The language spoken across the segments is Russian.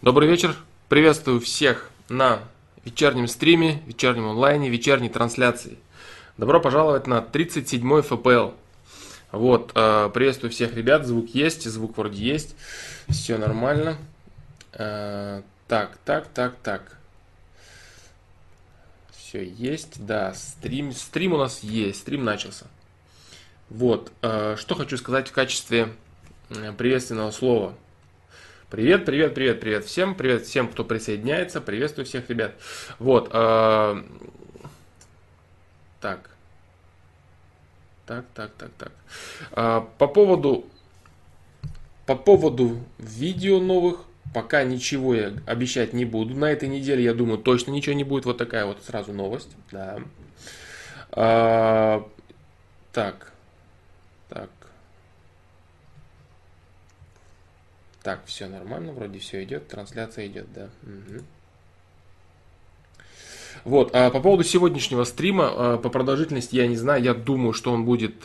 Добрый вечер. Приветствую всех на вечернем стриме, вечернем онлайне, вечерней трансляции. Добро пожаловать на 37-й ФПЛ. Вот, приветствую всех ребят. Звук есть, звук вроде есть. Все нормально. Так. Все есть, да, стрим у нас есть, стрим начался. Вот, что хочу сказать в качестве приветственного слова. Привет всем, привет всем, кто присоединяется, приветствую всех ребят. Вот, так. По поводу видео новых, пока ничего я обещать не буду. На этой неделе, я думаю, точно ничего не будет. Вот такая вот сразу новость, да. Так, все нормально, вроде все идет, трансляция идет, да. Угу. Вот, по поводу сегодняшнего стрима, по продолжительности я не знаю, я думаю, что он будет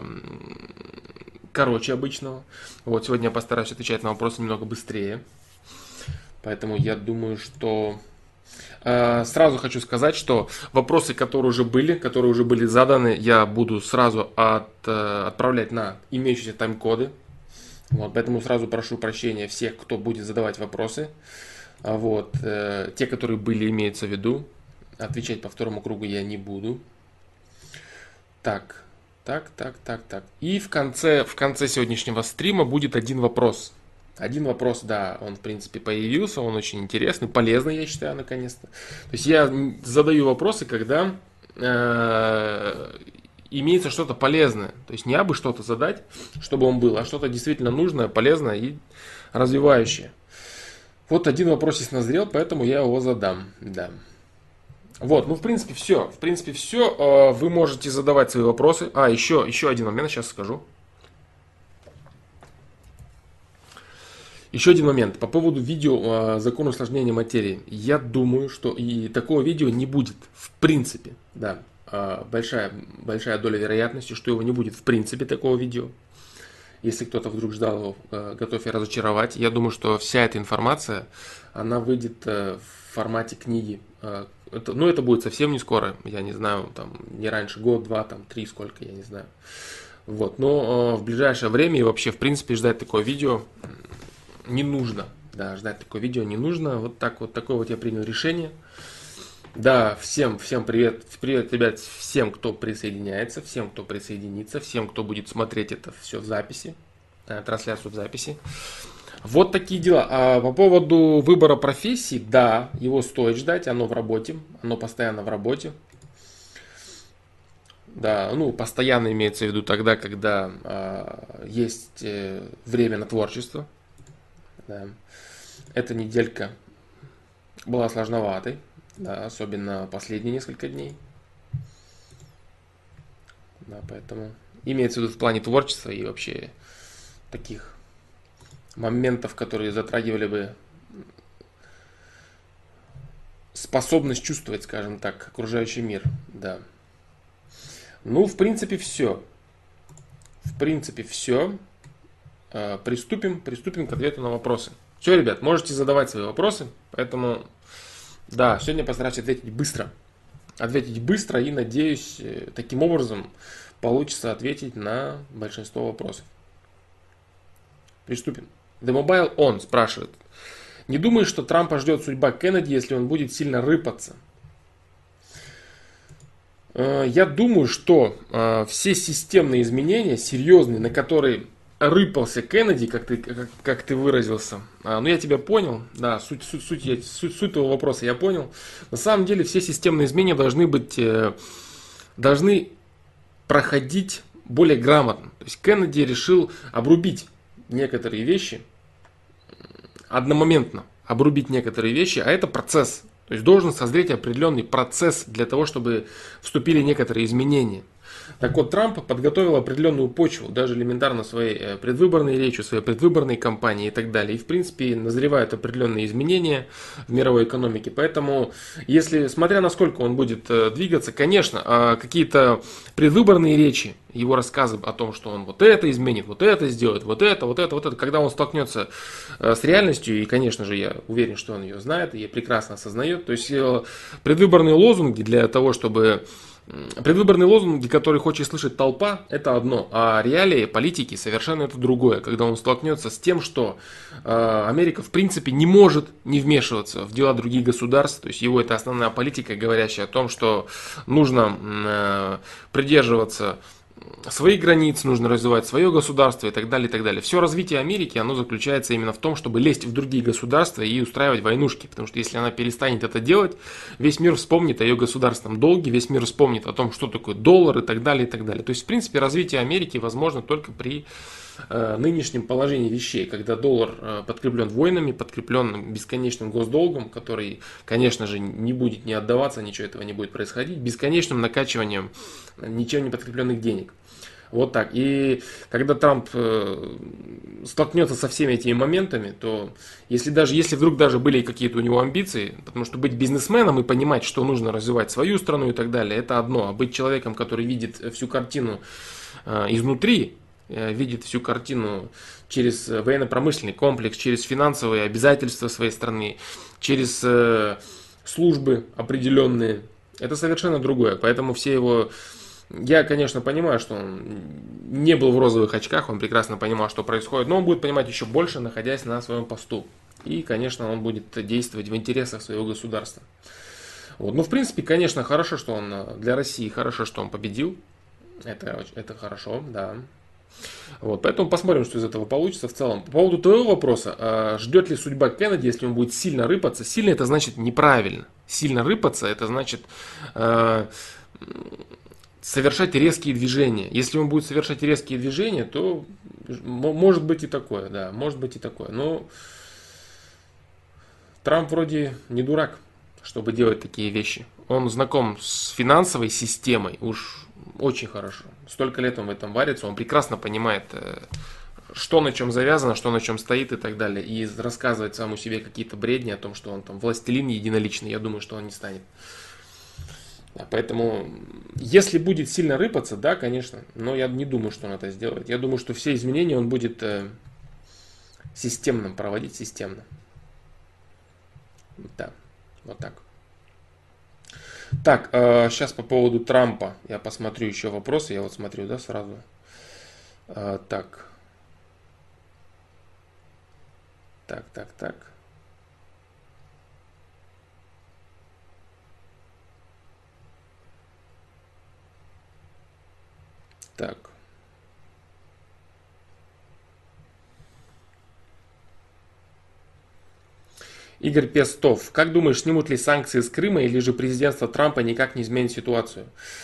короче обычного. Вот, сегодня я постараюсь отвечать на вопросы немного быстрее. Поэтому я думаю, что... Сразу хочу сказать, что вопросы, которые уже были заданы, я буду сразу отправлять на имеющиеся тайм-коды. Вот, поэтому сразу прошу прощения всех, кто будет задавать вопросы. Вот, те, которые были, имеются в виду. Отвечать по второму кругу я не буду. Так. И в конце сегодняшнего стрима будет один вопрос. Один вопрос, да, он в принципе появился, он очень интересный, полезный, я считаю, наконец-то. То есть я задаю вопросы, когда имеется что-то полезное. То есть не абы что-то задать, чтобы он был, а что-то действительно нужное, полезное и развивающее. Вот один вопрос есть назрел, поэтому я его задам, да. Вот, ну в принципе все. Вы можете задавать свои вопросы. Еще один момент, сейчас скажу. Еще один момент по поводу видео закон усложнения материи. Я думаю, что и такого видео не будет в принципе, да. Большая доля вероятности, что его не будет в принципе такого видео. Если кто-то вдруг ждал его, готов я разочаровать. Я думаю, что вся эта информация, она выйдет в формате книги. Это будет совсем не скоро, я не знаю, там не раньше, год, два, там 3, сколько, я не знаю. Вот, но в ближайшее время и вообще, в принципе, ждать такое видео не нужно. Да, ждать такое видео не нужно. Вот такое вот я принял решение. Да, всем привет, ребят, всем, кто присоединяется, всем, кто присоединится, всем, кто будет смотреть это все в записи, трансляцию в записи. Вот такие дела. А по поводу выбора профессии, да, его стоит ждать, оно в работе, оно постоянно в работе. Да, ну, постоянно имеется в виду тогда, когда есть время на творчество. Да. Эта неделька была сложноватой. Да, особенно последние несколько дней. Да, поэтому имеется в виду в плане творчества и вообще таких моментов, которые затрагивали бы способность чувствовать, скажем так, окружающий мир. Да. Ну, в принципе, все. Приступим к ответу на вопросы. Все, ребят, можете задавать свои вопросы, поэтому... Да, сегодня постараюсь ответить быстро. И надеюсь, таким образом получится ответить на большинство вопросов. Приступим. The Mobile On спрашивает. Не думаешь, что Трампа ждет судьба Кеннеди, если он будет сильно рыпаться? Я думаю, что все системные изменения, серьезные, на которые рыпался Кеннеди, как ты выразился. Ну, я тебя понял. Да, суть твоего вопроса я понял. На самом деле все системные изменения должны проходить более грамотно. То есть Кеннеди решил обрубить некоторые вещи одномоментно. А это процесс. То есть должен созреть определенный процесс для того, чтобы вступили некоторые изменения. Так вот, Трамп подготовил определенную почву, даже элементарно своей предвыборной речью, своей предвыборной кампании и так далее. И, в принципе, назревают определенные изменения в мировой экономике. Поэтому, если, смотря насколько он будет двигаться, конечно, какие-то предвыборные речи, его рассказы о том, что он вот это изменит, вот это сделает, вот это, вот это, вот это, когда он столкнется с реальностью, и, конечно же, я уверен, что он ее знает и прекрасно осознает, то есть предвыборные лозунги для того, чтобы... Предвыборные лозунги, которые хочет слышать толпа, это одно, а реалии политики совершенно это другое, когда он столкнется с тем, что Америка в принципе не может не вмешиваться в дела других государств, то есть его это основная политика, говорящая о том, что нужно придерживаться своих границ, нужно развивать свое государство и так далее, и так далее. Все развитие Америки, оно заключается именно в том, чтобы лезть в другие государства и устраивать войнушки, потому что если она перестанет это делать, весь мир вспомнит о ее государственном долге, весь мир вспомнит о том, что такое доллар и так далее, и так далее. То есть, в принципе, развитие Америки возможно только при нынешнем положении вещей, когда доллар подкреплен войнами, подкреплен бесконечным госдолгом, который, конечно же, не будет не отдаваться, ничего этого не будет происходить, бесконечным накачиванием ничем не подкрепленных денег. Вот так. И когда Трамп столкнется со всеми этими моментами, то если вдруг даже были какие-то у него амбиции, потому что быть бизнесменом и понимать, что нужно развивать свою страну и так далее, это одно. А быть человеком, который видит всю картину изнутри, видит всю картину через военно-промышленный комплекс, через финансовые обязательства своей страны, через службы определенные, это совершенно другое. Поэтому все его... Я, конечно, понимаю, что он не был в розовых очках, он прекрасно понимал, что происходит, но он будет понимать еще больше, находясь на своем посту. И, конечно, он будет действовать в интересах своего государства. Вот. Ну, в принципе, конечно, хорошо, что он для России, хорошо, что он победил. Это хорошо, да. Вот, поэтому посмотрим, что из этого получится в целом. По поводу твоего вопроса, ждет ли судьба Кеннеди, если он будет сильно рыпаться? Сильно это значит неправильно. Сильно рыпаться это значит совершать резкие движения. Если он будет совершать резкие движения, то может быть и такое, да, может быть и такое. Но Трамп вроде не дурак, чтобы делать такие вещи. Он знаком с финансовой системой уж очень хорошо. Столько лет он в этом варится, он прекрасно понимает, что на чем завязано, что на чем стоит и так далее. И рассказывать самому себе какие-то бредни о том, что он там властелин единоличный, я думаю, что он не станет. Поэтому, если будет сильно рыпаться, да, конечно, но я не думаю, что он это сделает. Я думаю, что все изменения он будет системно проводить, системно. Да, вот так. Так, сейчас по поводу Трампа. Я посмотрю еще вопросы. Я вот смотрю, да, сразу. Так. Так. Так. Игорь Пестов. Как думаешь, снимут ли санкции с Крыма или же президентство Трампа никак не изменит ситуацию?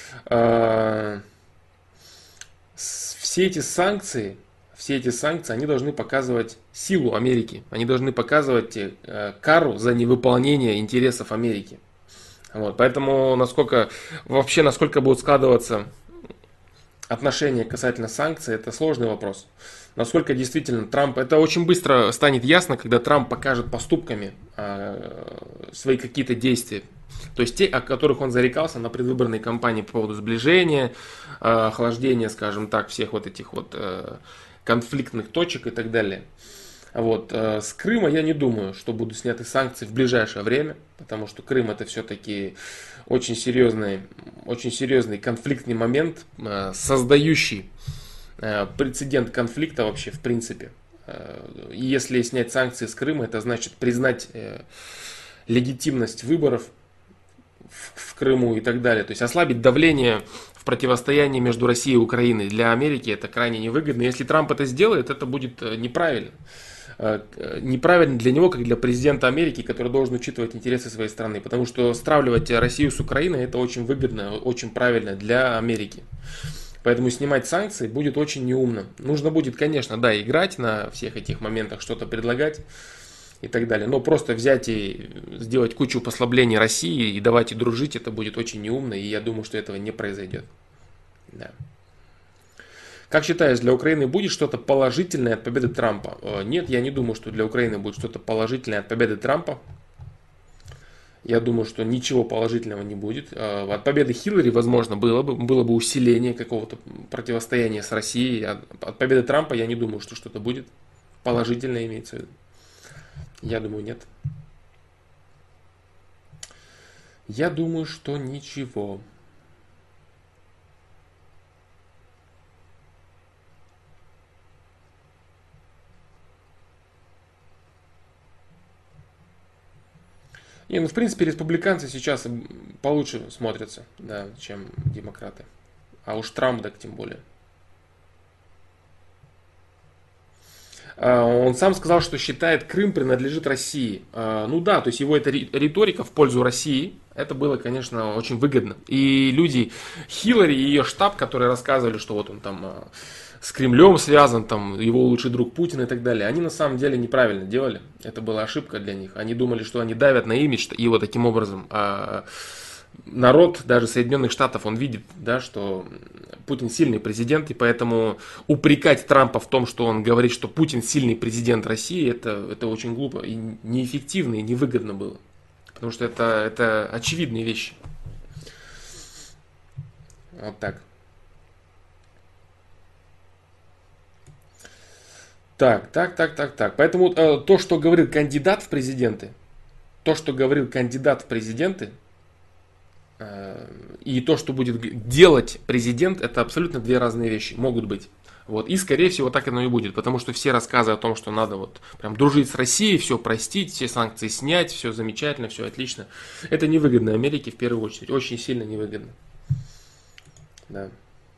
Все эти санкции, они должны показывать силу Америки. Они должны показывать кару за невыполнение интересов Америки. Вот, поэтому насколько будут складываться отношения касательно санкций, это сложный вопрос. Насколько действительно Трамп, это очень быстро станет ясно, когда Трамп покажет поступками свои какие-то действия. То есть те, о которых он зарекался на предвыборной кампании по поводу сближения, охлаждения, скажем так, всех вот этих вот конфликтных точек и так далее. Вот. С Крыма я не думаю, что будут сняты санкции в ближайшее время, потому что Крым это все-таки очень серьезный конфликтный момент, создающий прецедент конфликта вообще в принципе. И если снять санкции с Крыма, это значит признать легитимность выборов в Крыму и так далее. То есть ослабить давление в противостоянии между Россией и Украиной. Для Америки это крайне невыгодно. Если Трамп это сделает, это будет неправильно. Неправильно для него, как для президента Америки, который должен учитывать интересы своей страны. Потому что стравливать Россию с Украиной это очень выгодно, очень правильно для Америки. Поэтому снимать санкции будет очень неумно. Нужно будет, конечно, да, играть на всех этих моментах, что-то предлагать и так далее. Но просто взять и сделать кучу послаблений России и давать и дружить, это будет очень неумно. И я думаю, что этого не произойдет. Да. Как считаешь, для Украины будет что-то положительное от победы Трампа? Нет, я не думаю, что для Украины будет что-то положительное от победы Трампа. Я думаю, что ничего положительного не будет. От победы Хиллари, возможно, было бы усиление какого-то противостояния с Россией. От победы Трампа я не думаю, что что-то будет положительное имеется в виду. Я думаю, нет. Я думаю, что ничего. Не, ну в принципе республиканцы сейчас получше смотрятся, да, чем демократы. А уж Трамп, так тем более. Он сам сказал, что считает, Крым принадлежит России. Ну да, то есть его эта риторика в пользу России, это было, конечно, очень выгодно. И люди Хиллари и ее штаб, которые рассказывали, что вот он там с Кремлем связан, там его лучший друг Путин и так далее, они на самом деле неправильно делали. Это была ошибка для них. Они думали, что они давят на имидж и вот таким образом народ даже Соединенных Штатов, он видит, да, что Путин сильный президент, и поэтому упрекать Трампа в том, что он говорит, что Путин сильный президент России, это очень глупо и неэффективно и невыгодно было. Потому что это очевидные вещи. Вот так. Так. Поэтому то, что говорил кандидат в президенты, и то, что будет делать президент, это абсолютно две разные вещи, могут быть. Вот. И, скорее всего, так оно и будет, потому что все рассказы о том, что надо вот прям дружить с Россией, все простить, все санкции снять, все замечательно, все отлично, это невыгодно Америке в первую очередь, очень сильно невыгодно. Да.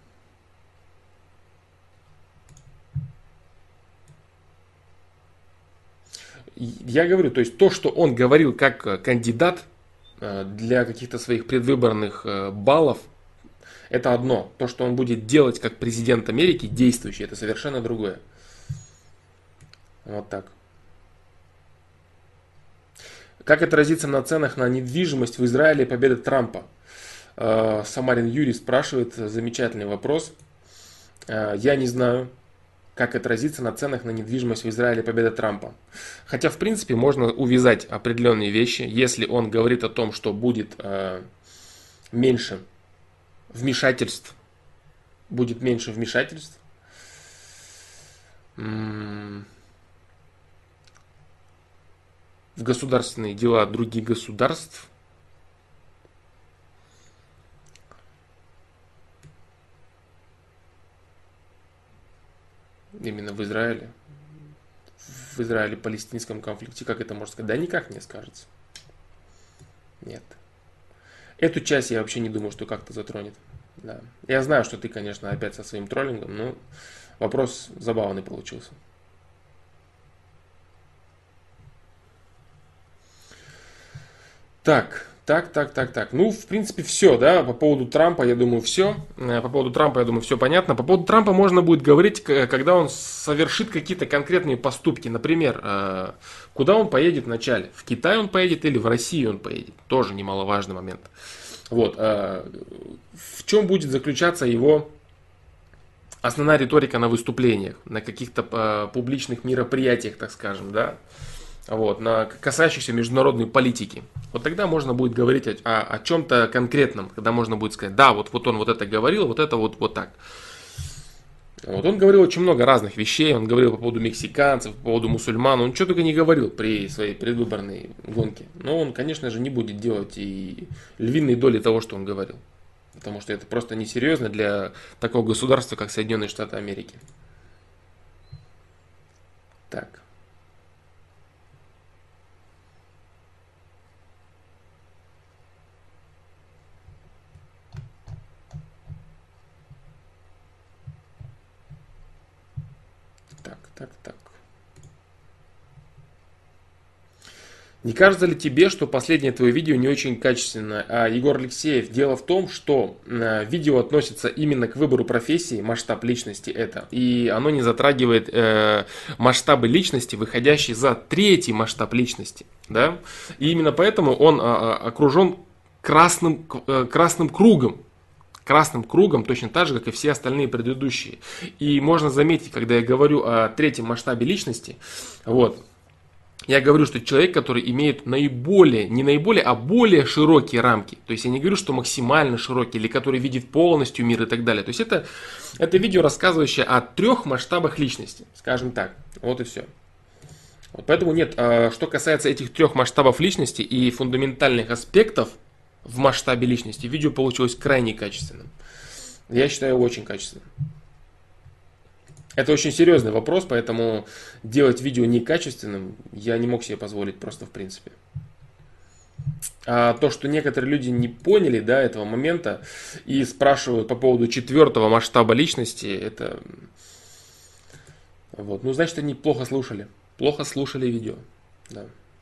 Я говорю, то есть то, что он говорил как кандидат для каких-то своих предвыборных баллов, это одно. То, что он будет делать как президент Америки, действующий, это совершенно другое. Вот так. Как отразится на ценах на недвижимость в Израиле победа Трампа? Самарин Юрий спрашивает, замечательный вопрос. Я не знаю, как отразится на ценах на недвижимость в Израиле победа Трампа. Хотя, в принципе, можно увязать определенные вещи. Если он говорит о том, что будет меньше вмешательств, в государственные дела других государств, именно в Израиле-палестинском конфликте, как это можно сказать? Да никак не скажется. Нет. Эту часть я вообще не думаю, что как-то затронет. Да. Я знаю, что ты, конечно, опять со своим троллингом, но вопрос забавный получился. Так. Ну, в принципе, все, да, по поводу Трампа, я думаю, все. По поводу Трампа, я думаю, все понятно. По поводу Трампа можно будет говорить, когда он совершит какие-то конкретные поступки. Например, куда он поедет вначале? В Китай он поедет или в Россию он поедет? Тоже немаловажный момент. Вот. В чем будет заключаться его основная риторика на выступлениях, на каких-то публичных мероприятиях, так скажем, да? Вот, касающихся международной политики. Вот тогда можно будет говорить о чем-то конкретном, когда можно будет сказать, да, вот он вот это говорил, вот это вот так. Вот он говорил очень много разных вещей, он говорил по поводу мексиканцев, по поводу мусульман, он что только не говорил при своей предвыборной гонке. Но он, конечно же, не будет делать и львиной доли того, что он говорил. Потому что это просто несерьезно для такого государства, как Соединенные Штаты Америки. Так. Так. Не кажется ли тебе, что последнее твое видео не очень качественное? Егор Алексеев, дело в том, что видео относится именно к выбору профессии, масштаб личности это, и оно не затрагивает масштабы личности, выходящие за третий масштаб личности. Да? И именно поэтому он окружен красным кругом. красным кругом, точно так же, как и все остальные предыдущие. И можно заметить, когда я говорю о третьем масштабе личности, вот, я говорю, что человек, который имеет наиболее, не наиболее, а более широкие рамки. То есть я не говорю, что максимально широкий, или который видит полностью мир и так далее. То есть это видео, рассказывающее о трех масштабах личности, скажем так. Вот и все. Вот поэтому нет, что касается этих трех масштабов личности и фундаментальных аспектов в масштабе личности, видео получилось крайне качественным. Я считаю, очень качественным. Это очень серьезный вопрос, поэтому делать видео некачественным я не мог себе позволить просто в принципе. А то, что некоторые люди не поняли, да, этого момента и спрашивают по поводу четвертого масштаба личности, это вот, ну, значит, они плохо слушали. Плохо слушали видео. Да.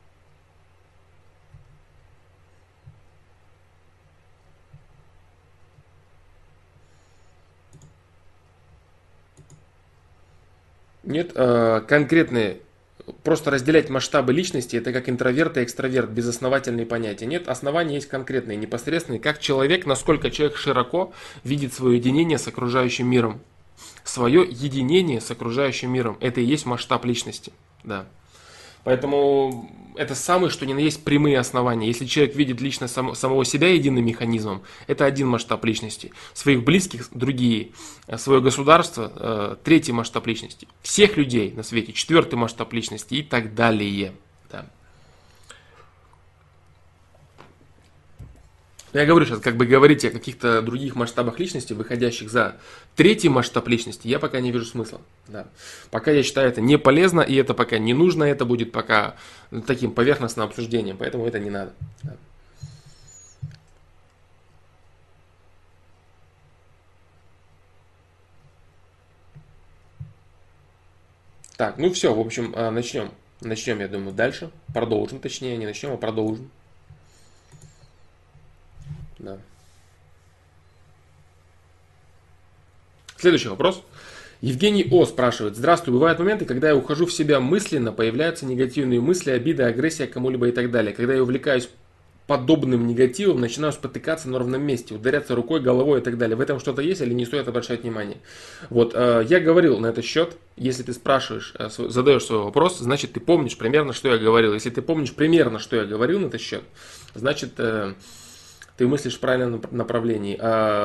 Нет, конкретные, просто разделять масштабы личности, это как интроверт и экстраверт, безосновательные понятия. Нет, основания есть конкретные, непосредственные, как человек, насколько человек широко видит свое единение с окружающим миром. Свое единение с окружающим миром, это и есть масштаб личности. Да. Поэтому это самые, что ни на есть, прямые основания. Если человек видит лично самого себя единым механизмом, это один масштаб личности. Своих близких – другие. Свое государство – третий масштаб личности. Всех людей на свете – четвертый масштаб личности и так далее. Да. Я говорю сейчас, как бы говорить о каких-то других масштабах личности, выходящих за третий масштаб личности, я пока не вижу смысла. Да. Пока я считаю это не полезно, и это пока не нужно, это будет пока таким поверхностным обсуждением, поэтому это не надо. Да. Так, ну все, в общем, начнем. Начнем, я думаю, дальше. Продолжим, точнее, не начнем, а продолжим. Да. Следующий вопрос. Евгений О. спрашивает. Здравствуй, бывают моменты, когда я ухожу в себя мысленно, появляются негативные мысли, обиды, агрессия к кому-либо и так далее. Когда я увлекаюсь подобным негативом, начинаю спотыкаться на ровном месте, ударяться рукой, головой и так далее. В этом что-то есть или не стоит обращать внимание? Вот, я говорил на этот счет. Если ты спрашиваешь, задаешь свой вопрос, значит ты помнишь примерно, что я говорил. Если ты помнишь примерно, что я говорил на этот счет, значит ты мыслишь в правильном направлении.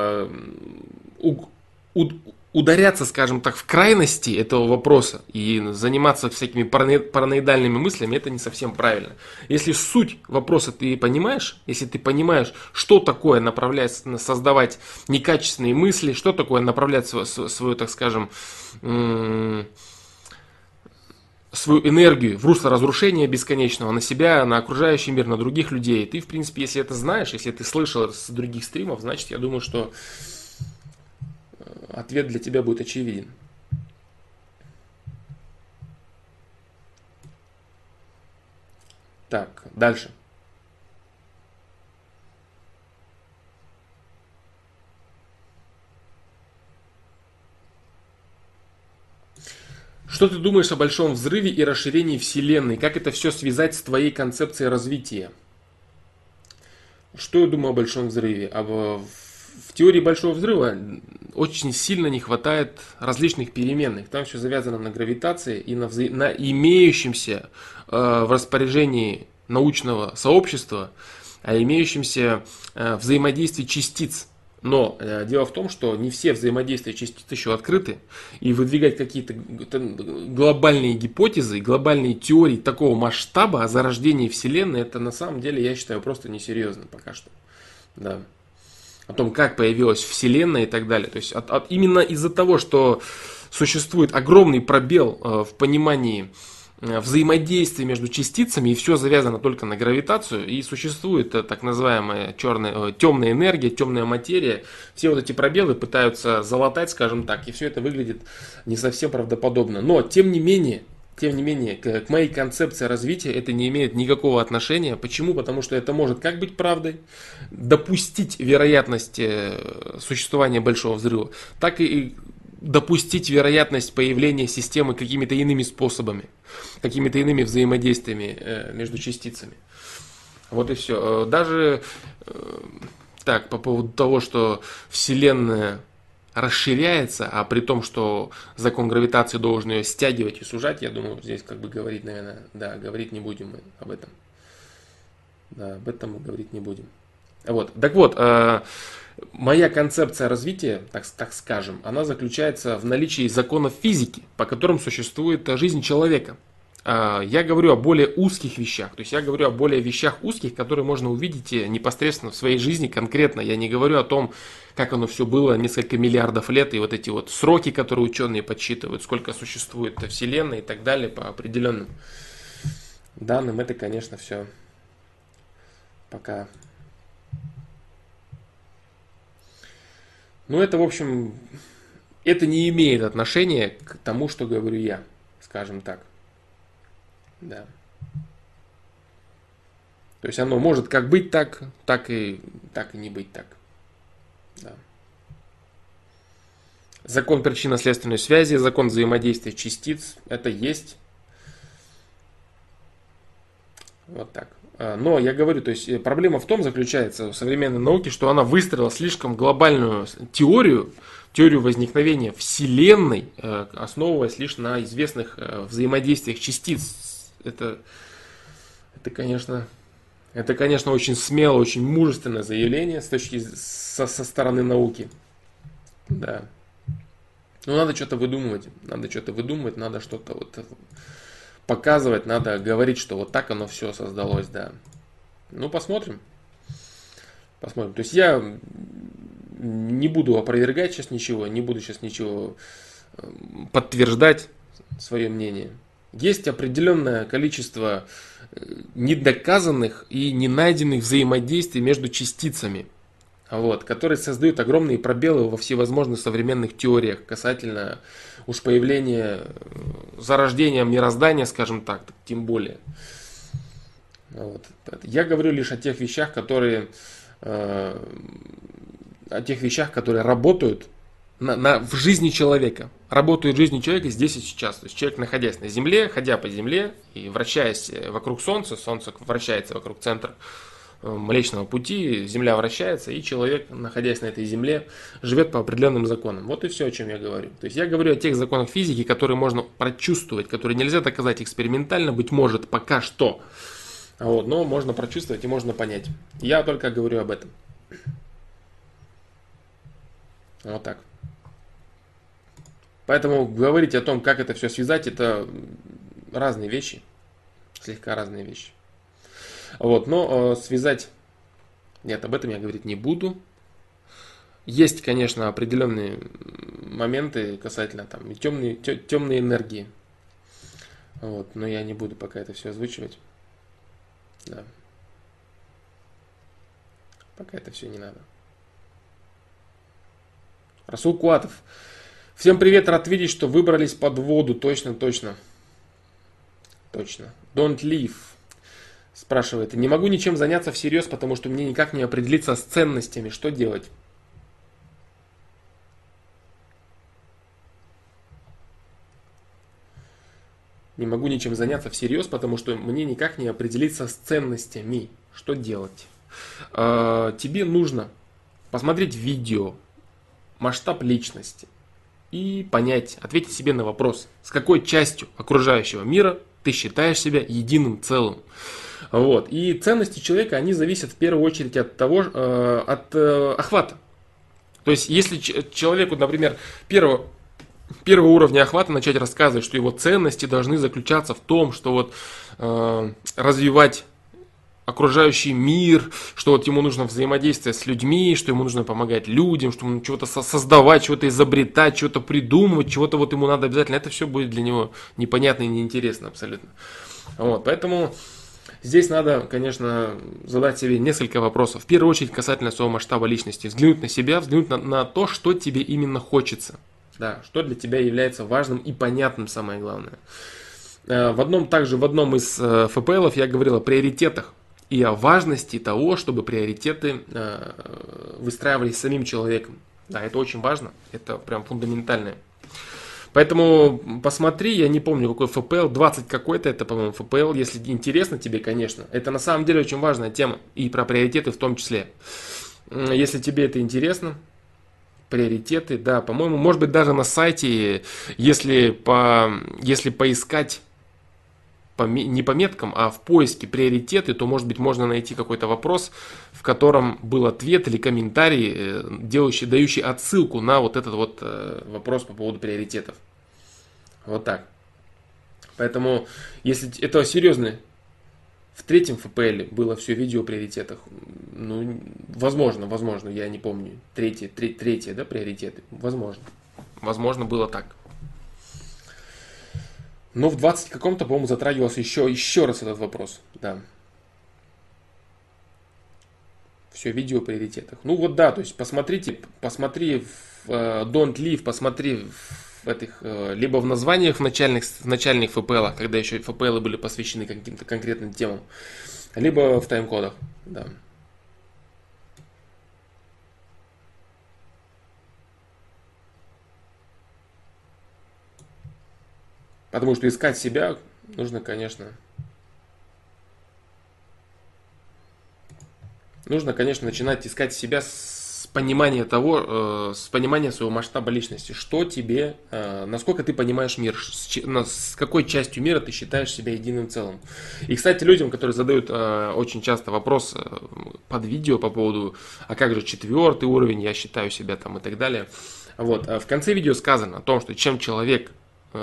Ударяться, скажем так, в крайности этого вопроса и заниматься всякими параноидальными мыслями, это не совсем правильно. Если суть вопроса ты понимаешь, если ты понимаешь, что такое направлять, создавать некачественные мысли, что такое направлять свою, так скажем, свою энергию в русло разрушения бесконечного на себя, на окружающий мир, на других людей. Ты, в принципе, если это знаешь, если ты слышал это с других стримов, значит, я думаю, что ответ для тебя будет очевиден. Так, дальше. Что ты думаешь о большом взрыве и расширении Вселенной? Как это все связать с твоей концепцией развития? Что я думаю о большом взрыве? В теории большого взрыва очень сильно не хватает различных переменных. Там все завязано на гравитации и на имеющемся в распоряжении научного сообщества, имеющемся взаимодействии частиц. Но дело в том, что не все взаимодействия частиц еще открыты, и выдвигать какие-то глобальные гипотезы, глобальные теории такого масштаба о зарождении Вселенной, это на самом деле, я считаю, просто несерьезно пока что. Да. О том, как появилась Вселенная и так далее. То есть именно из-за того, что существует огромный пробел в понимании взаимодействие между частицами, и все завязано только на гравитацию, и существует так называемая темная энергия, темная материя. Все вот эти пробелы пытаются залатать, скажем так, и все это выглядит не совсем правдоподобно. Но, тем не менее, к моей концепции развития это не имеет никакого отношения. Почему? Потому что это может как быть правдой, допустить вероятность существования большого взрыва, так и допустить вероятность появления системы какими-то иными способами, какими-то иными взаимодействиями между частицами. Вот и все. Даже Так, по поводу того, что Вселенная расширяется, а при том, что закон гравитации должен ее стягивать и сужать, я думаю, здесь как бы говорить, наверное, да, говорить не будем мы об этом. Да, об этом мы говорить не будем. Вот. Так вот, моя концепция развития, так скажем, она заключается в наличии законов физики, по которым существует жизнь человека. Я говорю о более узких вещах, то есть я говорю о более вещах узких, которые можно увидеть непосредственно в своей жизни конкретно. Я не говорю о том, как оно все было несколько миллиардов лет, и вот эти вот сроки, которые ученые подсчитывают, сколько существует Вселенной и так далее по определенным данным. Это, конечно, все пока. Ну, это, в общем, это не имеет отношения к тому, что говорю я, скажем так. Да. То есть оно может как быть так, так и не быть так. Да. Закон причинно-следственной связи, закон взаимодействия частиц, это есть. Вот так. Но я говорю, то есть проблема в том заключается в современной науке, что она выстроила слишком глобальную теорию возникновения Вселенной, основываясь лишь на известных взаимодействиях частиц. Это, конечно, очень смело, очень мужественное заявление со стороны науки. Да. Но надо что-то выдумывать, надо что-то вот показывать, надо говорить, что вот так оно все создалось, да. Ну, посмотрим. То есть я не буду опровергать сейчас ничего, не буду сейчас ничего подтверждать свое мнение. Есть определенное количество недоказанных и не найденных взаимодействий между частицами, вот, которые создают огромные пробелы во всевозможных современных теориях касательно уж появления, зарождения мироздания, скажем так, тем более. Вот. Я говорю лишь о тех вещах, которые работают в жизни человека. Работают в жизни человека здесь и сейчас. То есть человек, находясь на Земле, ходя по Земле и вращаясь вокруг Солнца, Солнце вращается вокруг центра Млечного Пути, Земля вращается, и человек, находясь на этой Земле, живет по определенным законам. Вот и все, о чем я говорю. То есть я говорю о тех законах физики, которые можно прочувствовать, которые нельзя доказать экспериментально, быть может, пока что. Вот, но можно прочувствовать и можно понять. Я только говорю об этом. Вот так. Поэтому говорить о том, как это все связать, это разные вещи. Слегка разные вещи. Вот, но связать... Нет, об этом я говорить не буду. Есть, конечно, определенные моменты касательно там темной энергии. Вот, но я не буду пока это все озвучивать. Да. Пока это все не надо. Расул Куатов. Всем привет, рад видеть, что выбрались под воду. Точно. Don't leave. Спрашивает. Не могу ничем заняться всерьез, потому что мне никак не определиться с ценностями. Что делать? Не могу ничем заняться всерьез, потому что мне никак не определиться с ценностями. Что делать? Тебе нужно посмотреть видео, масштаб личности и понять, ответить себе на вопрос, с какой частью окружающего мира ты считаешь себя единым целым. Вот. И ценности человека, они зависят в первую очередь от охвата. То есть, если человеку, например, первого уровня охвата начать рассказывать, что его ценности должны заключаться в том, что вот развивать окружающий мир, что вот ему нужно взаимодействие с людьми, что ему нужно помогать людям, что ему чего-то создавать, чего-то изобретать, чего-то придумывать, чего-то вот ему надо обязательно. Это все будет для него непонятно и неинтересно абсолютно. Вот, поэтому здесь надо, конечно, задать себе несколько вопросов. В первую очередь касательно своего масштаба личности. Взглянуть на себя, взглянуть на то, что тебе именно хочется. Да, что для тебя является важным и понятным, самое главное. В одном из ФПЛов я говорил о приоритетах и о важности того, чтобы приоритеты выстраивались самим человеком. Да, это очень важно, это прям фундаментальное. Поэтому посмотри, я не помню какой ФПЛ, 20 какой-то, это, по-моему, ФПЛ, если интересно тебе, конечно. Это на самом деле очень важная тема, и про приоритеты в том числе. Если тебе это интересно, приоритеты, да, по-моему, может быть, даже на сайте, если поискать не по меткам, а в поиске приоритеты, то, может быть, можно найти какой-то вопрос, в котором был ответ или комментарий, дающий отсылку на вот этот вот вопрос по поводу приоритетов. Вот так. Поэтому, если это серьезно, в третьем ФПЛ было все видео о приоритетах. Ну, возможно, я не помню. Третье, да, приоритеты. Возможно. Возможно, было так. Но в 20 каком-то, по-моему, затрагивался еще раз этот вопрос. Да. Все видео о приоритетах. Ну вот да, то есть посмотри в Don't Leave, посмотри в этих, либо в названиях в начальных ФПЛах, когда еще ФПЛы были посвящены каким-то конкретным темам, либо в тайм-кодах. Да. Потому что искать себя нужно, конечно, начинать искать себя с понимания с понимания своего масштаба личности. Что тебе, насколько ты понимаешь мир, с какой частью мира ты считаешь себя единым целым. И, кстати, людям, которые задают очень часто вопрос под видео по поводу, а как же 4-й уровень, я считаю себя там и так далее. Вот, в конце видео сказано о том, что чем человек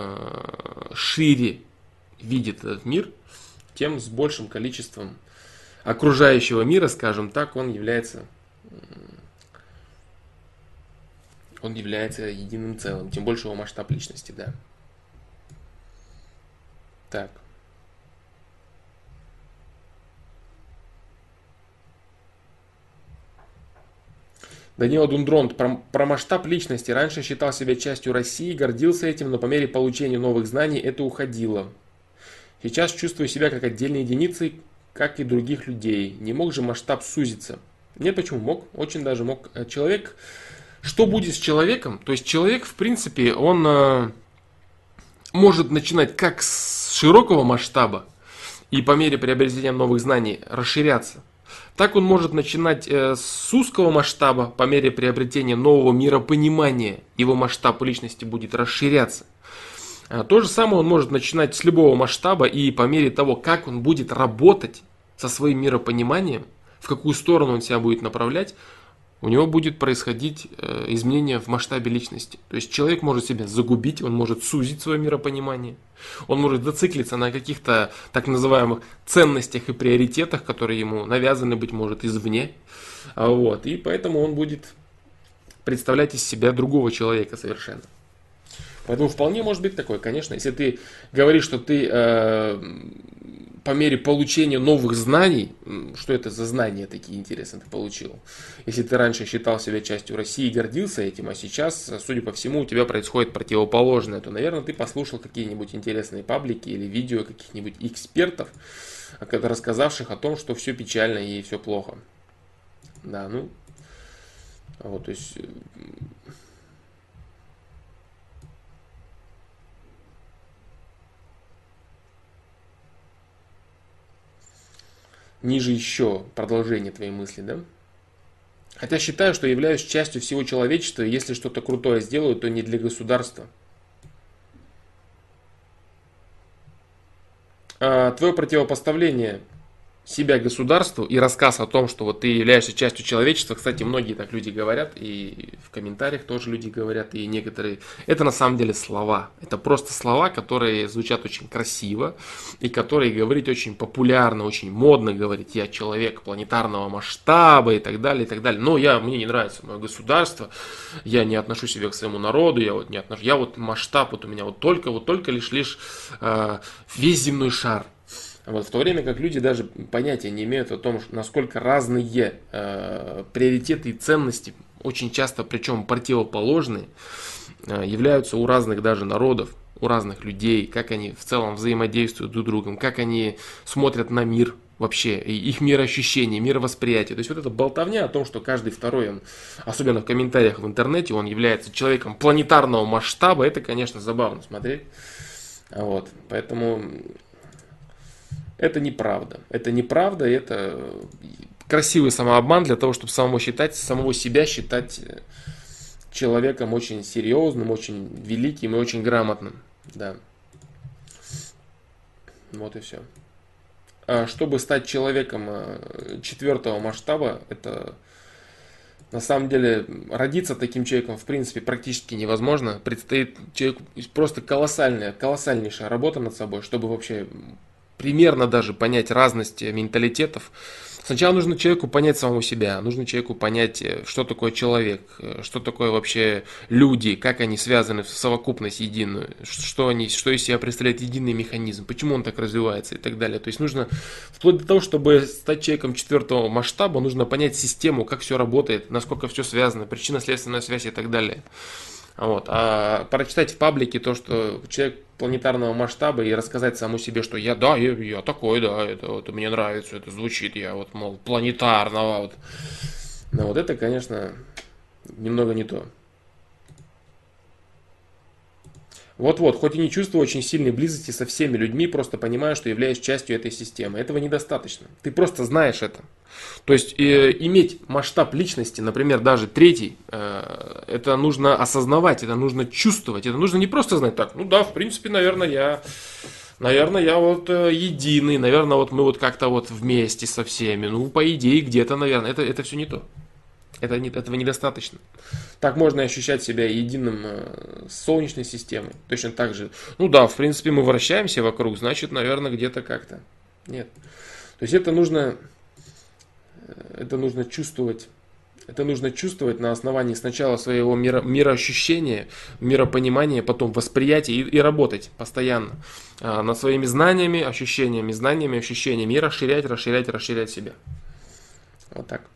шире видит этот мир, тем с большим количеством окружающего мира, скажем так, он является единым целым, тем больше его масштаб личности, да. Так. Данила Дундронт про масштаб личности. Раньше считал себя частью России, гордился этим, но по мере получения новых знаний это уходило. Сейчас чувствую себя как отдельной единицей, как и других людей. Не мог же масштаб сузиться? Нет, почему? Мог. Очень даже мог. Человек... Что будет с человеком? То есть человек, в принципе, он может начинать как с широкого масштаба и по мере приобретения новых знаний расширяться. Так он может начинать с узкого масштаба, по мере приобретения нового миропонимания его масштаб личности будет расширяться. То же самое он может начинать с любого масштаба, и по мере того, как он будет работать со своим миропониманием, в какую сторону он себя будет направлять, у него будет происходить изменение в масштабе личности. То есть человек может себя загубить, он может сузить свое миропонимание, он может зациклиться на каких-то так называемых ценностях и приоритетах, которые ему навязаны, быть может, извне. Вот. И поэтому он будет представлять из себя другого человека совершенно. Поэтому вполне может быть такое, конечно. Если ты говоришь, что ты по мере получения новых знаний, что это за знания такие интересные ты получил? Если ты раньше считал себя частью России и гордился этим, а сейчас, судя по всему, у тебя происходит противоположное, то, наверное, ты послушал какие-нибудь интересные паблики или видео каких-нибудь экспертов, рассказавших о том, что все печально и все плохо. Да, ну, вот, то есть... Ниже еще продолжение твоей мысли, да? Хотя считаю, что являюсь частью всего человечества, и если что-то крутое сделаю, то не для государства. Твое противопоставление себя государству и рассказ о том, что вот ты являешься частью человечества, кстати, многие так люди говорят, и в комментариях тоже люди говорят, и некоторые, это на самом деле слова, это просто слова, которые звучат очень красиво, и которые говорить очень популярно, очень модно говорить, я человек планетарного масштаба и так далее, и так далее, но мне не нравится мое государство, я не отношу себя к своему народу, я вот масштаб, вот у меня вот только лишь весь земной шар. Вот, в то время как люди даже понятия не имеют о том, насколько разные приоритеты и ценности, очень часто причем противоположные, являются у разных даже народов, у разных людей, как они в целом взаимодействуют друг с другом, как они смотрят на мир вообще, их мироощущение, мировосприятие. То есть вот эта болтовня о том, что каждый второй, он, особенно в комментариях в интернете, он является человеком планетарного масштаба, это, конечно, забавно смотреть. Вот, поэтому... Это неправда. Это неправда, это красивый самообман для того, чтобы самого себя считать человеком очень серьезным, очень великим и очень грамотным. Да. Вот и все. Чтобы стать человеком четвертого масштаба, это на самом деле родиться таким человеком в принципе практически невозможно. Предстоит человеку просто колоссальнейшая работа над собой, чтобы вообще примерно даже понять разность менталитетов. Сначала нужно человеку понять самого себя, нужно человеку понять, что такое человек, что такое вообще люди, как они связаны в совокупность единую, что из себя представляет единый механизм, почему он так развивается и так далее. То есть нужно, вплоть до того, чтобы стать человеком четвертого масштаба, нужно понять систему, как все работает, насколько все связано, причинно-следственная связь и так далее. Вот. А прочитать в паблике то, что человек планетарного масштаба, и рассказать самому себе, что я такой, да, это вот мне нравится, это звучит, я вот, мол, планетарного. Вот. Но вот это, конечно, немного не то. Вот-вот, хоть и не чувствую очень сильной близости со всеми людьми, просто понимаю, что являюсь частью этой системы. Этого недостаточно. Ты просто знаешь это. То есть иметь масштаб личности, например, даже третий, это нужно осознавать, это нужно чувствовать, это нужно не просто знать так, ну да, в принципе, наверное, я вот единый, наверное, вот мы вот как-то вот вместе со всеми, ну, по идее, где-то, наверное, это все не то. Этого недостаточно. Так можно ощущать себя единым с Солнечной системой. Точно так же. Ну да, в принципе, мы вращаемся вокруг, значит, наверное, где-то как-то. Нет. То есть это нужно чувствовать. Это нужно чувствовать на основании сначала своего мироощущения, миропонимания, потом восприятия и работать постоянно над своими знаниями, ощущениями и расширять себя. Вот так.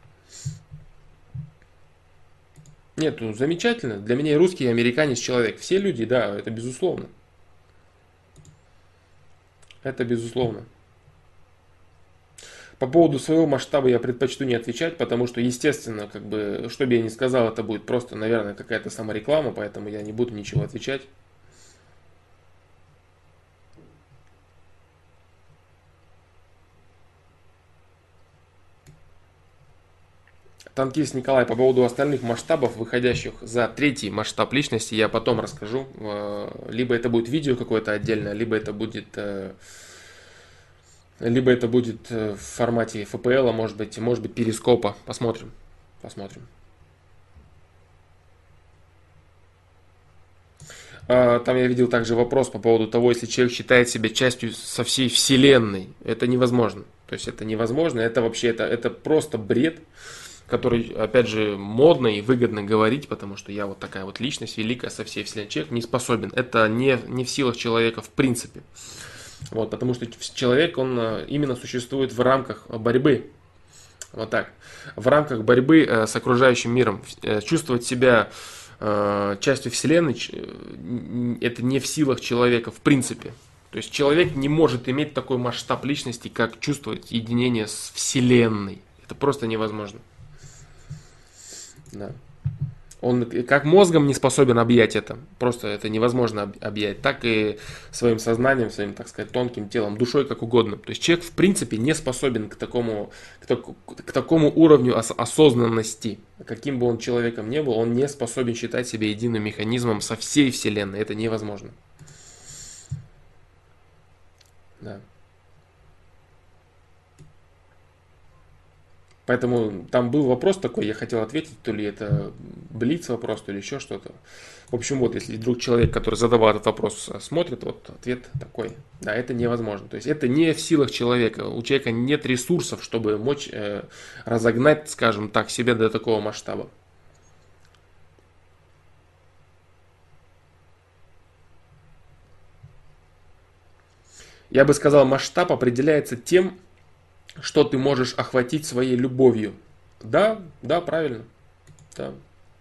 Нет, ну замечательно. Для меня и русский, и американец человек. Все люди, да, это безусловно. Это безусловно. По поводу своего масштаба я предпочту не отвечать, потому что, естественно, как бы, что бы я ни сказал, это будет просто, наверное, какая-то самореклама, поэтому я не буду ничего отвечать. Танкист Николай, по поводу остальных масштабов, выходящих за третий масштаб личности, я потом расскажу. Либо это будет видео какое-то отдельное, либо это будет в формате FPL, а может быть перископа. Посмотрим. Там я видел также вопрос по поводу того, если человек считает себя частью со всей вселенной. Это невозможно. То есть это невозможно, это вообще это просто бред, который, опять же, модно и выгодно говорить, потому что я вот такая вот личность великая со всей вселенной. Человек не способен. Это не в силах человека в принципе. Вот, потому что человек, он именно существует в рамках борьбы. Вот так. В рамках борьбы с окружающим миром. Чувствовать себя частью вселенной, это не в силах человека в принципе. То есть человек не может иметь такой масштаб личности, как чувствовать единение с вселенной. Это просто невозможно. Да. Он как мозгом не способен объять это. Просто это невозможно объять. Так и своим сознанием, своим, так сказать, тонким телом, душой, как угодно. То есть человек в принципе не способен к такому уровню осознанности. Каким бы он человеком ни был, он не способен считать себя единым механизмом со всей вселенной. Это невозможно. Да. Поэтому там был вопрос такой, я хотел ответить, то ли это блиц вопрос, то ли еще что-то. В общем, вот, если вдруг человек, который задавал этот вопрос, смотрит, вот ответ такой. Да, это невозможно. То есть это не в силах человека. У человека нет ресурсов, чтобы мочь разогнать, скажем так, себя до такого масштаба. Я бы сказал, масштаб определяется тем, что ты можешь охватить своей любовью. Да, правильно. Да.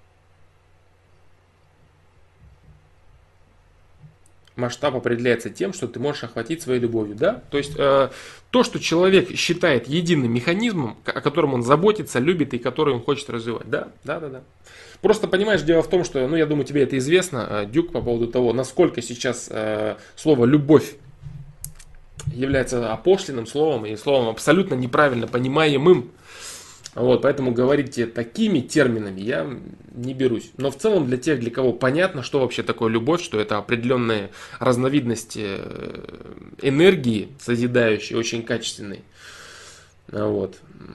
Масштаб определяется тем, что ты можешь охватить своей любовью. Да? То есть то, что человек считает единым механизмом, о котором он заботится, любит и который он хочет развивать. Да. Просто понимаешь, дело в том, что, я думаю, тебе это известно, Дюк, по поводу того, насколько сейчас слово «любовь» является опошленным словом и словом абсолютно неправильно понимаемым. Вот, поэтому говорить такими терминами я не берусь. Но в целом для тех, для кого понятно, что вообще такое любовь, что это определенные разновидности энергии созидающей, очень качественной, вот,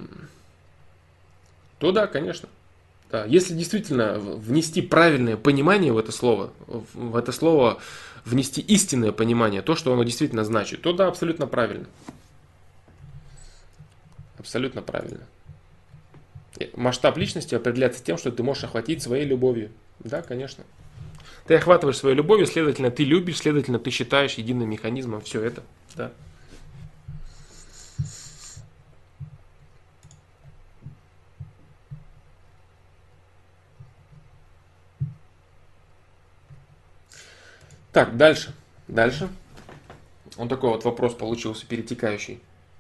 то да, конечно. Да. Если действительно внести правильное понимание в это слово внести истинное понимание, то, что оно действительно значит, то да, абсолютно правильно. Абсолютно правильно. Масштаб личности определяется тем, что ты можешь охватить своей любовью. Да, конечно. Ты охватываешь своей любовью, следовательно, ты любишь, следовательно, ты считаешь единым механизмом все это. Да. Так, дальше. Дальше. Он такой вот вопрос получился перетекающий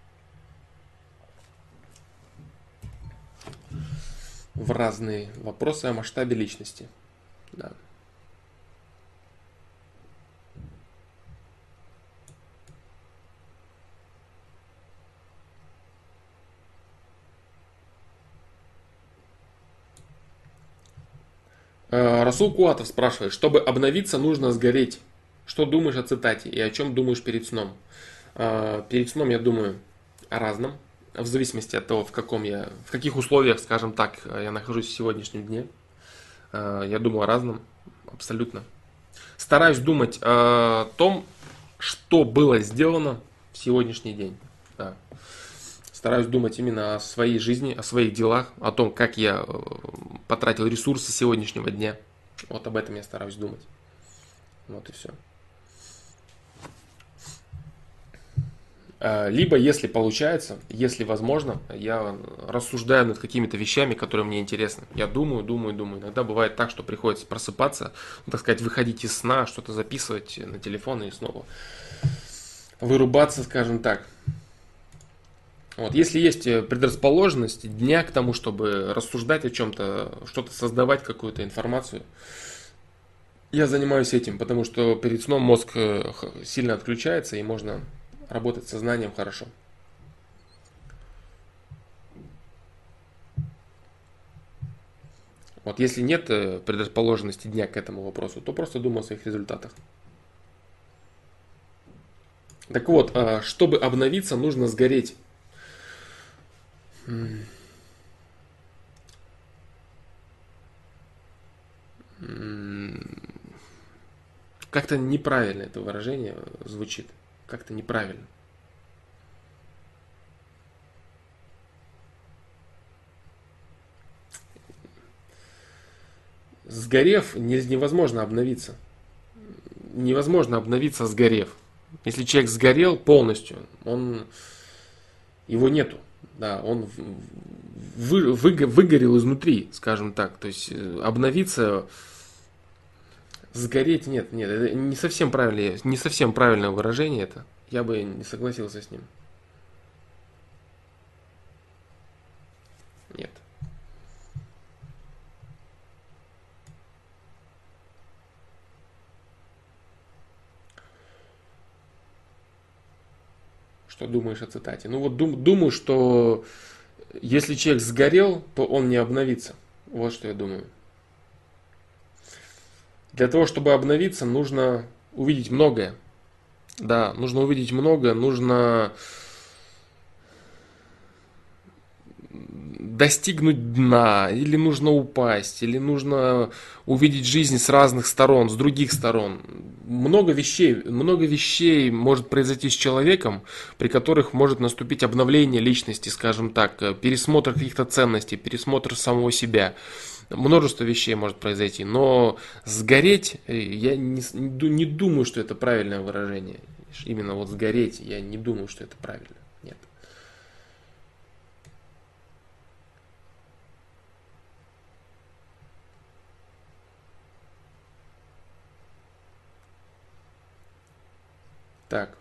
в разные вопросы о масштабе личности. Да. Расул Куатов спрашивает, чтобы обновиться, нужно сгореть. Что думаешь о цитате и о чем думаешь перед сном? Перед сном я думаю о разном, в зависимости от того, в каких условиях, скажем так, я нахожусь в сегодняшнем дне. Я думаю о разном, абсолютно. Стараюсь думать о том, что было сделано в сегодняшний день. Да. Стараюсь думать именно о своей жизни, о своих делах, о том, как я потратил ресурсы сегодняшнего дня. Вот об этом я стараюсь думать. Вот и все. Либо, если получается, если возможно, я рассуждаю над какими-то вещами, которые мне интересны. Я думаю. Иногда бывает так, что приходится просыпаться, так сказать, выходить из сна, что-то записывать на телефон и снова вырубаться, скажем так. Вот. Если есть предрасположенность дня к тому, чтобы рассуждать о чем-то, что-то создавать, какую-то информацию, я занимаюсь этим, потому что перед сном мозг сильно отключается и можно работать сознанием хорошо. Вот если нет предрасположенности дня к этому вопросу, то просто думаю о своих результатах. Так вот, чтобы обновиться, нужно сгореть. Как-то неправильно это выражение звучит. Как-то неправильно. Сгорев, невозможно обновиться. Невозможно обновиться, сгорев. Если человек сгорел полностью, его нету. Да, он выгорел изнутри, скажем так. То есть обновиться, сгореть, нет, это не совсем правильное выражение это. Я бы не согласился с ним. Нет. Что думаешь о цитате? Ну вот думаю, что если человек сгорел, то он не обновится. Вот что я думаю. Для того, чтобы обновиться, нужно увидеть многое. Да, нужно увидеть многое, нужно достигнуть дна, или нужно упасть, или нужно увидеть жизнь с разных сторон, с других сторон. Много вещей может произойти с человеком, при которых может наступить обновление личности, скажем так, пересмотр каких-то ценностей, пересмотр самого себя. Множество вещей может произойти, но сгореть, я не думаю, что это правильное выражение. Именно вот сгореть, я не думаю, что это правильно. Нет. Так.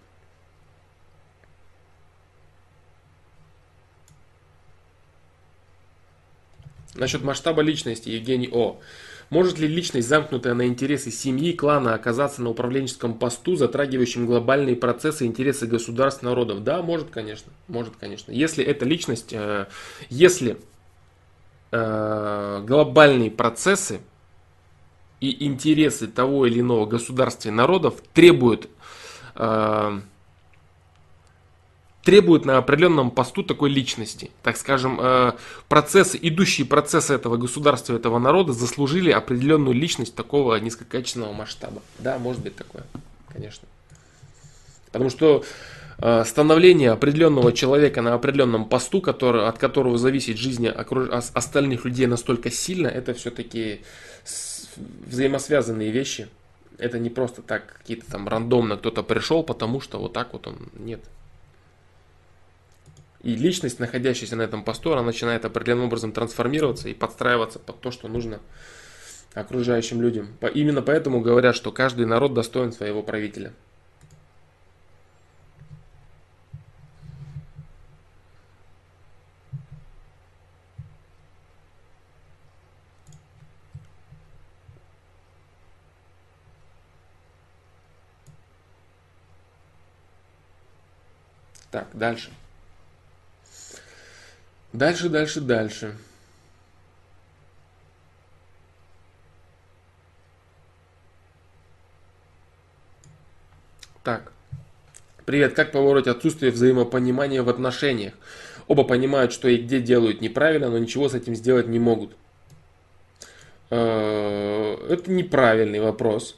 Насчет масштаба личности, Евгений О. Может ли личность, замкнутая на интересы семьи, клана, оказаться на управленческом посту, затрагивающем глобальные процессы, интересы государств, народов? Да, может, конечно. Может, конечно. Если эта личность, если глобальные процессы и интересы того или иного государства и народов требуют на определенном посту такой личности. Так скажем, идущие процессы этого государства, этого народа заслужили определенную личность такого низкокачественного масштаба. Да, может быть такое, конечно. Потому что становление определенного человека на определенном посту, от которого зависит жизнь остальных людей настолько сильно, это все-таки взаимосвязанные вещи. Это не просто так какие-то там рандомно кто-то пришел, потому что вот так вот он. Нет. И личность, находящаяся на этом посту, она начинает определенным образом трансформироваться и подстраиваться под то, что нужно окружающим людям. Именно поэтому говорят, что каждый народ достоин своего правителя. Так, дальше. Дальше. Так. Привет, как побороть отсутствие взаимопонимания в отношениях? Оба понимают, что и где делают неправильно, но ничего с этим сделать не могут. Это неправильный вопрос.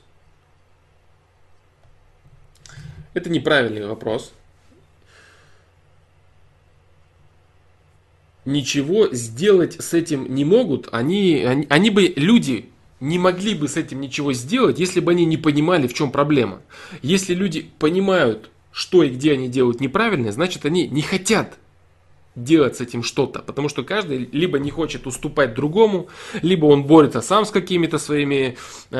Ничего сделать с этим не могут. Люди не могли бы с этим ничего сделать, если бы они не понимали, в чем проблема. Если люди понимают, что и где они делают неправильно, значит они не хотят делать с этим что-то. Потому что каждый либо не хочет уступать другому, либо он борется сам с какими-то своими,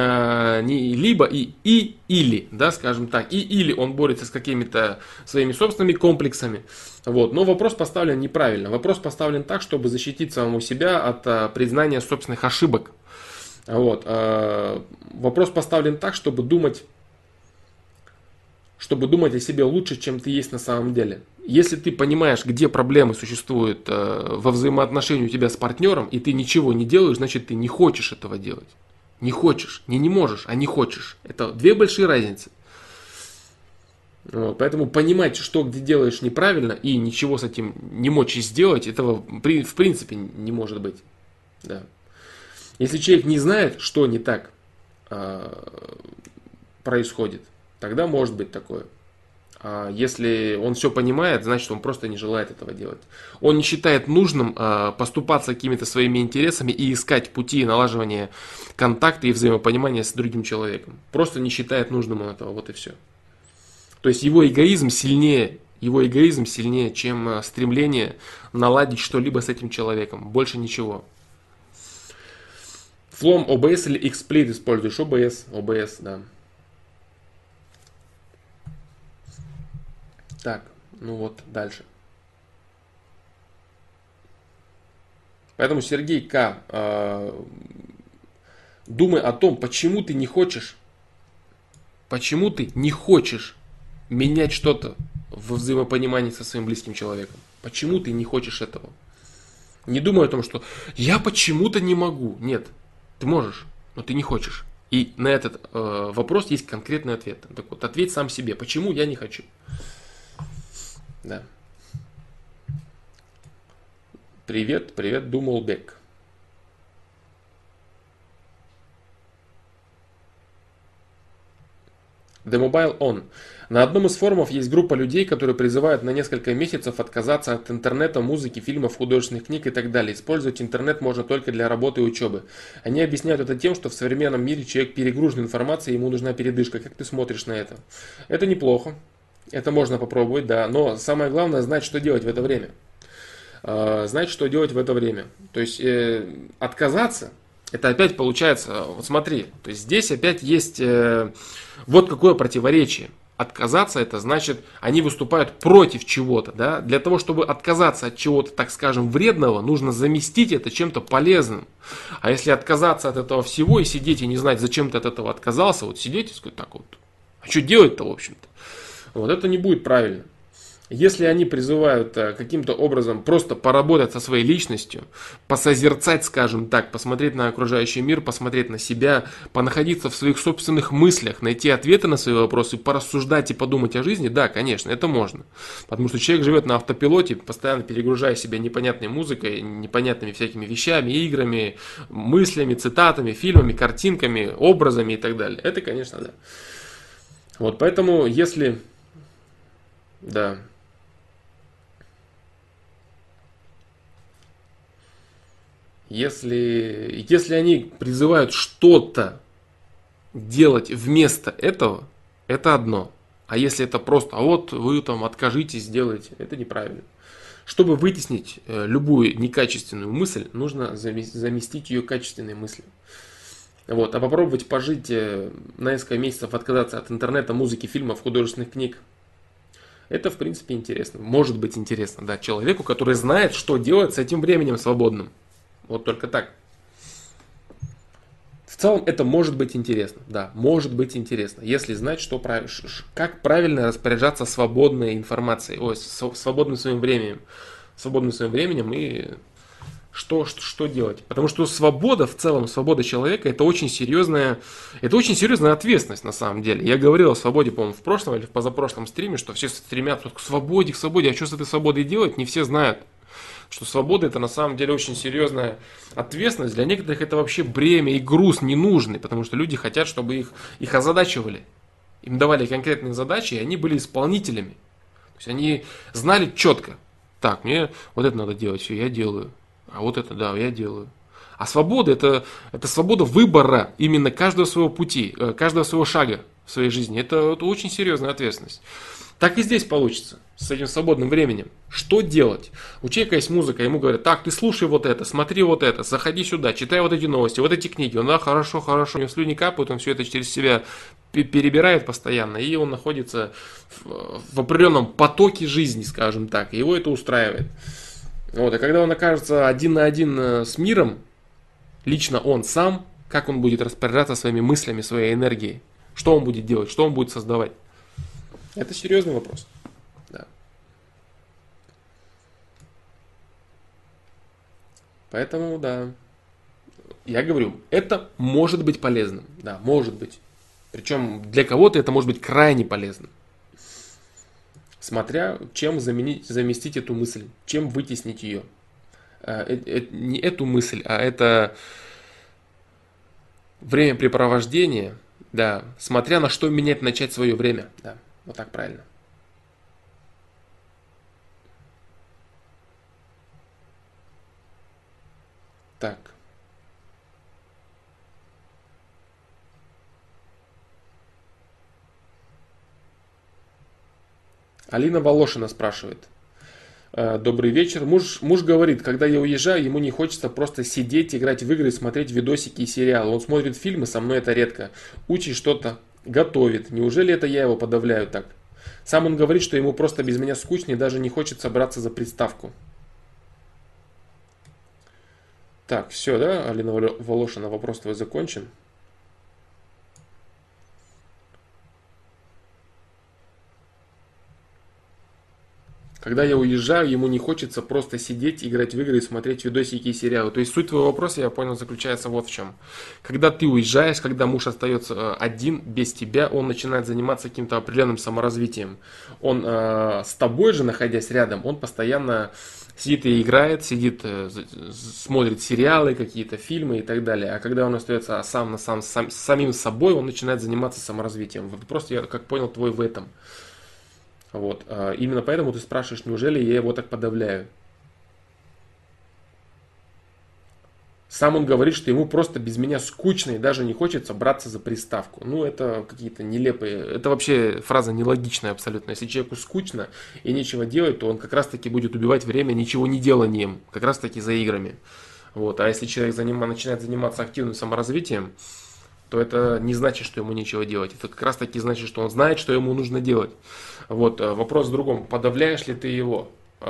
или, да, скажем так, или он борется с какими-то своими собственными комплексами. Вот. Но вопрос поставлен неправильно. Вопрос поставлен так, чтобы защитить самого себя от признания собственных ошибок. Вот. Вопрос поставлен так, чтобы думать о себе лучше, чем ты есть на самом деле. Если ты понимаешь, где проблемы существуют во взаимоотношении у тебя с партнером, и ты ничего не делаешь, значит ты не хочешь этого делать. Не хочешь, не можешь, а не хочешь. Это две большие разницы. Вот, поэтому понимать, что где делаешь неправильно, и ничего с этим не мочь сделать, этого в принципе не может быть. Да. Если человек не знает, что не так происходит, тогда может быть такое. А если он все понимает, значит он просто не желает этого делать. Он не считает нужным поступаться какими-то своими интересами и искать пути налаживания контакта и взаимопонимания с другим человеком. Просто не считает нужным он этого, вот и все. То есть его эгоизм сильнее, чем стремление наладить что-либо с этим человеком. Больше ничего. Флом OBS или XSplit используешь? OBS, да. Так, ну вот, дальше. Поэтому, Сергей К., думай о том, почему ты не хочешь менять что-то во взаимопонимании со своим близким человеком. Почему ты не хочешь этого? Не думай о том, что я почему-то не могу. Нет, ты можешь, но ты не хочешь. И на этот вопрос есть конкретный ответ. Так вот, ответь сам себе, почему я не хочу. Да. Привет, Думалбек. The Mobile On. На одном из форумов есть группа людей, которые призывают на несколько месяцев отказаться от интернета, музыки, фильмов, художественных книг и так далее. Использовать интернет можно только для работы и учебы. Они объясняют это тем, что в современном мире человек перегружен информацией, ему нужна передышка. Как ты смотришь на это? Это неплохо. Это можно попробовать, да. Но самое главное знать, что делать в это время. То есть отказаться, это опять получается, вот смотри, то есть здесь опять есть вот какое противоречие. Отказаться, это значит, они выступают против чего-то, да. Для того, чтобы отказаться от чего-то, так скажем, вредного, нужно заместить это чем-то полезным. А если отказаться от этого всего и сидеть и не знать, зачем ты от этого отказался, вот сидеть и сказать так вот, а что делать-то, в общем-то. Вот это не будет правильно. Если они призывают каким-то образом просто поработать со своей личностью, посозерцать, скажем так, посмотреть на окружающий мир, посмотреть на себя, понаходиться в своих собственных мыслях, найти ответы на свои вопросы, порассуждать и подумать о жизни, да, конечно, это можно. Потому что человек живет на автопилоте, постоянно перегружая себя непонятной музыкой, непонятными всякими вещами, играми, мыслями, цитатами, фильмами, картинками, образами и так далее. Это, конечно, да. Вот поэтому, если... Да. Если они призывают что-то делать вместо этого, это одно. А если это просто, а вот вы там откажитесь, сделайте, это неправильно. Чтобы вытеснить любую некачественную мысль, нужно заместить ее качественной мыслью. Вот. А попробовать пожить на несколько месяцев, отказаться от интернета, музыки, фильмов, художественных книг, это, в принципе, интересно. Может быть интересно, да, человеку, который знает, что делать с этим временем свободным. Вот только так. В целом это может быть интересно, да, может быть интересно, если знать, как правильно распоряжаться свободной информацией, свободным своим временем и что делать. Потому что свобода, в целом, свобода человека, это очень серьезная ответственность на самом деле. Я говорил о свободе, по-моему, в прошлом или в позапрошлом стриме, что все стремятся к свободе, а что с этой свободой делать, не все знают. Что свобода это на самом деле очень серьезная ответственность. Для некоторых это вообще бремя и груз ненужный, потому что люди хотят, чтобы их озадачивали. Им давали конкретные задачи, и они были исполнителями. То есть они знали четко. Так, мне вот это надо делать, все, я делаю. А вот это, да, я делаю. А свобода это свобода выбора именно каждого своего пути, каждого своего шага в своей жизни. Это очень серьезная ответственность. Так и здесь получится, с этим свободным временем. Что делать? У человека есть музыка, ему говорят, так, ты слушай вот это, смотри вот это, заходи сюда, читай вот эти новости, вот эти книги. Он, да, хорошо, у него слюни капают, он все это через себя перебирает постоянно, и он находится в определенном потоке жизни, скажем так, и его это устраивает. Вот, и когда он окажется один на один с миром, лично он сам, как он будет распоряжаться своими мыслями, своей энергией, что он будет делать, что он будет создавать. Это серьезный вопрос. Да. Поэтому, да. Я говорю, это может быть полезным. Да, может быть. Причем для кого-то это может быть крайне полезным. Смотря чем заместить эту мысль, чем вытеснить ее. Не эту мысль, а это времяпрепровождение, да, смотря на что менять начать свое время. Да. Вот так правильно. Так. Алина Волошина спрашивает. Добрый вечер. Муж говорит, когда я уезжаю, ему не хочется просто сидеть, играть в игры, смотреть видосики и сериалы. Он смотрит фильмы, со мной это редко. Учит что-то, готовит. Неужели это я его подавляю так? Сам он говорит, что ему просто без меня скучно и даже не хочется браться за приставку. Так, все, да, Алина Волошина, вопрос твой закончен. Когда я уезжаю, ему не хочется просто сидеть, играть в игры и смотреть видосики и сериалы. То есть суть твоего вопроса, я понял, заключается вот в чем. Когда ты уезжаешь, когда муж остается один, без тебя, он начинает заниматься каким-то определенным саморазвитием. Он с тобой же, находясь рядом, он постоянно сидит и играет, смотрит сериалы, какие-то фильмы и так далее. А когда он остается самим собой, он начинает заниматься саморазвитием. Вот просто я как понял твой в этом. Вот. Именно поэтому ты спрашиваешь, неужели я его так подавляю? Сам он говорит, что ему просто без меня скучно и даже не хочется браться за приставку. Ну, это какие-то нелепые... Это вообще фраза нелогичная абсолютно. Если человеку скучно и нечего делать, то он как раз-таки будет убивать время ничего не деланием. Как раз-таки за играми. Вот. А если человек начинает заниматься активным саморазвитием, то это не значит, что ему нечего делать. Это как раз таки значит, что он знает, что ему нужно делать. Вот, вопрос в другом. Подавляешь ли ты его?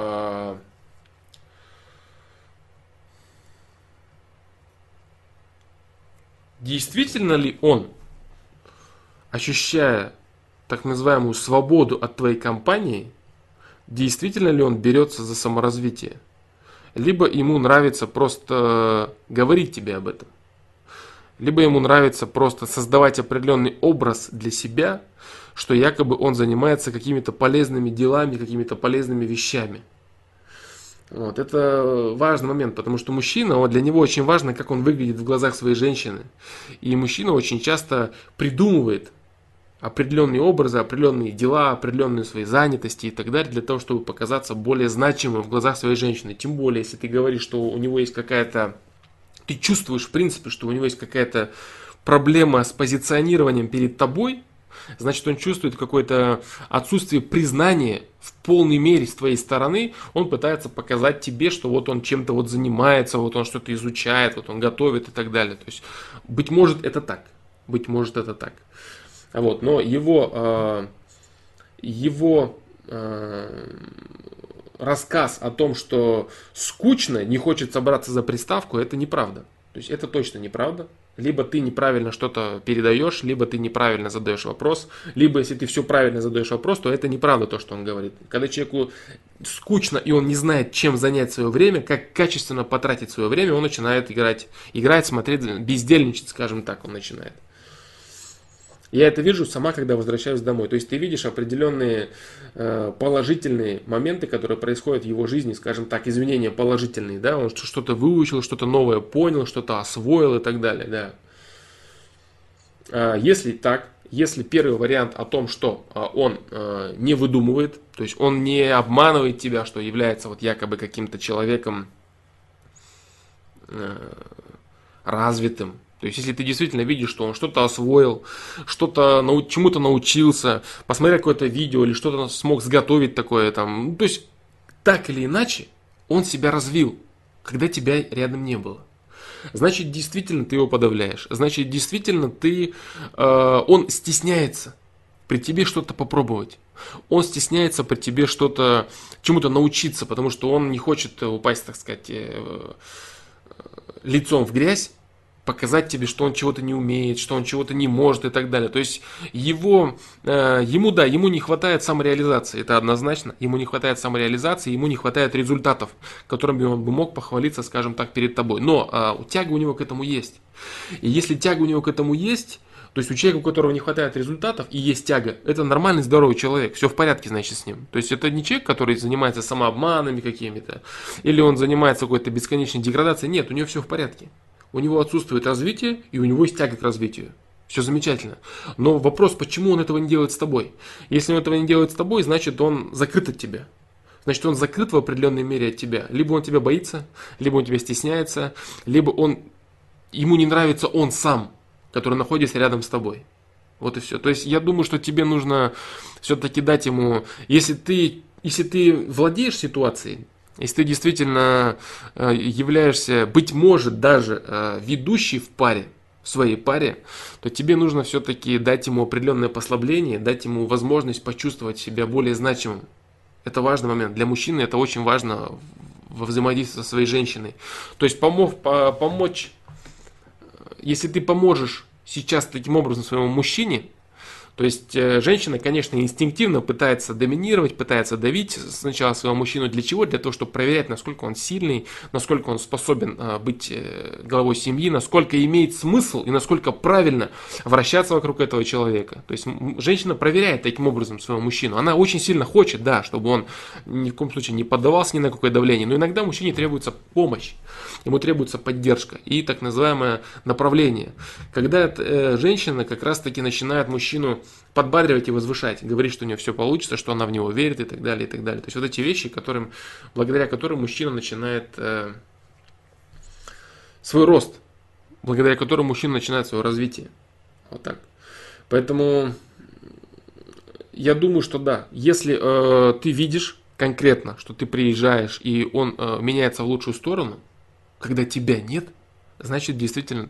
Действительно ли он, ощущая так называемую свободу от твоей компании, действительно ли он берется за саморазвитие, либо ему нравится просто говорить тебе об этом, либо ему нравится просто создавать определенный образ для себя, что якобы он занимается какими-то полезными делами, какими-то полезными вещами. Вот, это важный момент, потому что мужчина, для него очень важно, как он выглядит в глазах своей женщины. И мужчина очень часто придумывает определенные образы, определенные дела, определенные свои занятости и так далее, для того, чтобы показаться более значимым в глазах своей женщины. Тем более, если ты говоришь, что у него есть какая-то... Ты чувствуешь, в принципе, что у него есть какая-то проблема с позиционированием перед тобой, значит, он чувствует какое-то отсутствие признания в полной мере с твоей стороны. Он пытается показать тебе, что вот он чем-то вот занимается, вот он что-то изучает, вот он готовит и так далее. То есть, быть может, это так. Быть может, это так. Вот, но его рассказ о том, что скучно, не хочется браться за приставку, это неправда. То есть это точно неправда. Либо ты неправильно что-то передаешь, либо ты неправильно задаешь вопрос, либо если ты все правильно задаешь вопрос, то это неправда то, что он говорит. Когда человеку скучно и он не знает, чем занять свое время, как качественно потратить свое время, он начинает играть, смотреть, бездельничать, скажем так, он начинает. Я это вижу сама, когда возвращаюсь домой. То есть ты видишь определенные положительные моменты, которые происходят в его жизни, скажем так, изменения положительные, да, он что-то выучил, что-то новое понял, что-то освоил и так далее, да. Если так, если первый вариант о том, что он не выдумывает, то есть он не обманывает тебя, что является вот якобы каким-то человеком развитым. То есть, если ты действительно видишь, что он что-то освоил, чему-то научился, посмотрел какое-то видео или что-то смог сготовить такое там, то есть, так или иначе, он себя развил, когда тебя рядом не было. Значит, действительно ты его подавляешь. Значит, действительно он стесняется при тебе что-то попробовать. Он стесняется при тебе чему-то научиться, потому что он не хочет упасть, так сказать, лицом в грязь, показать тебе, что он чего-то не умеет, что он чего-то не может и так далее. То есть ему не хватает самореализации, это однозначно. Ему не хватает самореализации, ему не хватает результатов, которыми он бы мог похвалиться, скажем так, перед тобой. Но тяга у него к этому есть. И если тяга у него к этому есть, то есть у человека, у которого не хватает результатов и есть тяга, это нормальный, здоровый человек, все в порядке, значит, с ним. То есть это не человек, который занимается самообманами какими-то, или он занимается какой-то бесконечной деградацией. Нет, у него все в порядке. У него отсутствует развитие, и у него есть тяга к развитию. Все замечательно. Но вопрос, почему он этого не делает с тобой? Если он этого не делает с тобой, значит, он закрыт от тебя. Значит, он закрыт в определенной мере от тебя. Либо он тебя боится, либо он тебя стесняется, либо ему не нравится он сам, который находится рядом с тобой. Вот и все. То есть я думаю, что тебе нужно все-таки дать ему, если ты владеешь ситуацией, если ты действительно являешься, быть может, даже ведущей в своей паре, то тебе нужно все-таки дать ему определенное послабление, дать ему возможность почувствовать себя более значимым. Это важный момент. Для мужчины это очень важно во взаимодействии со своей женщиной. То есть помочь, если ты поможешь сейчас таким образом своему мужчине, то есть женщина, конечно, инстинктивно пытается доминировать, пытается давить сначала своего мужчину. Для чего? Для того, чтобы проверять, насколько он сильный, насколько он способен быть главой семьи, насколько имеет смысл и насколько правильно вращаться вокруг этого человека. То есть женщина проверяет таким образом своего мужчину. Она очень сильно хочет, да, чтобы он ни в коем случае не поддавался ни на какое давление. Но иногда мужчине требуется помощь, ему требуется поддержка и так называемое направление. Когда женщина как раз таки начинает мужчину подбадривать и возвышать, говорить, что у нее все получится, что она в него верит и так далее, и так далее. То есть вот эти вещи, благодаря которым мужчина начинает свой рост, благодаря которым мужчина начинает свое развитие. Вот так. Поэтому я думаю, что да, если ты видишь конкретно, что ты приезжаешь и он меняется в лучшую сторону, когда тебя нет, значит действительно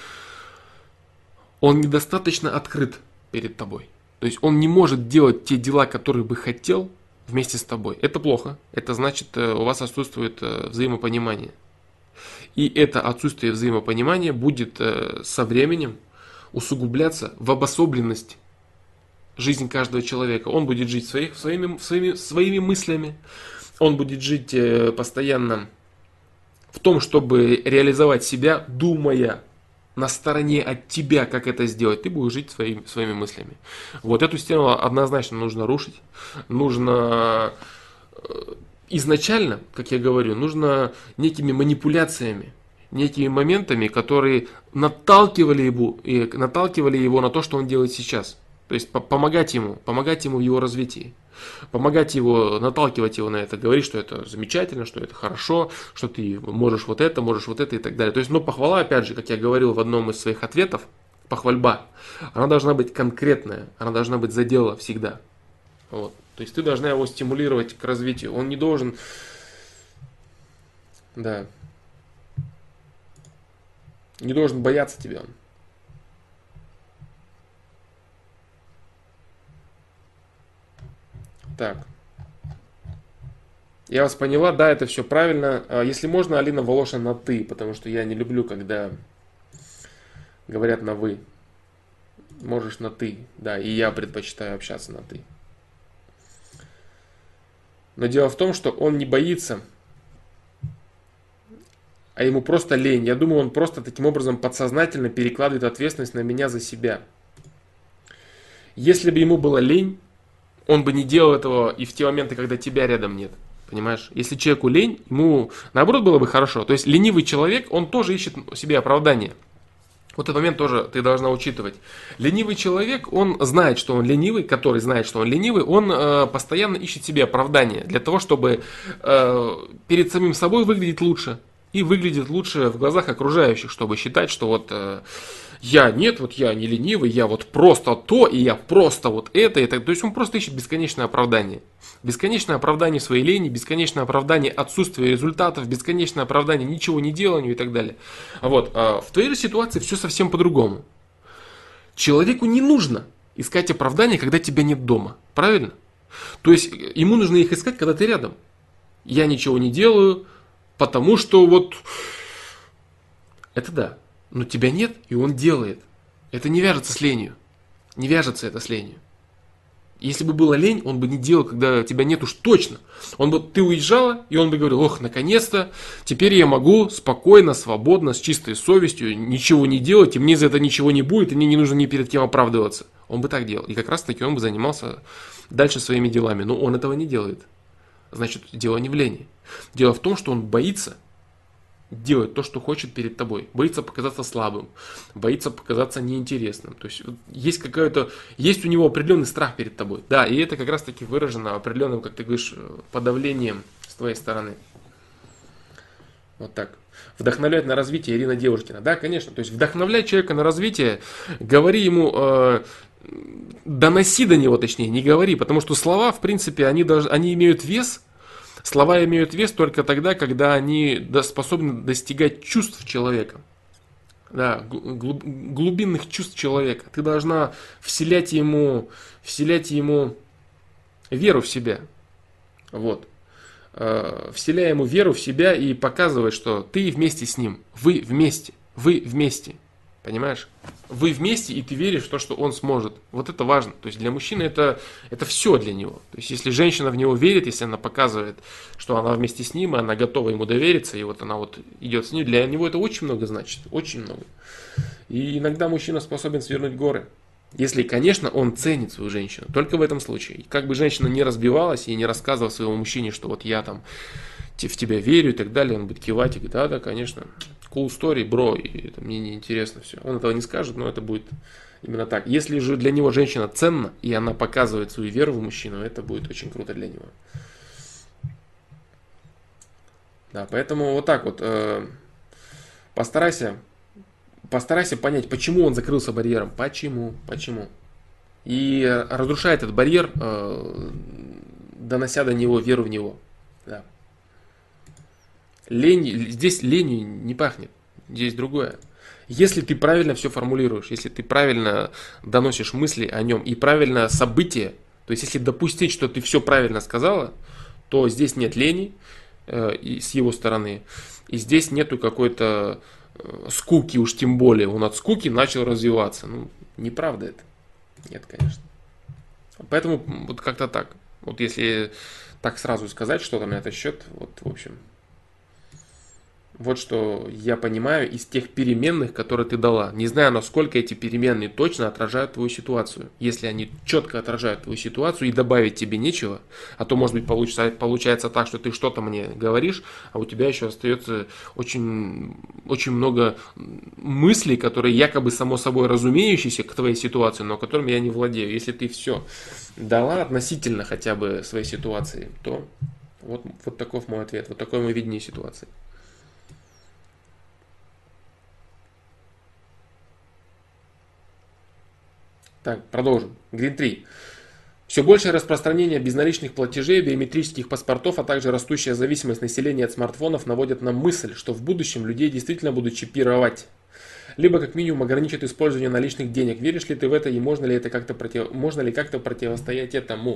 он недостаточно открыт перед тобой. То есть он не может делать те дела, которые бы хотел вместе с тобой. Это плохо. Это значит, у вас отсутствует взаимопонимание. И это отсутствие взаимопонимания будет со временем усугубляться в обособленность жизнь каждого человека. Он будет жить своими мыслями, он будет жить постоянно в том, чтобы реализовать себя, думая на стороне от тебя, как это сделать. Ты будешь жить своими мыслями. Вот эту стену однозначно нужно рушить. Нужно изначально, как я говорю, нужно некими манипуляциями, некими моментами, которые наталкивали его на то, что он делает сейчас. То есть помогать ему в его развитии. Помогать его, наталкивать его на это, говорить, что это замечательно, что это хорошо, что ты можешь вот это и так далее. То есть, но похвала, опять же, как я говорил в одном из своих ответов, похвальба, она должна быть конкретная, она должна быть за дело всегда. Вот. То есть ты должна его стимулировать к развитию. Он не должен, да, не должен бояться тебя. Так. Я вас поняла, да, это все правильно. Если можно, Алина Волошина на ты, потому что я не люблю, когда говорят на вы. Можешь на ты, да, и я предпочитаю общаться на ты. Но дело в том, что он не боится, а ему просто лень. Я думаю, он просто таким образом подсознательно перекладывает ответственность на меня за себя. Если бы ему было лень, он бы не делал этого и в те моменты, когда тебя рядом нет. Понимаешь? Если человеку лень, ему наоборот было бы хорошо. То есть ленивый человек, он тоже ищет себе оправдание. Вот этот момент тоже ты должна учитывать. Ленивый человек, он знает, что он ленивый, который знает, что он ленивый, он постоянно ищет себе оправдание для того, чтобы перед самим собой выглядеть лучше. И выглядит лучше в глазах окружающих, чтобы считать, что вот я не ленивый, я вот просто то, и я просто вот это, и так. То есть он просто ищет бесконечное оправдание. Бесконечное оправдание своей лени, бесконечное оправдание отсутствия результатов, бесконечное оправдание ничего не деланию и так далее. Вот. А в твоей же ситуации все совсем по-другому. Человеку не нужно искать оправдания, когда тебя нет дома. Правильно? То есть ему нужно их искать, когда ты рядом. Я ничего не делаю, потому что вот... Это да. Но тебя нет, и он делает. Это не вяжется с ленью. Не вяжется это с ленью. Если бы была лень, он бы не делал, когда тебя нет уж точно. Ты уезжала, и он бы говорил: ох, наконец-то, теперь я могу спокойно, свободно, с чистой совестью ничего не делать, и мне за это ничего не будет, и мне не нужно ни перед кем оправдываться. Он бы так делал. И как раз таки он бы занимался дальше своими делами. Но он этого не делает. Значит, дело не в лени. Дело в том, что он боится делать то, что хочет перед тобой. Боится показаться слабым, боится показаться неинтересным. То есть есть у него определенный страх перед тобой. Да, и это как раз таки выражено определенным, как ты говоришь, подавлением с твоей стороны. Вот так. Вдохновлять на развитие Ирина Девушкина. Да, конечно. То есть вдохновлять человека на развитие, говори ему, доноси до него, точнее, не говори, потому что слова, в принципе, они имеют вес. Слова имеют вес только тогда, когда они способны достигать чувств человека. Да, глубинных чувств человека. Ты должна вселять ему веру в себя. Вот. Вселяя ему веру в себя и показывать, что ты вместе с ним. Вы вместе. Понимаешь? Вы вместе, и ты веришь в то, что он сможет. Вот это важно. То есть для мужчины это все для него. То есть если женщина в него верит, если она показывает, что она вместе с ним, и она готова ему довериться, и вот она вот идет с ним, для него это очень много значит. Очень много. И иногда мужчина способен свернуть горы. Если, конечно, он ценит свою женщину. Только в этом случае. И как бы женщина не разбивалась и не рассказывала своему мужчине, что вот я там в тебя верю и так далее, он будет кивать и говорит: да, конечно, cool story, бро, и это мне не интересно все. Он этого не скажет, но это будет именно так. Если же для него женщина ценна, и она показывает свою веру в мужчину, это будет очень круто для него. Да, поэтому вот так вот постарайся понять, почему он закрылся барьером. Почему? И разрушай этот барьер, донося до него веру в него. Да. Здесь ленью не пахнет, здесь другое. Если ты правильно все формулируешь, если ты правильно доносишь мысли о нем и правильно события, то есть если допустить, что ты все правильно сказала, то здесь нет лени с его стороны, и здесь нету какой-то скуки, уж тем более. Он от скуки начал развиваться. Ну, неправда это. Нет, конечно. Поэтому вот как-то так. Вот если так сразу сказать что-то на этот счет, вот в общем. Вот что я понимаю из тех переменных, которые ты дала. Не знаю, насколько эти переменные точно отражают твою ситуацию. Если они четко отражают твою ситуацию и добавить тебе нечего, а то, может быть, получается так, что ты что-то мне говоришь, а у тебя еще остается очень много мыслей, которые якобы само собой разумеющиеся к твоей ситуации, но которыми я не владею. Если ты все дала относительно хотя бы своей ситуации, то вот таков мой ответ, вот такое мое видение ситуации. Так, продолжим. Green 3. Все большее распространение безналичных платежей, биометрических паспортов, а также растущая зависимость населения от смартфонов наводят на мысль, что в будущем людей действительно будут чипировать. Либо как минимум ограничат использование наличных денег. Веришь ли ты в это и можно ли как-то противостоять этому?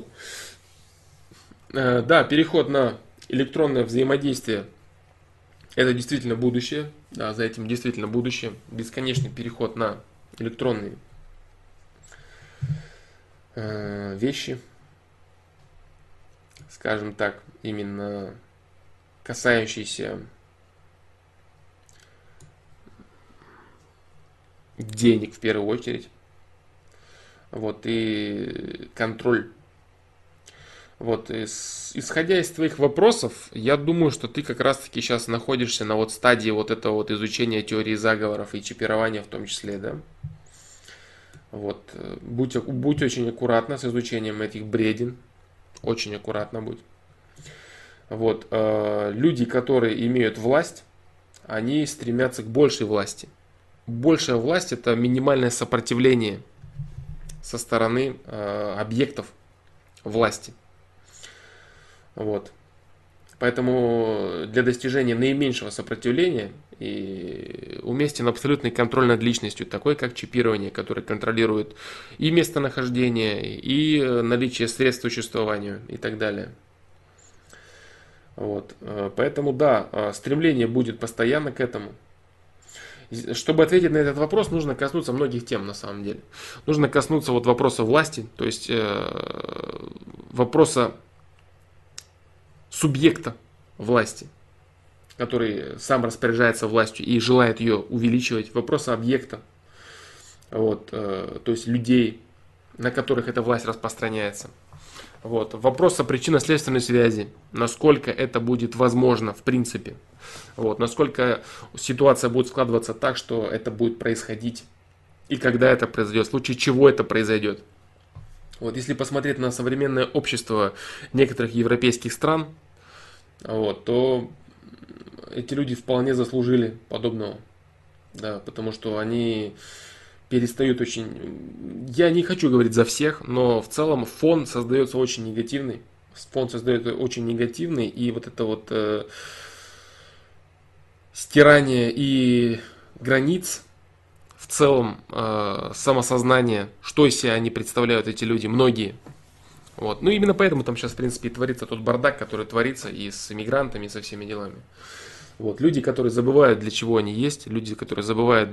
Да, переход на электронное взаимодействие – это действительно будущее. Да, за этим действительно будущее. Бесконечный переход на электронные вещи, скажем так, именно касающиеся денег в первую очередь. Вот, и контроль. Вот, исходя из твоих вопросов, я думаю, что ты как раз-таки сейчас находишься на вот стадии вот этого вот изучения теории заговоров и чипирования в том числе, да? Вот, будь очень аккуратна с изучением этих бреден, очень аккуратно будь. Вот, люди, которые имеют власть, они стремятся к большей власти. Большая власть – это минимальное сопротивление со стороны объектов власти. Вот. Поэтому для достижения наименьшего сопротивления и уместен абсолютный контроль над личностью, такой как чипирование, которое контролирует и местонахождение, и наличие средств к существованию и так далее. Вот. Поэтому да, стремление будет постоянно к этому. Чтобы ответить на этот вопрос, нужно коснуться многих тем на самом деле. Нужно коснуться вот вопроса власти, то есть вопроса субъекта власти, который сам распоряжается властью и желает ее увеличивать, вопроса объекта, вот, то есть людей, на которых эта власть распространяется. Вот. Вопрос о причинно-следственной связи, насколько это будет возможно в принципе, вот, насколько ситуация будет складываться так, что это будет происходить и когда это произойдет, в случае чего это произойдет. Вот, если посмотреть на современное общество некоторых европейских стран, вот, то эти люди вполне заслужили подобного, да, потому что они перестают очень... Я не хочу говорить за всех, но в целом фон создается очень негативный. Фон создается очень негативный, и вот это вот стирание и границ, в целом самосознание, что из себя они представляют, эти люди, многие. Вот. Ну, именно поэтому там сейчас, в принципе, и творится тот бардак, который творится и с иммигрантами, и со всеми делами. Вот. Люди, которые забывают, для чего они есть, люди, которые забывают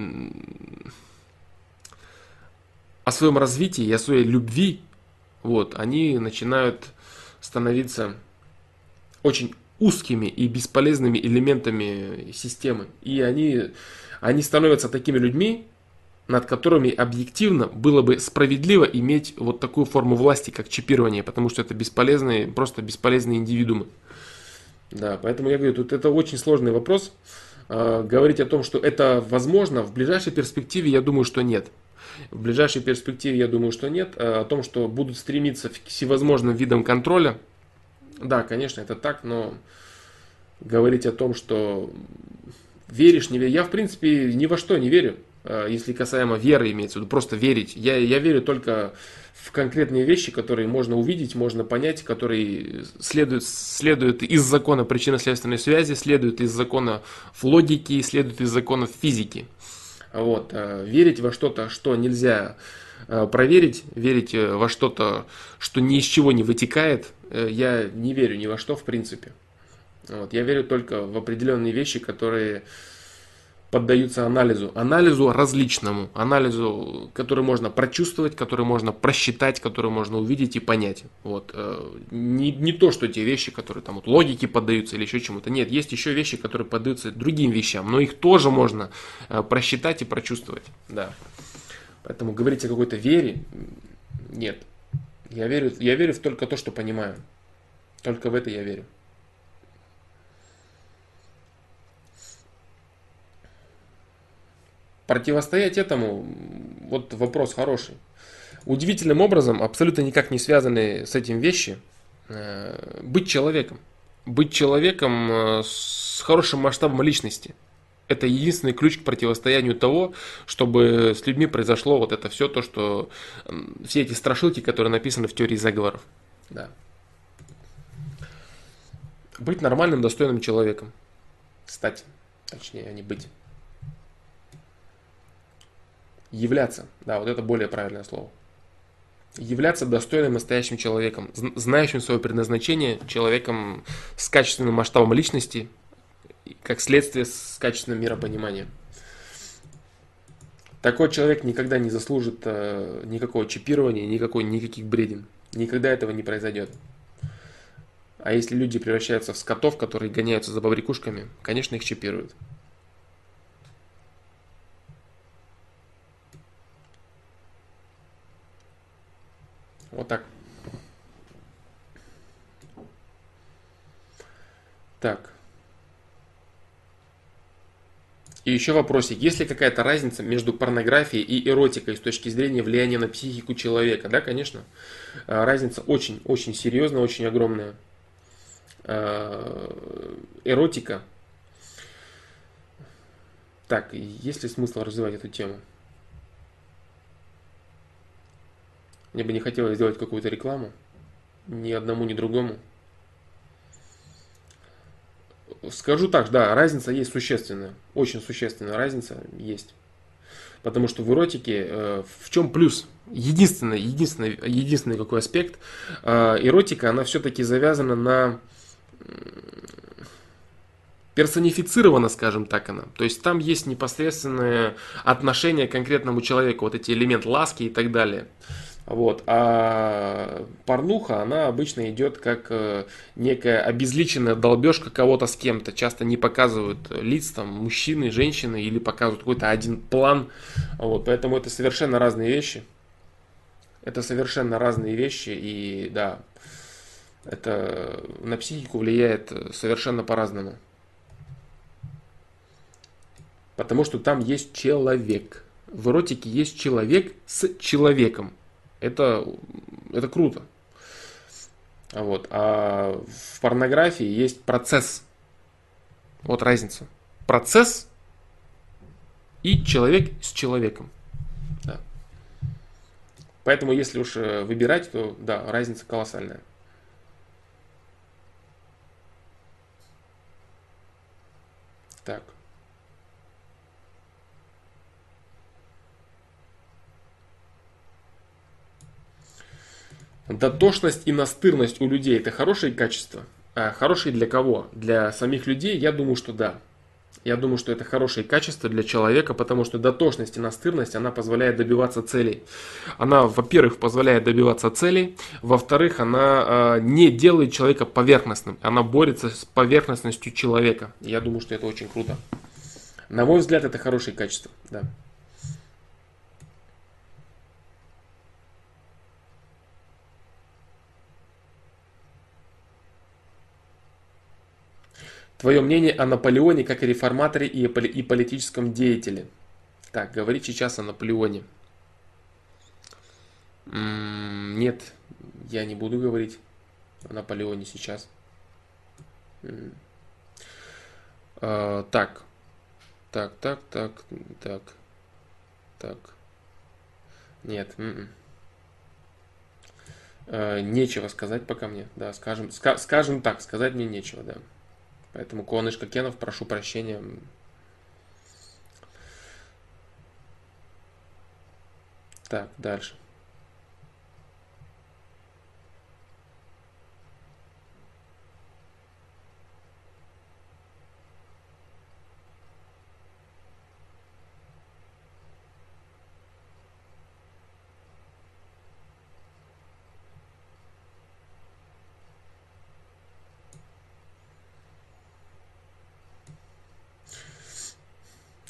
о своем развитии и о своей любви, вот, они начинают становиться очень узкими и бесполезными элементами системы. И они становятся такими людьми, над которыми объективно было бы справедливо иметь вот такую форму власти, как чипирование, потому что это бесполезные, просто бесполезные индивидуумы. Да, поэтому я говорю, тут это очень сложный вопрос. Говорить о том, что это возможно, в ближайшей перспективе, я думаю, что нет. В ближайшей перспективе, я думаю, что нет. О том, что будут стремиться к всевозможным видам контроля, да, конечно, это так, но говорить о том, что веришь, не веришь, я в принципе ни во что не верю. Если касаемо веры имеется в виду, просто верить. Я верю только в конкретные вещи, которые можно увидеть, можно понять, которые следуют из закона причинно-следственной связи, следуют из закона логики, следуют из законов физики. Вот. Верить во что-то, что нельзя проверить, верить во что-то, что ни из чего не вытекает, я не верю ни во что в принципе. Вот. Я верю только в определенные вещи, которые поддаются анализу. Анализу различному. Анализу, который можно прочувствовать, который можно просчитать, который можно увидеть и понять. Вот. Не то, что те вещи, которые там вот логике поддаются или еще чему-то. Нет, есть еще вещи, которые поддаются другим вещам. Но их тоже можно просчитать и прочувствовать. Да. Поэтому говорить о какой-то вере, нет. Я верю в только то, что понимаю. Только в это я верю. Противостоять этому, вот вопрос хороший. Удивительным образом, абсолютно никак не связанные с этим вещи, быть человеком. Быть человеком с хорошим масштабом личности. Это единственный ключ к противостоянию того, чтобы с людьми произошло вот это все то, что все эти страшилки, которые написаны в теории заговоров. Да. Быть нормальным, достойным человеком. Стать, точнее, а не быть. Являться, да, вот это более правильное слово. Являться достойным настоящим человеком, знающим свое предназначение, человеком с качественным масштабом личности, как следствие с качественным миропониманием. Такой человек никогда не заслужит никакого чипирования, никаких бреден. Никогда этого не произойдет. А если люди превращаются в скотов, которые гоняются за побрякушками, конечно, их чипируют. Вот так. Так. И еще вопросик. Есть ли какая-то разница между порнографией и эротикой с точки зрения влияния на психику человека? Да, конечно. Разница очень серьезная, очень огромная. Эротика. Так, есть ли смысл развивать эту тему? Мне бы не хотелось сделать какую-то рекламу. Ни одному, ни другому. Скажу так, да, разница есть существенная. Очень существенная разница есть. Потому что в эротике в чем плюс? Единственный какой аспект. Эротика, она все-таки завязана на персонифицирована, скажем так, она. То есть там есть непосредственное отношение к конкретному человеку, вот эти элементы ласки и так далее. Вот. А порнуха, она обычно идет как некая обезличенная долбежка кого-то с кем-то. Часто не показывают лиц, там, мужчины, женщины, или показывают какой-то один план. Вот. Поэтому это совершенно разные вещи. Это совершенно разные вещи, и да, это на психику влияет совершенно по-разному. Потому что там есть человек. В эротике есть человек с человеком. Это круто. Вот. А в порнографии есть процесс. Вот разница. Процесс и человек с человеком. Да. Поэтому, если уж выбирать, то да, разница колоссальная. Так. Дотошность и настырность у людей — это хорошие качества. А хорошие для кого? Для самих людей? Я думаю, что да. Я думаю, что это хорошие качества для человека, потому что дотошность и настырность, она позволяет добиваться целей. Она, во-первых, позволяет добиваться целей, во-вторых, она не делает человека поверхностным, она борется с поверхностностью человека. Я думаю, что это очень круто. На мой взгляд, это хорошие качества, да. Твое мнение о Наполеоне как о реформаторе и политическом деятеле. Так, говорить сейчас о Наполеоне. Нет, я не буду говорить о Наполеоне сейчас. Так, так, так. Нет. Нечего сказать пока мне. Да, скажем так, сказать мне нечего, да. Поэтому, Куаныш Кокенов, прошу прощения. Так, дальше.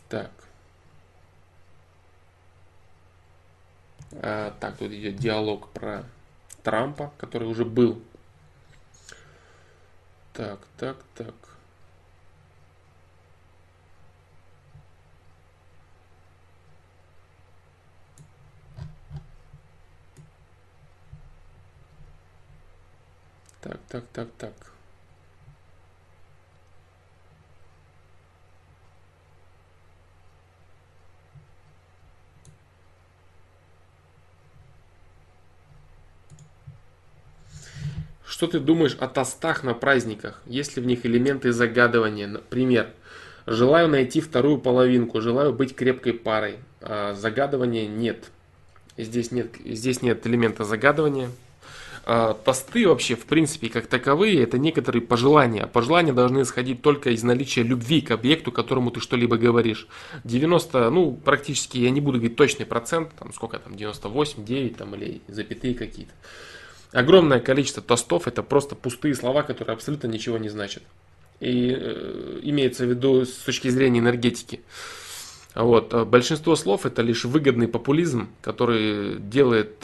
Так. Так, тут идет диалог про Трампа, который уже был. Так, так, так. Так, так, так, так. Что ты думаешь о тостах на праздниках? Есть ли в них элементы загадывания? Например, желаю найти вторую половинку, желаю быть крепкой парой. Загадывания нет. Здесь нет элемента загадывания. Тосты вообще, в принципе, как таковые, это некоторые пожелания. Пожелания должны исходить только из наличия любви к объекту, которому ты что-либо говоришь. 90, ну, практически, я не буду говорить точный процент, там, сколько там, 98, 9, там, или запятые какие-то. Огромное количество тостов это просто пустые слова, которые абсолютно ничего не значат. И имеется в виду с точки зрения энергетики. Вот. Большинство слов это лишь выгодный популизм, который делает,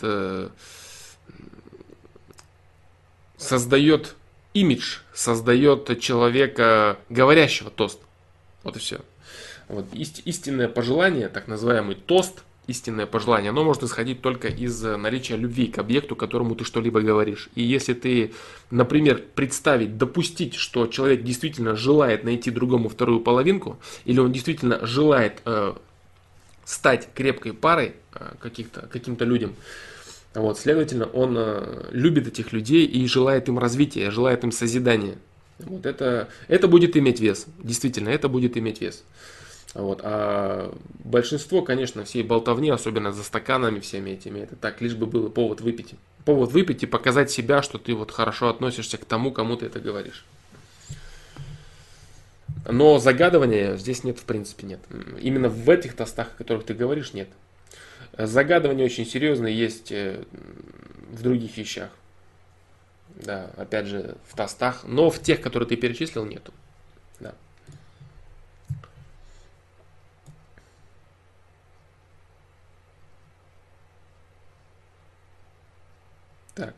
создает имидж, создает человека, говорящего тост. Вот и все. Вот. Истинное пожелание, так называемый тост, истинное пожелание, оно может исходить только из наличия любви к объекту, которому ты что-либо говоришь. И если ты, например, допустить, что человек действительно желает найти другому вторую половинку, или он действительно желает стать крепкой парой каким-то людям, вот, следовательно, он любит этих людей и желает им развития, желает им созидания. Вот это будет иметь вес. Действительно, это будет иметь вес. Вот. А большинство, конечно, всей болтовни, особенно за стаканами всеми этими, это так, лишь бы был повод выпить. Повод выпить и показать себя, что ты вот хорошо относишься к тому, кому ты это говоришь. Но загадывания здесь нет, в принципе, нет. Именно в этих тостах, о которых ты говоришь, нет. Загадывания очень серьезные есть в других вещах. Да, опять же, в тостах. Но в тех, которые ты перечислил, нету. Да. Так.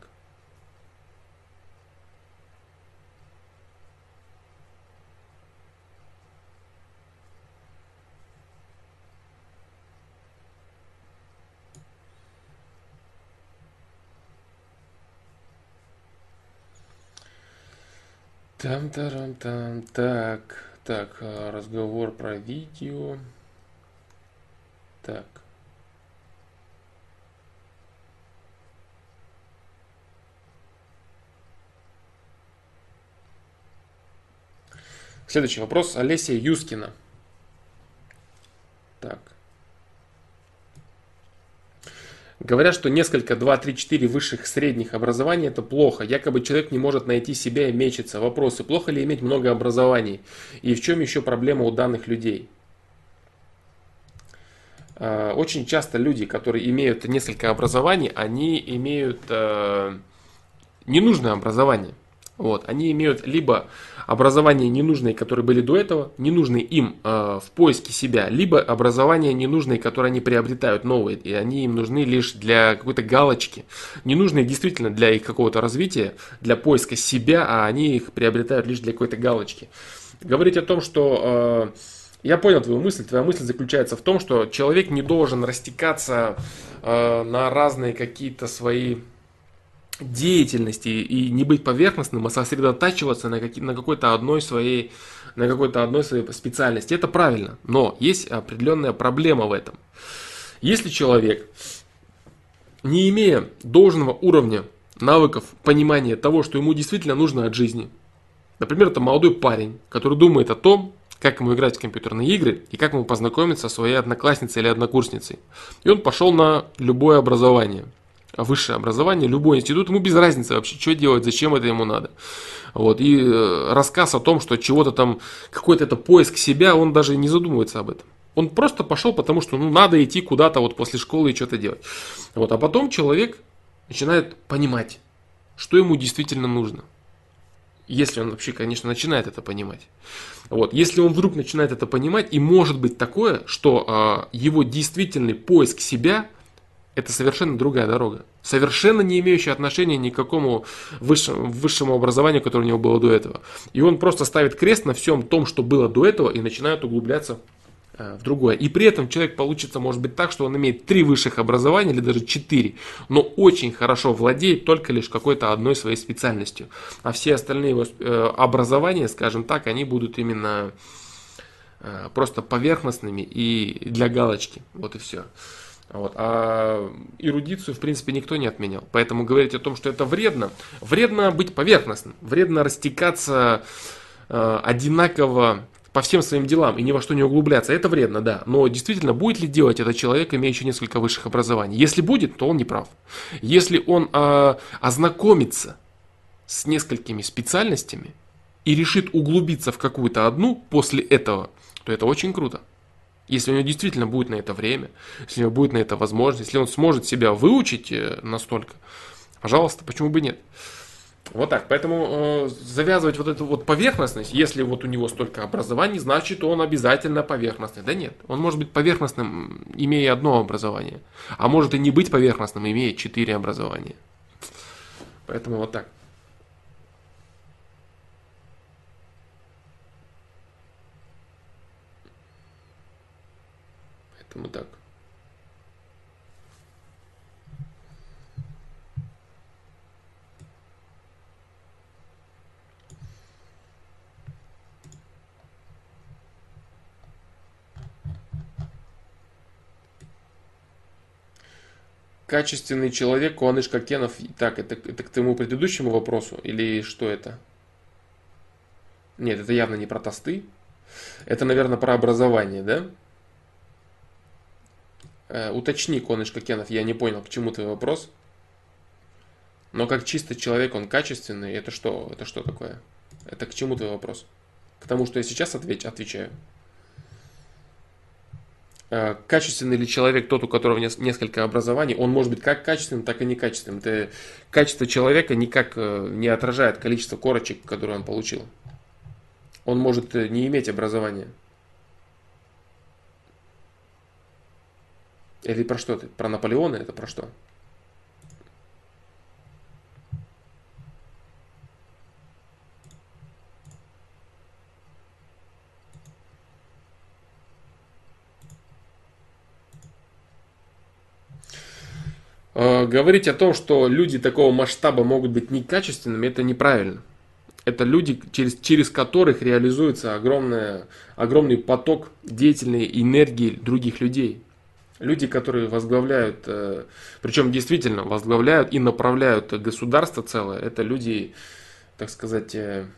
Там-тарам-там. Так, разговор про видео. Так. Следующий вопрос. Олеся Юскина. Так. Говорят, что несколько, 2, 3, 4 высших средних образований это плохо. Якобы человек не может найти себя и мечется. Вопросы. Плохо ли иметь много образований? И в чем еще проблема у данных людей? Очень часто люди, которые имеют несколько образований, они имеют ненужное образование. Вот. Они имеют либо образование ненужные, которые были до этого, ненужные им в поиске себя, либо образование ненужные, которое они приобретают новые, и они им нужны лишь для какой-то галочки. Ненужные действительно для их какого-то развития, для поиска себя, а они их приобретают лишь для какой-то галочки. Говорить о том, что... Я понял твою мысль. Твоя мысль заключается в том, что человек не должен растекаться на разные какие-то свои деятельности и не быть поверхностным, а сосредотачиваться на какой-то одной своей специальности. Это правильно, но есть определенная проблема в этом. Если человек, не имея должного уровня навыков, понимания того, что ему действительно нужно от жизни, например, это молодой парень, который думает о том, как ему играть в компьютерные игры и как ему познакомиться со своей одноклассницей или однокурсницей. И он пошел на любое образование. Высшее образование, любой институт, ему без разницы вообще, что делать, зачем это ему надо. Вот. И рассказ о том, что чего-то там, какой-то это поиск себя, он даже не задумывается об этом. Он просто пошел, потому что надо идти куда-то вот после школы и что-то делать. Вот. А потом человек начинает понимать, что ему действительно нужно. Если он вообще, конечно, начинает это понимать. Вот. Если он вдруг начинает это понимать, и может быть такое, что его действительный поиск себя это совершенно другая дорога. Совершенно не имеющая отношения ни к какому высшему образованию, которое у него было до этого. И он просто ставит крест на всем том, что было до этого, и начинает углубляться в другое. И при этом человек получится, может быть, так, что он имеет 3 высших образования или даже 4, но очень хорошо владеет только лишь какой-то одной своей специальностью. А все остальные его образования, скажем так, они будут именно просто поверхностными и для галочки. Вот и все. Вот. А эрудицию, в принципе, никто не отменял. Поэтому говорить о том, что это вредно, вредно быть поверхностным, вредно растекаться одинаково по всем своим делам и ни во что не углубляться. Это вредно, да. Но действительно, будет ли делать этот человек, имеющий несколько высших образований? Если будет, то он не прав. Если он ознакомится с несколькими специальностями и решит углубиться в какую-то одну после этого, то это очень круто. Если у него действительно будет на это время, если у него будет на это возможность, если он сможет себя выучить настолько, пожалуйста, почему бы нет? Вот так. Поэтому завязывать вот эту вот поверхностность, если вот у него столько образований, значит он обязательно поверхностный. Да нет, он может быть поверхностным, имея одно образование, а может и не быть поверхностным, имея 4 образования. Поэтому вот так. Поэтому так. Качественный человек, Куаныш Кокенов. Так, это к твоему предыдущему вопросу? Или что это? Нет, это явно не про тосты. Это, наверное, про образование, да? Уточни, Куаныш Кокенов, я не понял, к чему твой вопрос. Но как чистый человек, он качественный. Это что? Это что такое? Это к чему твой вопрос? К тому, что я сейчас отвечаю. Качественный ли человек тот, у которого несколько образований, он может быть как качественным, так и некачественным. Это качество человека никак не отражает количество корочек, которые он получил. Он может не иметь образования. Или про что ты? Про Наполеона? Это про что? Говорить о том, что люди такого масштаба могут быть некачественными, это неправильно. Это люди, через которых реализуется огромный поток деятельной энергии других людей. Люди, которые возглавляют, причем действительно возглавляют и направляют государство целое, это люди, так сказать,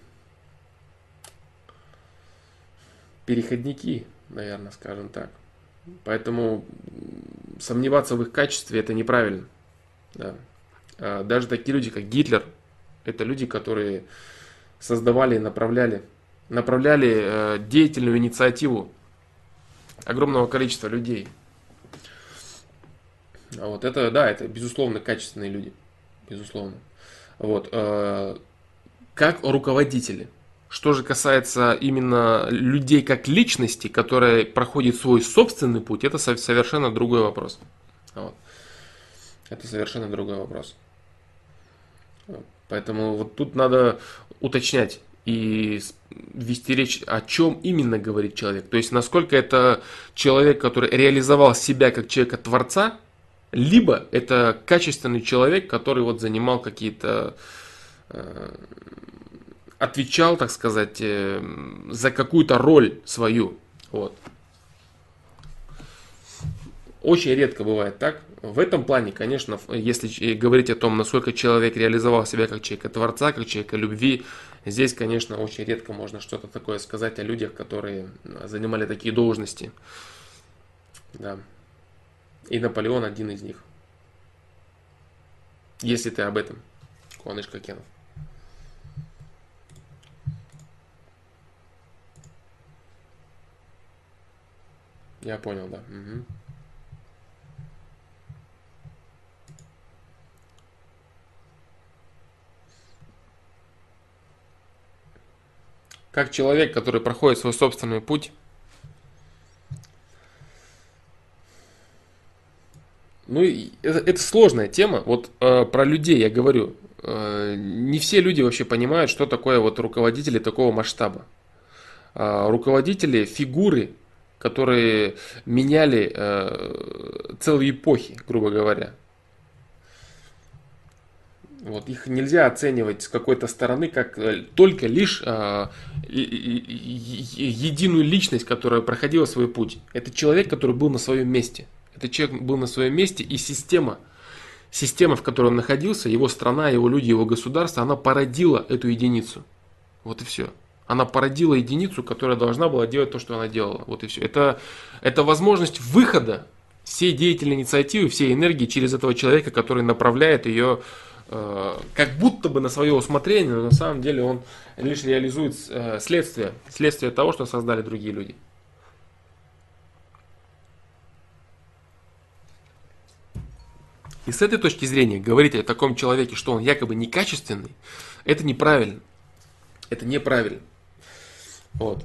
переходники, наверное, скажем так. Поэтому сомневаться в их качестве это неправильно. Да. Даже такие люди, как Гитлер, это люди, которые создавали и направляли деятельную инициативу огромного количества людей. Вот это, да, это безусловно качественные люди, безусловно. Вот как руководители. Что же касается именно людей как личности, которые проходят свой собственный путь, это совершенно другой вопрос. Вот. Это совершенно другой вопрос. Поэтому вот тут надо уточнять и вести речь, о чем именно говорит человек. То есть, насколько это человек, который реализовал себя как человека-творца, либо это качественный человек, который вот занимал какие-то, отвечал, так сказать, за какую-то роль свою. Вот. Очень редко бывает так. В этом плане, конечно, если говорить о том, насколько человек реализовал себя как человека-творца, как человека любви, здесь, конечно, очень редко можно что-то такое сказать о людях, которые занимали такие должности. Да. И Наполеон один из них. Если ты об этом, Куаныш Кокенов. Я понял, да. Угу. как человек, который проходит свой собственный путь, ну, это сложная тема. Вот про людей я говорю. Не все люди вообще понимают, что такое вот руководители такого масштаба. Руководители, фигуры, которые меняли целые эпохи, грубо говоря. Вот, их нельзя оценивать с какой-то стороны как только лишь единую личность, которая проходила свой путь. Это человек, который был на своем месте. Это человек был на своем месте, и система, в которой он находился, его страна, его люди, его государство, она породила эту единицу. Вот и все. Она породила единицу, которая должна была делать то, что она делала. Вот и все. Это возможность выхода всей деятельной инициативы, всей энергии через этого человека, который направляет ее как будто бы на свое усмотрение, но на самом деле он лишь реализует следствие того, что создали другие люди. И с этой точки зрения говорить о таком человеке, что он якобы некачественный, это неправильно. Это неправильно. Вот.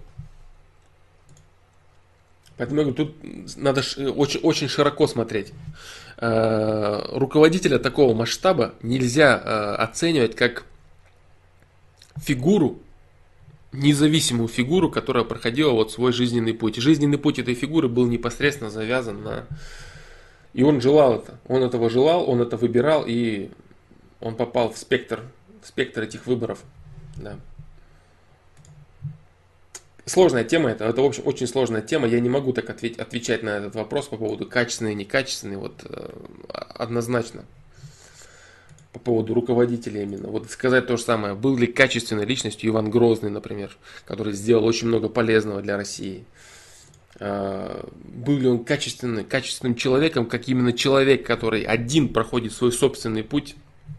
Поэтому я говорю, тут надо очень, очень широко смотреть. Руководителя такого масштаба нельзя оценивать как фигуру, независимую фигуру, которая проходила вот свой жизненный путь. И жизненный путь этой фигуры был непосредственно завязан на... И он желал это. Он этого желал, он это выбирал, и он попал в спектр этих выборов. Да. Сложная тема это в общем, очень сложная тема. Я не могу так отвечать на этот вопрос по поводу качественный и некачественный. Вот однозначно. По поводу руководителя именно. Вот сказать то же самое. Был ли качественной личностью Иван Грозный, например, который сделал очень много полезного для России. Был ли он качественным человеком, как именно человек, который один проходит свой собственный путь.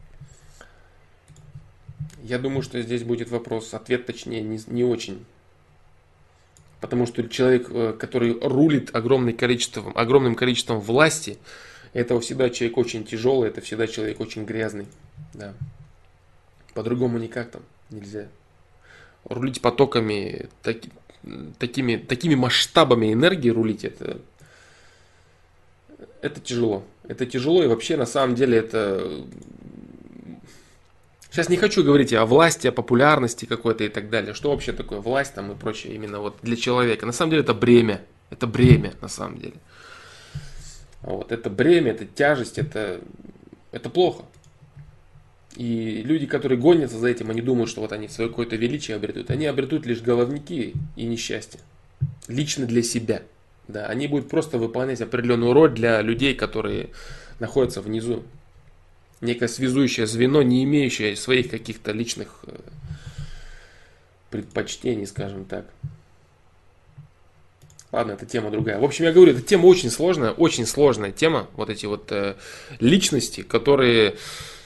Я думаю, что здесь будет вопрос, ответ точнее не очень. Потому что человек, который рулит огромным количеством власти, это всегда человек очень тяжелый, это всегда человек очень грязный. Да. По-другому никак там нельзя. Рулить потоками, такими масштабами энергии рулить, это тяжело. Это тяжело, и вообще на самом деле это... Сейчас не хочу говорить о власти, о популярности какой-то и так далее. Что вообще такое власть там и прочее именно вот для человека. На самом деле это бремя. Это бремя на самом деле. Вот, это бремя, это тяжесть, это плохо. И люди, которые гонятся за этим, они думают, что вот они свое какое-то величие обретут. Они обретут лишь головники и несчастье. Лично для себя. Да, они будут просто выполнять определенную роль для людей, которые находятся внизу. Некое связующее звено, не имеющее своих каких-то личных предпочтений, скажем так. Ладно, это тема другая. В общем, я говорю, эта тема очень сложная тема. Вот эти вот личности, которые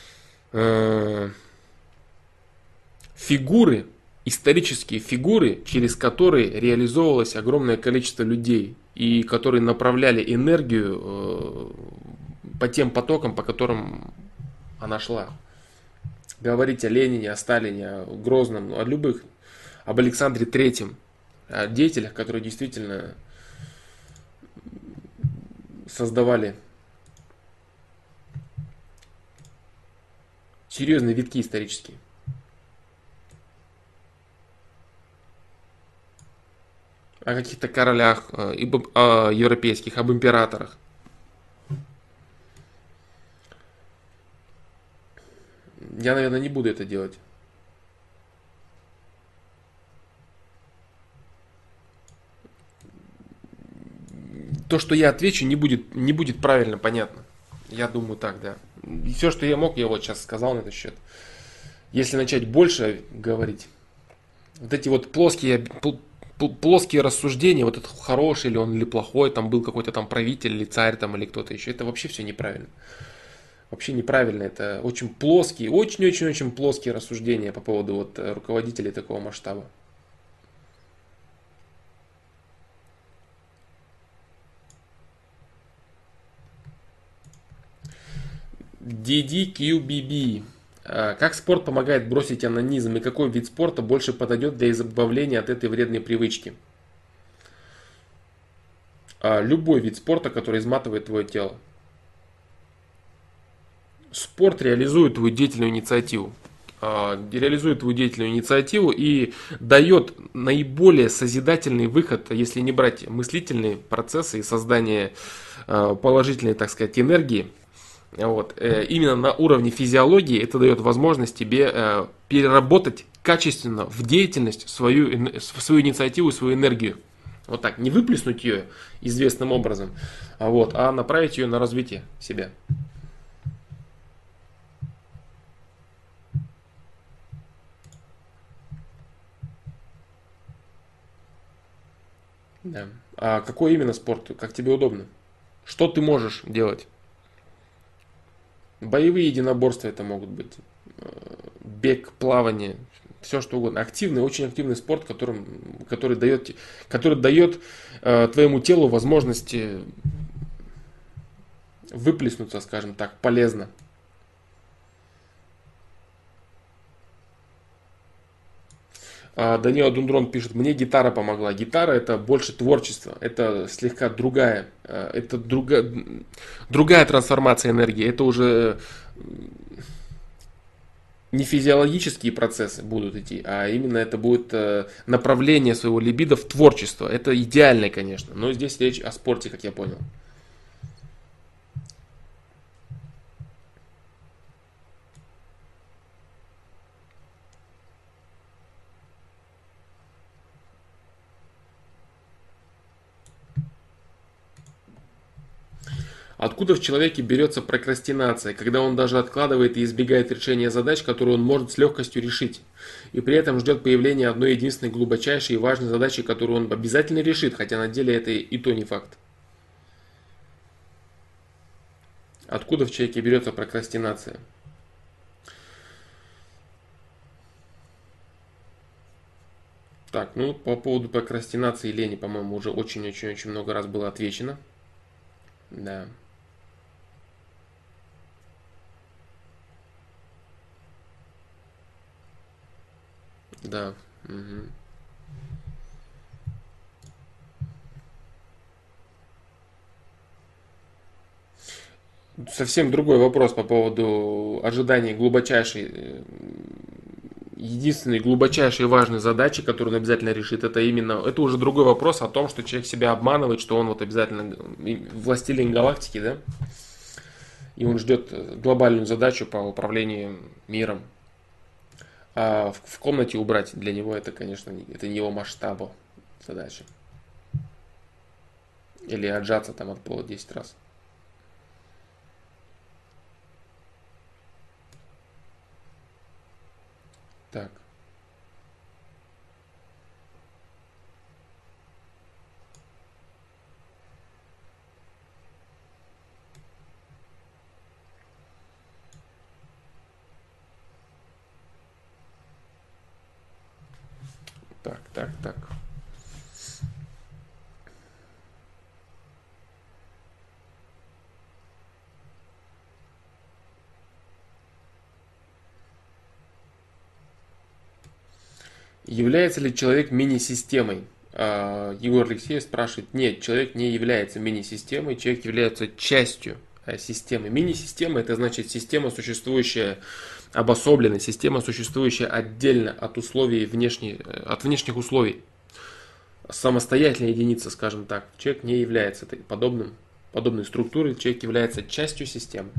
фигуры, исторические фигуры, через которые реализовывалось огромное количество людей. И которые направляли энергию по тем потокам, по которым она шла. Говорить о Ленине, о Сталине, о Грозном, о любых, об Александре Третьем, о деятелях, которые действительно создавали серьезные витки исторические. О каких-то королях европейских, об императорах. Я, наверное, не буду это делать. То, что я отвечу, не будет правильно понятно. Я думаю так, да. И все, что я мог, я вот сейчас сказал на этот счет. Если начать больше говорить, вот эти вот плоские рассуждения, вот это хороший ли он или плохой, там был какой-то там правитель или царь там или кто-то еще, это вообще все неправильно. Вообще неправильно, это очень плоские, очень-очень-очень плоские рассуждения по поводу вот руководителей такого масштаба. DDQBB. Как спорт помогает бросить анонизм и какой вид спорта больше подойдет для избавления от этой вредной привычки? Любой вид спорта, который изматывает твое тело. Спорт реализует твою деятельную инициативу. Реализует твою деятельную инициативу и дает наиболее созидательный выход, если не брать мыслительные процессы и создание положительной, так сказать, энергии. Вот. Именно на уровне физиологии это дает возможность тебе переработать качественно в деятельность свою инициативу, свою энергию. Вот так, не выплеснуть ее известным образом, а направить ее на развитие себя. Да. А какой именно спорт? Как тебе удобно? Что ты можешь делать? Боевые единоборства это могут быть. Бег, плавание, все что угодно. Активный, очень активный спорт, который дает твоему телу возможность выплеснуться, скажем так, полезно. Данила Дундрон пишет, мне гитара помогла. Гитара это больше творчество, это слегка другая трансформация энергии. Это уже не физиологические процессы будут идти, а именно это будет направление своего либидо в творчество. Это идеально, конечно, но здесь речь о спорте, как я понял. Откуда в человеке берется прокрастинация, когда он даже откладывает и избегает решения задач, которые он может с легкостью решить, и при этом ждет появления одной единственной глубочайшей и важной задачи, которую он обязательно решит, хотя на деле это и то не факт. Откуда в человеке берется прокрастинация? Так, ну по поводу прокрастинации и лени, по-моему, уже очень-очень-очень много раз было отвечено. Да. Да. Мгм. Совсем другой вопрос по поводу ожиданий глубочайшей, единственной глубочайшей важной задачи, которую он обязательно решит, это уже другой вопрос о том, что человек себя обманывает, что он вот обязательно властелин галактики, да, и он ждет глобальную задачу по управлению миром. А в комнате убрать для него это, конечно, это не его масштаба задача. Или отжаться там от пола 10 раз. Так, так. Является ли человек мини-системой? Егор Алексеев спрашивает, нет, человек не является мини-системой, человек является частью системы. Мини-система это значит система, существующая обособленная, система, существующая отдельно от внешних условий. Самостоятельная единица, скажем так. Человек не является подобной структурой, человек является частью системы.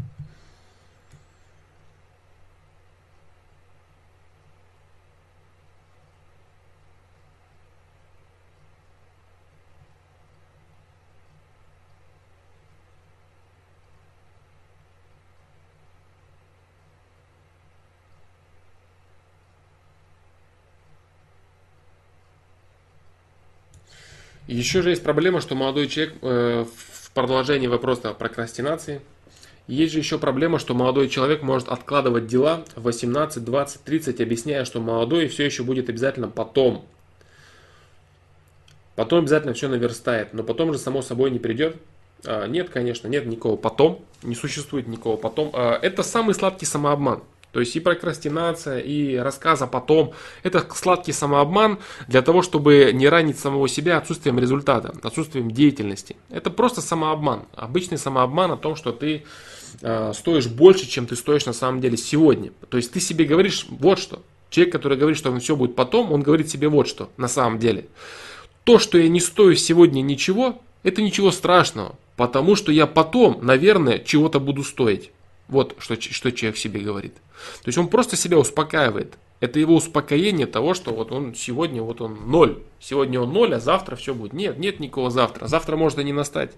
Еще же есть проблема, что молодой человек, в продолжении вопроса о прокрастинации, есть же еще проблема, что молодой человек может откладывать дела в 18, 20, 30, объясняя, что молодой и все еще будет обязательно потом. Потом обязательно все наверстает, но потом же само собой не придет. Нет, конечно, нет никакого потом, не существует никакого потом. Это самый сладкий самообман. То есть и прокрастинация, и рассказ о потом. Это сладкий самообман для того, чтобы не ранить самого себя отсутствием результата, отсутствием деятельности. Это просто самообман. Обычный самообман о том, что ты стоишь больше, чем ты стоишь на самом деле сегодня. То есть ты себе говоришь вот что. Человек, который говорит, что все будет потом, он говорит себе вот что на самом деле. То, что я не стою сегодня ничего, это ничего страшного. Потому что я потом, наверное, чего-то буду стоить. Вот что человек себе говорит. То есть он просто себя успокаивает. Это его успокоение того, что вот он сегодня вот он ноль. Сегодня он ноль, а завтра все будет. Нет, нет никакого завтра. Завтра может и не настать.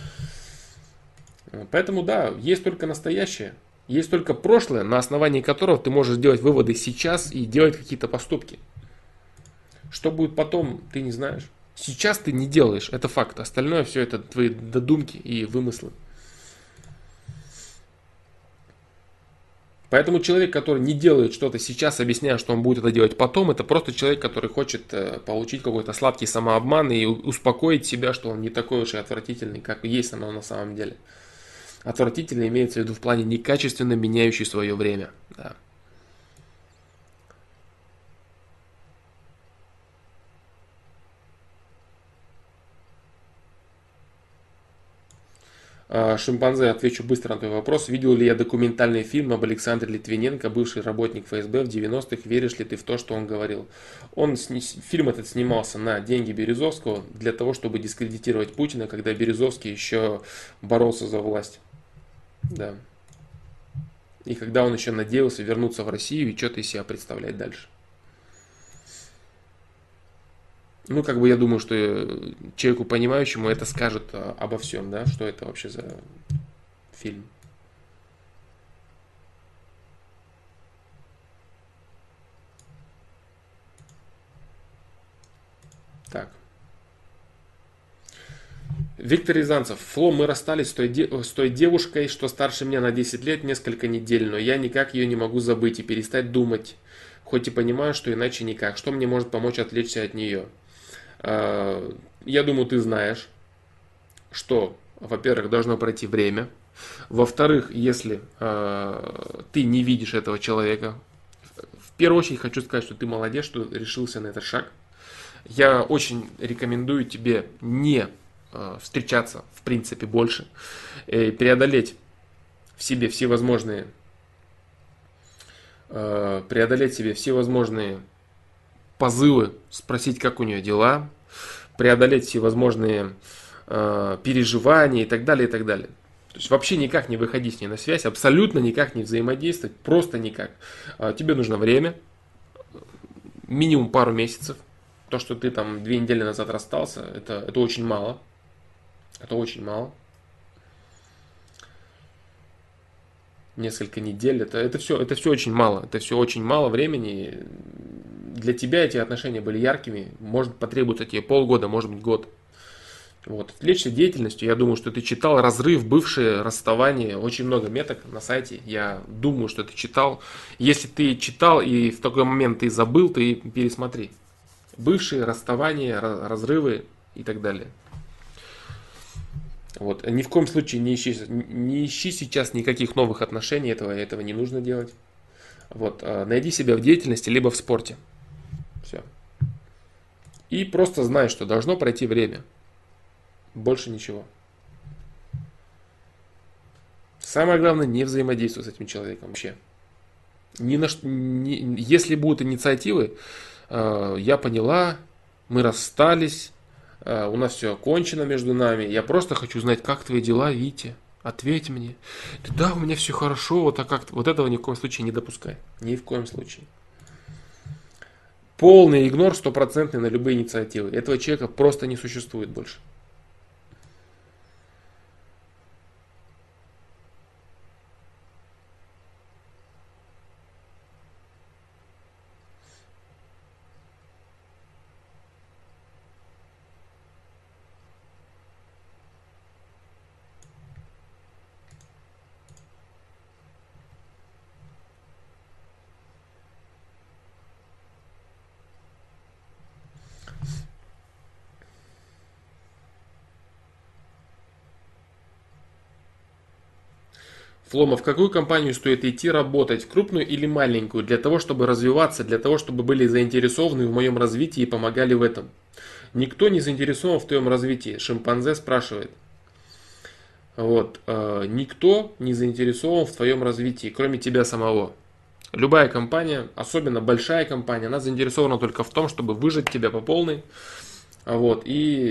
Поэтому да, есть только настоящее. Есть только прошлое, на основании которого ты можешь делать выводы сейчас и делать какие-то поступки. Что будет потом, ты не знаешь. Сейчас ты не делаешь, это факт. Остальное все это твои додумки и вымыслы. Поэтому человек, который не делает что-то сейчас, объясняя, что он будет это делать потом, это просто человек, который хочет получить какой-то сладкий самообман и успокоить себя, что он не такой уж и отвратительный, как есть оно на самом деле. Отвратительный имеется в виду в плане некачественно меняющий свое время. Да. Шимпанзе, отвечу быстро на твой вопрос. Видел ли я документальный фильм об Александре Литвиненко, бывший работник ФСБ в 90-х? Веришь ли ты в то, что он говорил? Фильм этот снимался на деньги Березовского для того, чтобы дискредитировать Путина, когда Березовский еще боролся за власть. Да. И когда он еще надеялся вернуться в Россию и что-то из себя представлять дальше. Ну, как бы я думаю, что человеку понимающему это скажет обо всем, да, что это вообще за фильм. Так. Виктор Рязанцев. Фло, мы расстались с той девушкой, что старше меня на 10 лет, несколько недель, но я никак ее не могу забыть и перестать думать. Хоть и понимаю, что иначе никак. Что мне может помочь отвлечься от нее? Я думаю, ты знаешь, что, во-первых, должно пройти время. Во-вторых, если ты не видишь этого человека, в первую очередь хочу сказать, что ты молодец, что решился на этот шаг. Я очень рекомендую тебе не встречаться, в принципе, больше, преодолеть в себе всевозможные, преодолеть себе всевозможные позывы, спросить, как у нее дела, преодолеть всевозможные переживания и так далее, и так далее. То есть вообще никак не выходить с ней на связь, абсолютно никак не взаимодействовать, просто никак. Тебе нужно время, минимум пару месяцев. То, что ты там 2 недели назад расстался, это очень мало. Это очень мало. Несколько недель, это все очень мало. Это все очень мало времени. Для тебя эти отношения были яркими. Может потребуется тебе полгода, может быть год. Вот. Отвлечься деятельностью. Я думаю, что ты читал «Разрыв», «Бывшие», «Расставание». Очень много меток на сайте. Я думаю, что ты читал. Если ты читал и в такой момент ты забыл, ты пересмотри. «Бывшие», «Расставание», «Разрывы» и так далее. Вот. Ни в коем случае не ищи сейчас никаких новых отношений, этого не нужно делать. Вот. Найди себя в деятельности, либо в спорте. Все. И просто знай, что должно пройти время. Больше ничего. Самое главное, не взаимодействуй с этим человеком вообще. Если будут инициативы, я поняла, мы расстались, у нас все окончено между нами, я просто хочу знать, как твои дела, Витя, ответь мне. Да, у меня все хорошо, вот, вот этого ни в коем случае не допускай, ни в коем случае. Полный игнор, стопроцентный на любые инициативы. Этого человека просто не существует больше. Флома, в какую компанию стоит идти работать, в крупную или маленькую, для того, чтобы развиваться, для того, чтобы были заинтересованы в моем развитии и помогали в этом? Никто не заинтересован в твоем развитии, шимпанзе спрашивает. Вот, никто не заинтересован в твоем развитии, кроме тебя самого. Любая компания, особенно большая компания, она заинтересована только в том, чтобы выжать тебя по полной. Вот,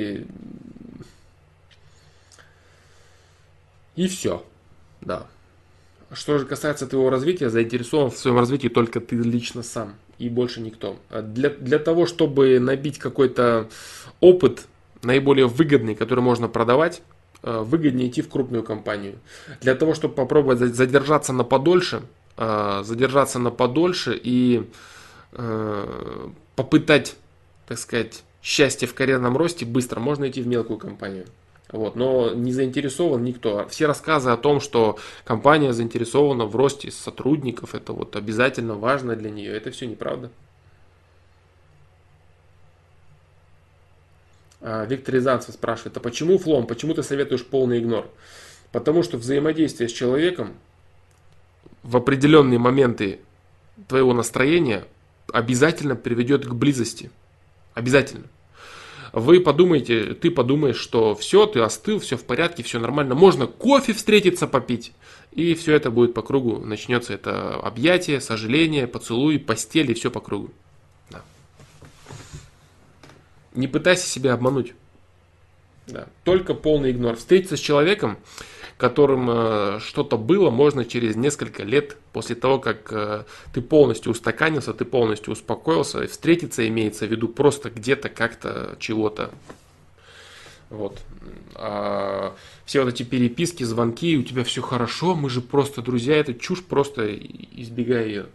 и все. Да. Что же касается твоего развития, заинтересован в своем развитии только ты лично сам и больше никто. Для того, чтобы набить какой-то опыт, наиболее выгодный, который можно продавать, выгоднее идти в крупную компанию. Для того, чтобы попробовать задержаться на подольше и попытать, так сказать, счастье в карьерном росте быстро, можно идти в мелкую компанию. Вот, но не заинтересован никто. Все рассказы о том, что компания заинтересована в росте сотрудников, это вот обязательно важно для нее, это все неправда. Виктор Рязанцев спрашивает, а почему Флом, почему ты советуешь полный игнор? Потому что взаимодействие с человеком в определенные моменты твоего настроения обязательно приведет к близости. Обязательно. Ты подумаешь, что все, ты остыл, все в порядке, все нормально. Можно кофе встретиться, попить. И все это будет по кругу. Начнется это объятие, сожаление, поцелуй, постель и все по кругу. Да. Не пытайся себя обмануть. Да. Только полный игнор. Встретиться с человеком, которым что-то было, можно через несколько лет после того, как ты полностью устаканился, ты полностью успокоился. И встретиться имеется в виду просто где-то, как-то, чего-то. Вот. А все вот эти переписки, звонки, у тебя все хорошо, мы же просто друзья, это чушь, просто избегай ее.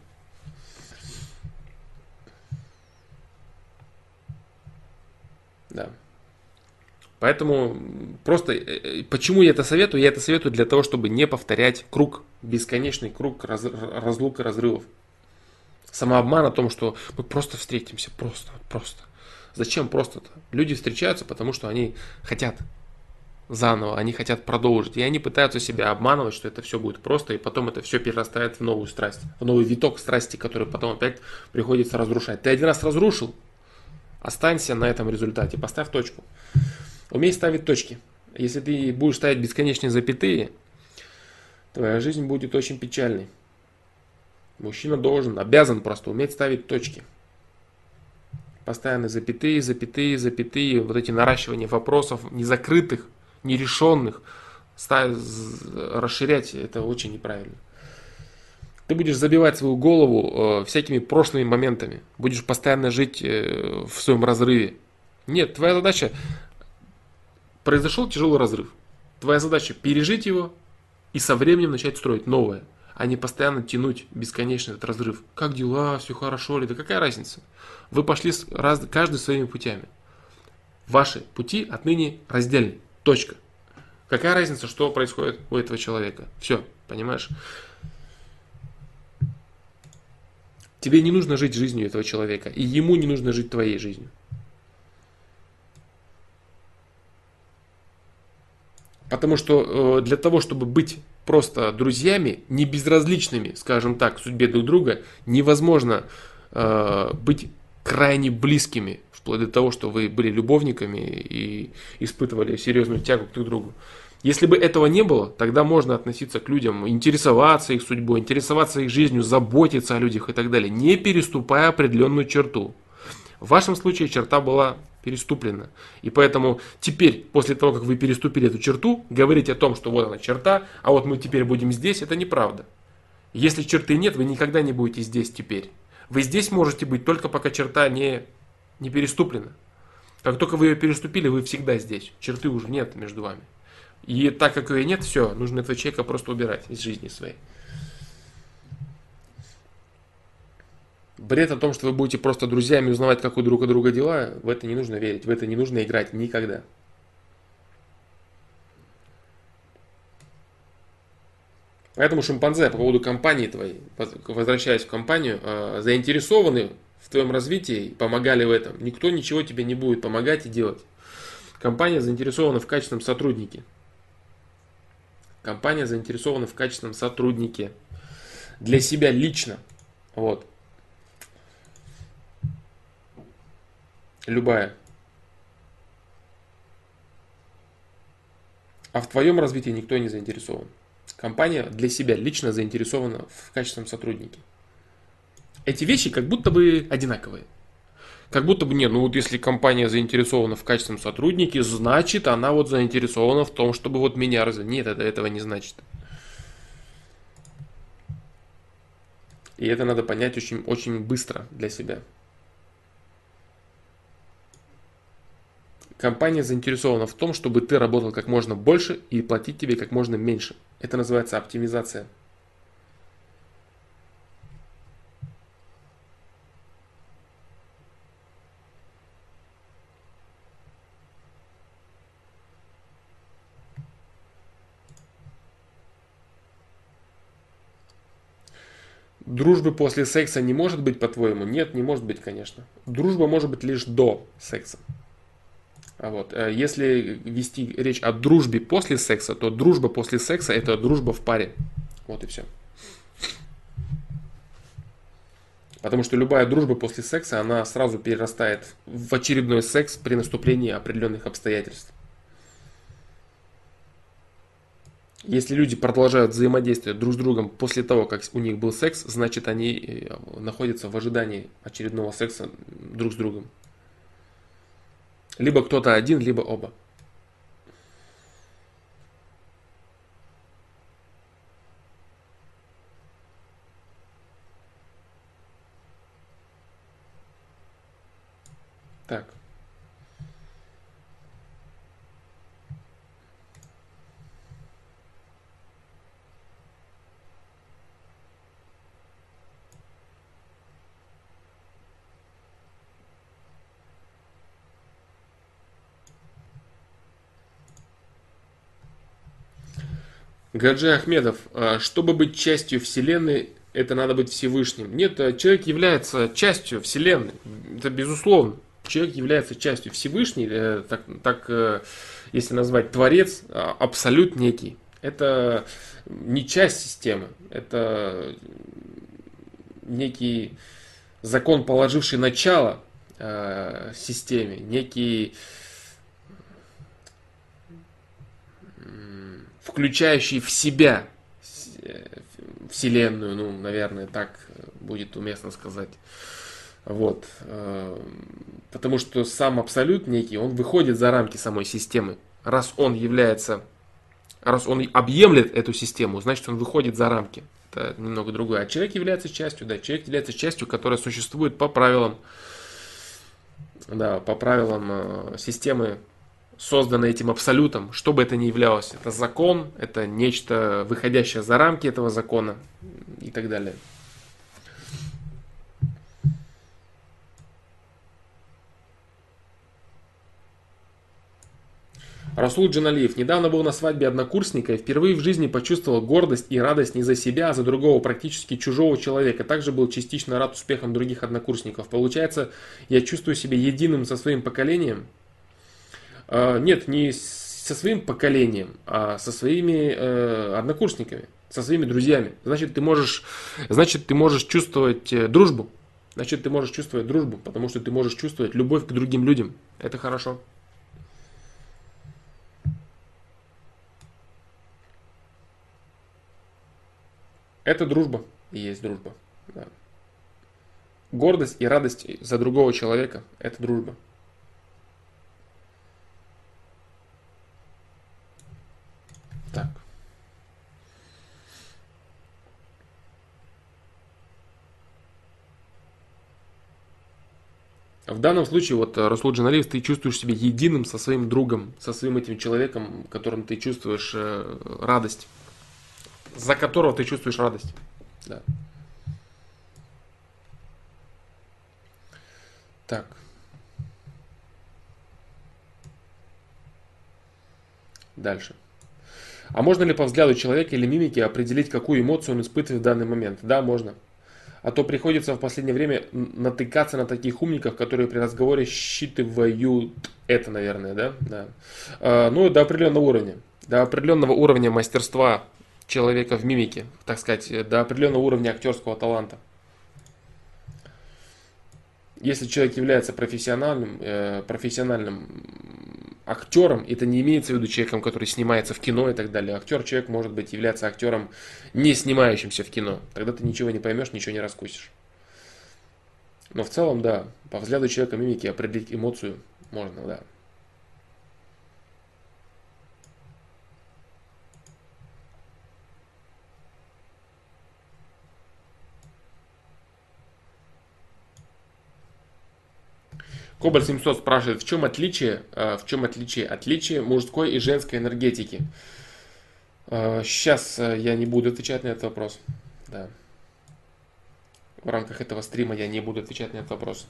Да. Поэтому просто, почему я это советую? Я это советую для того, чтобы не повторять круг, бесконечный круг разлук и разрывов. Самообман о том, что мы просто встретимся, просто. Зачем просто-то? Люди встречаются, потому что они хотят заново, они хотят продолжить. И они пытаются себя обманывать, что это все будет просто, и потом это все перерастает в новую страсть, в новый виток страсти, который потом опять приходится разрушать. Ты один раз разрушил, останься на этом результате, поставь точку. Умей ставить точки. Если ты будешь ставить бесконечные запятые, твоя жизнь будет очень печальной. Мужчина обязан просто уметь ставить точки. Постоянно запятые, вот эти наращивания вопросов, незакрытых, нерешенных, расширять, это очень неправильно. Ты будешь забивать свою голову всякими прошлыми моментами. Будешь постоянно жить в своем разрыве. Нет, твоя задача... Произошел тяжелый разрыв. Твоя задача пережить его и со временем начать строить новое, а не постоянно тянуть бесконечно этот разрыв. Как дела, все хорошо ли? Да какая разница? Вы пошли каждый своими путями. Ваши пути отныне раздельны. Точка. Какая разница, что происходит у этого человека? Все, понимаешь? Тебе не нужно жить жизнью этого человека, и ему не нужно жить твоей жизнью. Потому что для того, чтобы быть просто друзьями, не безразличными, скажем так, судьбе друг друга, невозможно быть крайне близкими, вплоть до того, что вы были любовниками и испытывали серьезную тягу друг к другу. Если бы этого не было, тогда можно относиться к людям, интересоваться их судьбой, интересоваться их жизнью, заботиться о людях и так далее, не переступая определенную черту. В вашем случае черта была переступлена. И поэтому теперь, после того, как вы переступили эту черту, говорить о том, что вот она черта, а вот мы теперь будем здесь, это неправда. Если черты нет, вы никогда не будете здесь теперь. Вы здесь можете быть только пока черта не переступлена. Как только вы ее переступили, вы всегда здесь. Черты уже нет между вами. И так как ее нет, все, нужно этого человека просто убирать из жизни своей. Бред о том, что вы будете просто друзьями узнавать, как у друг друга дела, в это не нужно верить, в это не нужно играть никогда. Поэтому шимпанзе по поводу компании твоей, возвращаясь в компанию, заинтересованы в твоем развитии, помогали в этом. Никто ничего тебе не будет помогать и делать. Компания заинтересована в качественном сотруднике. Компания заинтересована в качественном сотруднике. Для себя лично. Вот. Любая. А в твоем развитии никто не заинтересован. Компания для себя лично заинтересована в качественном сотруднике. Эти вещи как будто бы одинаковые. Как будто бы, ну вот если компания заинтересована в качественном сотруднике, значит она вот заинтересована в том, чтобы вот меня развить. Нет, это этого не значит. И это надо понять очень, очень быстро для себя. Компания заинтересована в том, чтобы ты работал как можно больше и платить тебе как можно меньше. Это называется оптимизация. Дружбы после секса не может быть, по-твоему? Нет, не может быть, конечно. Дружба может быть лишь до секса. А вот, если вести речь о дружбе после секса, то дружба после секса – это дружба в паре. Вот и все. Потому что любая дружба после секса, она сразу перерастает в очередной секс при наступлении определенных обстоятельств. Если люди продолжают взаимодействовать друг с другом после того, как у них был секс, значит они находятся в ожидании очередного секса друг с другом. Либо кто-то один, либо оба. Так. Гаджи Ахмедов, чтобы быть частью Вселенной, это надо быть Всевышним. Нет, человек является частью Вселенной, это безусловно. Человек является частью Всевышней, если назвать Творец, абсолют некий. Это не часть системы, это некий закон, положивший начало системе, некий включающий в себя Вселенную, ну, наверное, так будет уместно сказать. Вот. Потому что сам абсолют некий, он выходит за рамки самой системы. Раз он объемлет эту систему, значит, он выходит за рамки. Это немного другое. А человек является частью, да, человек является частью, которая существует по правилам, да, по правилам системы, созданной этим абсолютом, что бы это ни являлось. Это закон, это нечто, выходящее за рамки этого закона и так далее. Расул Джаналиев. Недавно был на свадьбе однокурсника и впервые в жизни почувствовал гордость и радость не за себя, а за другого, практически чужого человека. Также был частично рад успехам других однокурсников. Получается, я чувствую себя единым со своим поколением. Нет, не со своим поколением, а со своими однокурсниками, со своими друзьями. Значит, ты можешь чувствовать дружбу. Значит, ты можешь чувствовать дружбу, потому что ты можешь чувствовать любовь к другим людям. Это хорошо. Это дружба и есть дружба. Да. Гордость и радость за другого человека – это дружба. Так. В данном случае, вот, Расул Джаналиев, ты чувствуешь себя единым со своим другом, со своим этим человеком, которым ты чувствуешь радость, за которого ты чувствуешь радость. Да. Так. Дальше. А можно ли по взгляду человека или мимике определить, какую эмоцию он испытывает в данный момент? Да, можно. А то приходится в последнее время натыкаться на таких умников, которые при разговоре считывают это, наверное, да? Да. Ну, до определенного уровня. До определенного уровня мастерства человека в мимике, так сказать, до определенного уровня актерского таланта. Если человек является профессиональным актером, это не имеется в виду человеком, который снимается в кино и так далее. Актер, человек может быть являться актером, не снимающимся в кино. Тогда ты ничего не поймешь, ничего не раскусишь. Но в целом, да, по взгляду человека мимики определить эмоцию можно, да. Кобальт 700 спрашивает, в чем отличие мужской и женской энергетики? Сейчас я не буду отвечать на этот вопрос. Да. В рамках этого стрима я не буду отвечать на этот вопрос.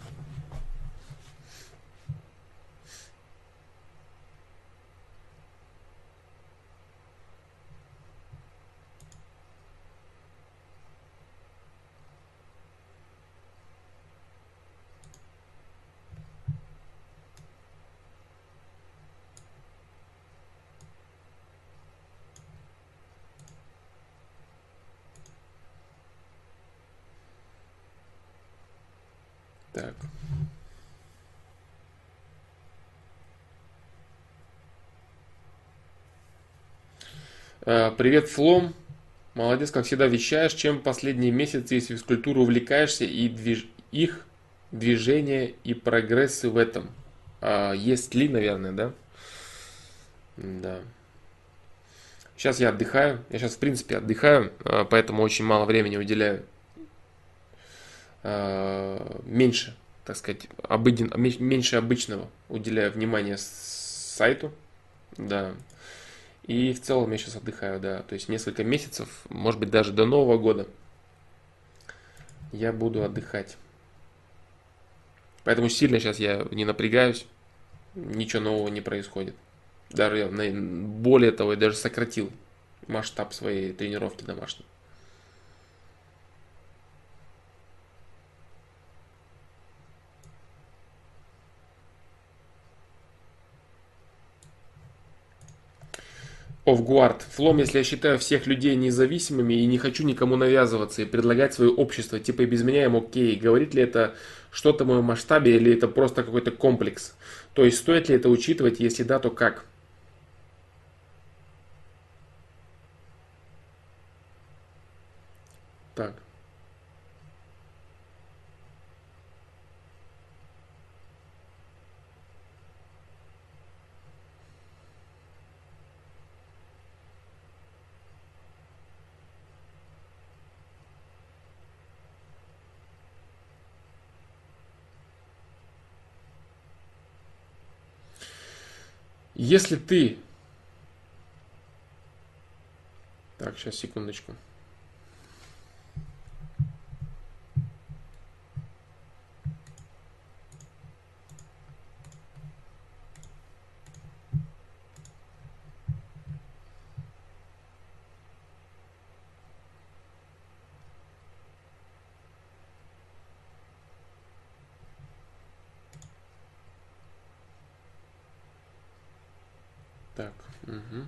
Так. Привет, Флом. Молодец, как всегда вещаешь. Чем последние месяцы из физкультуры увлекаешься и их движение и прогрессы в этом? Есть ли, наверное, да? Да. Сейчас я отдыхаю. Я сейчас, в принципе, отдыхаю, поэтому очень мало времени уделяю. Меньше, так сказать, меньше обычного уделяю внимания сайту. Да. И в целом я сейчас отдыхаю, да. То есть несколько месяцев, может быть даже до Нового года я буду отдыхать. Поэтому сильно сейчас я не напрягаюсь, ничего нового не происходит. Даже я, более того, я даже сократил масштаб своей тренировки домашней. Офгуард. Флом, если я считаю всех людей независимыми и не хочу никому навязываться и предлагать свое общество, типа и без меня им окей, говорит ли это что-то в моем масштабе или это просто какой-то комплекс? То есть стоит ли это учитывать, если да, то как? Так. Если ты... Так, сейчас, секундочку. Так. Угу.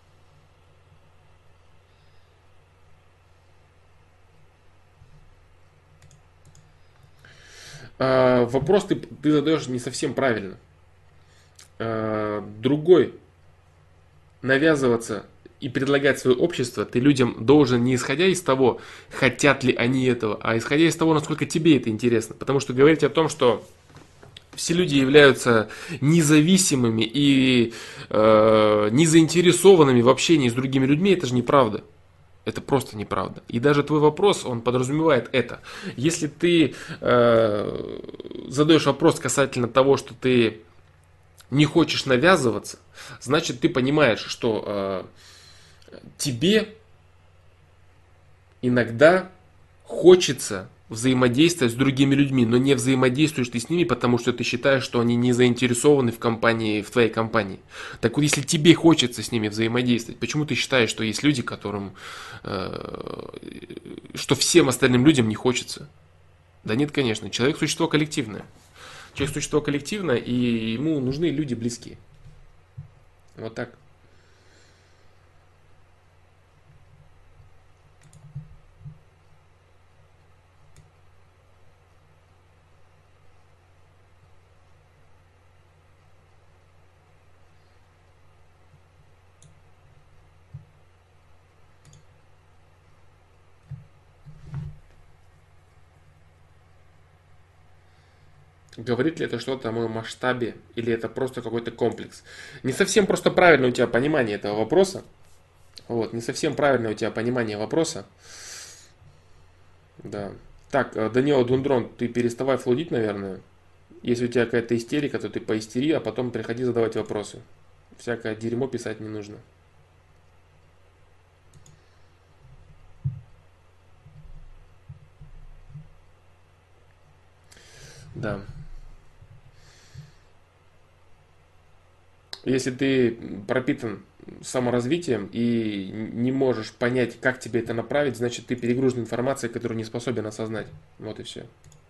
Вопрос ты задаешь не совсем правильно. Другой. Навязываться и предлагать свое общество ты людям должен не исходя из того, хотят ли они этого, а исходя из того, насколько тебе это интересно. Потому что говорить о том, что все люди являются независимыми и не заинтересованными в общении с другими людьми, это же неправда. Это просто неправда. И даже твой вопрос, он подразумевает это. Если ты задаешь вопрос касательно того, что ты не хочешь навязываться, значит ты понимаешь, что тебе иногда хочется взаимодействовать с другими людьми, но не взаимодействуешь ты с ними, потому что ты считаешь, что они не заинтересованы в компании, в твоей компании. Так вот, если тебе хочется с ними взаимодействовать, почему ты считаешь, что есть люди, которым, что всем остальным людям не хочется? Да нет, конечно, человек существо коллективное. Человек существо коллективное, и ему нужны люди близкие. Вот так. Говорит ли это что-то о моем масштабе или это просто какой-то комплекс? Не совсем просто правильное у тебя понимание этого вопроса. Вот, не совсем правильное у тебя понимание вопроса. Да. Так, Данила Дундрон, ты переставай флудить, наверное. Если у тебя какая-то истерика, то ты поистери, а потом приходи задавать вопросы. Всякое дерьмо писать не нужно. Да. Если ты пропитан саморазвитием и не можешь понять, как тебе это направить, значит ты перегружен информацией, которую не способен осознать. Вот и все.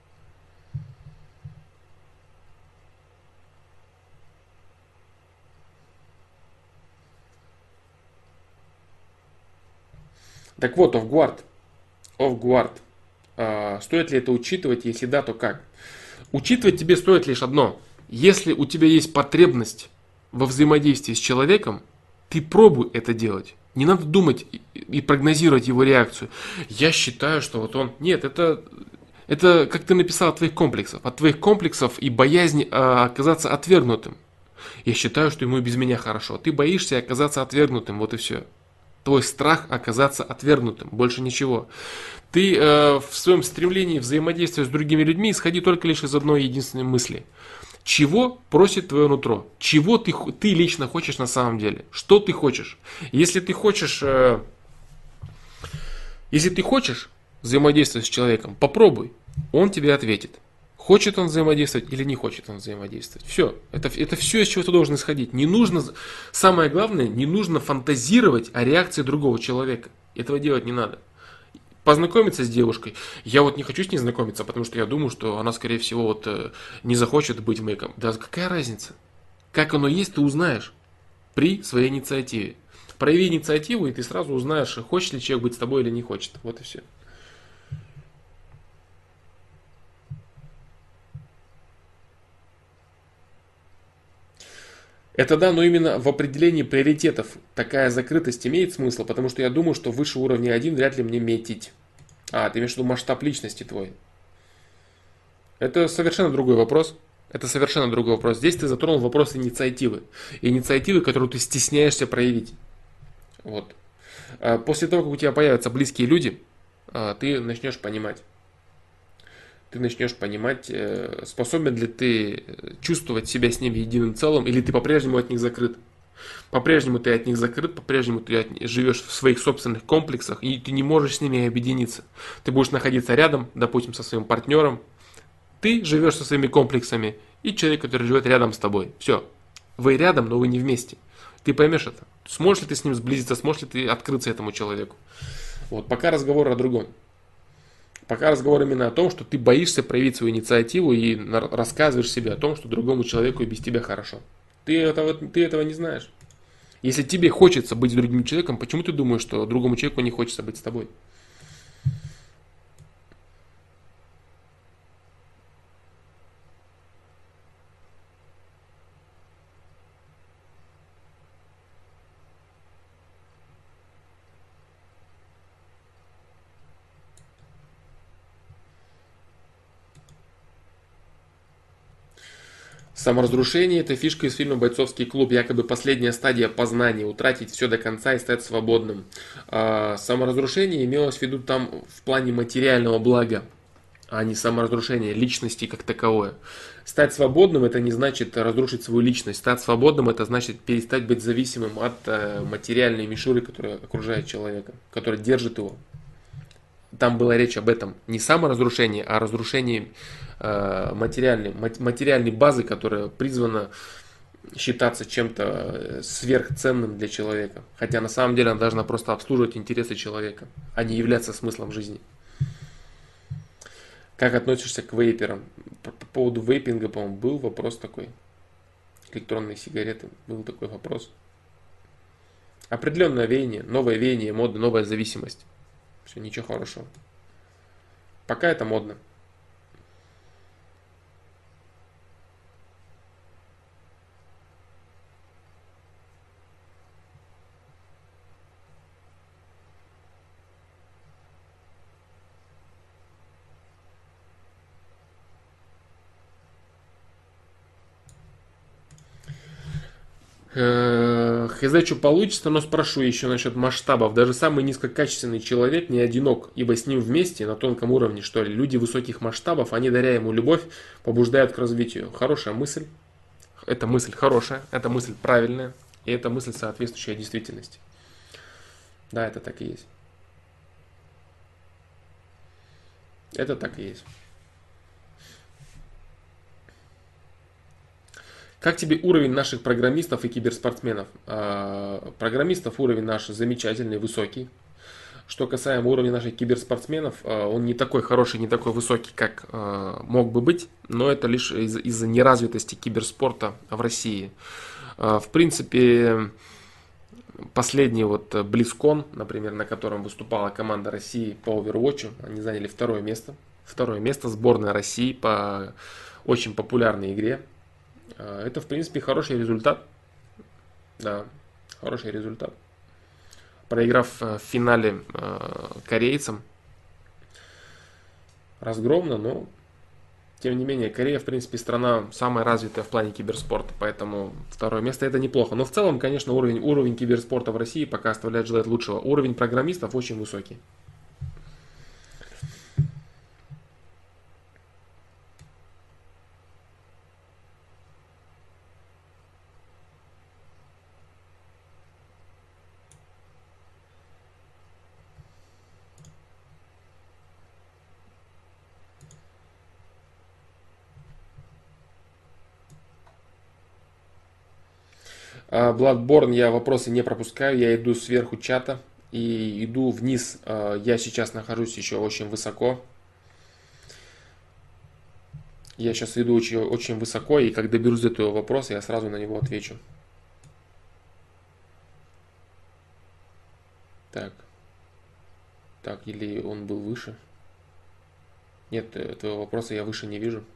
Так вот, Офгуард. Стоит ли это учитывать? Если да, то как? Учитывать тебе стоит лишь одно. Если у тебя есть потребность во взаимодействии с человеком, ты пробуй это делать. Не надо думать и прогнозировать его реакцию. Я считаю, что вот он... Нет, это как ты написал, от твоих комплексов. От твоих комплексов и боязни оказаться отвергнутым. Я считаю, что ему и без меня хорошо. Ты боишься оказаться отвергнутым, вот и все. Твой страх оказаться отвергнутым, больше ничего. Ты в своем стремлении взаимодействия с другими людьми исходи только лишь из одной единственной мысли. Чего просит твое нутро? Чего ты лично хочешь на самом деле? Что ты хочешь? Если ты хочешь, если ты хочешь взаимодействовать с человеком, попробуй. Он тебе ответит. Хочет он взаимодействовать или не хочет он взаимодействовать. Все. Это все, из чего ты должен исходить. Не нужно, самое главное, не нужно фантазировать о реакции другого человека. Этого делать не надо. Познакомиться с девушкой. Я вот не хочу с ней знакомиться, потому что я думаю, что она, скорее всего, не захочет быть мэком. Да какая разница? Как оно есть, ты узнаешь при своей инициативе. Прояви инициативу, и ты сразу узнаешь, хочет ли человек быть с тобой или не хочет. Вот и все. Это да, но именно в определении приоритетов такая закрытость имеет смысл, потому что я думаю, что выше уровня 1 вряд ли мне метить. Ты имеешь в виду масштаб личности твой. Это совершенно другой вопрос. Это совершенно другой вопрос. Здесь ты затронул вопрос инициативы. Инициативы, которую ты стесняешься проявить. Вот. После того, как у тебя появятся близкие люди, ты начнешь понимать. Ты начнешь понимать, способен ли ты чувствовать себя с ними единым целым, или ты по-прежнему от них закрыт. По-прежнему ты от них закрыт, по-прежнему ты живешь в своих собственных комплексах, и ты не можешь с ними объединиться. Ты будешь находиться рядом, допустим, со своим партнером. Ты живешь со своими комплексами, и человек, который живет рядом с тобой. Все. Вы рядом, но вы не вместе. Ты поймешь это. Сможешь ли ты с ним сблизиться, сможешь ли ты открыться этому человеку. Вот, пока разговор о другом. Пока разговор именно о том, что ты боишься проявить свою инициативу и рассказываешь себе о том, что другому человеку и без тебя хорошо. Ты этого не знаешь. Если тебе хочется быть с другим человеком, почему ты думаешь, что другому человеку не хочется быть с тобой? Саморазрушение – это фишка из фильма «Бойцовский клуб», якобы последняя стадия познания, утратить все до конца и стать свободным. Саморазрушение имелось в виду там в плане материального блага, а не саморазрушение личности как таковое. Стать свободным – это не значит разрушить свою личность. Стать свободным – это значит перестать быть зависимым от материальной мишуры, которая окружает человека, которая держит его. Там была речь об этом. Не саморазрушении, а разрушении материальной базы, которая призвана считаться чем-то сверхценным для человека. Хотя на самом деле она должна просто обслуживать интересы человека, а не являться смыслом жизни. Как относишься к вейперам? По поводу вейпинга, по-моему, был вопрос такой. Электронные сигареты. Был такой вопрос. Определенное веяние моды, новая зависимость. Все, ничего хорошего. Пока это модно. Хз, что получится, но спрошу еще насчет масштабов. Даже самый низкокачественный человек не одинок, ибо с ним вместе, на тонком уровне, что ли, люди высоких масштабов, они, даря ему любовь, побуждают к развитию. Хорошая мысль. Эта мысль хорошая, эта мысль правильная, и эта мысль соответствующая действительности. Да, это так и есть. Это так и есть. Как тебе уровень наших программистов и киберспортсменов? Программистов уровень наш замечательный, высокий. Что касаемо уровня наших киберспортсменов, он не такой хороший, не такой высокий, как мог бы быть, но это лишь из-за неразвитости киберспорта в России. В принципе, последний вот BlizzCon, например, на котором выступала команда России по Overwatch, они заняли второе место. Второе место сборная России по очень популярной игре. Это, в принципе, хороший результат. Да, хороший результат. Проиграв в финале корейцам разгромно, но тем не менее Корея, в принципе, страна самая развитая в плане киберспорта, поэтому второе место это неплохо. Но в целом, конечно, уровень киберспорта в России пока оставляет желать лучшего. Уровень программистов очень высокий. Bloodborne я вопросы не пропускаю, я иду сверху чата и иду вниз. Я сейчас нахожусь еще очень высоко. Я сейчас иду очень, очень высоко, и когда доберусь до этого вопроса, я сразу на него отвечу. Так, так, или он был выше? Нет, этого вопроса я выше не вижу.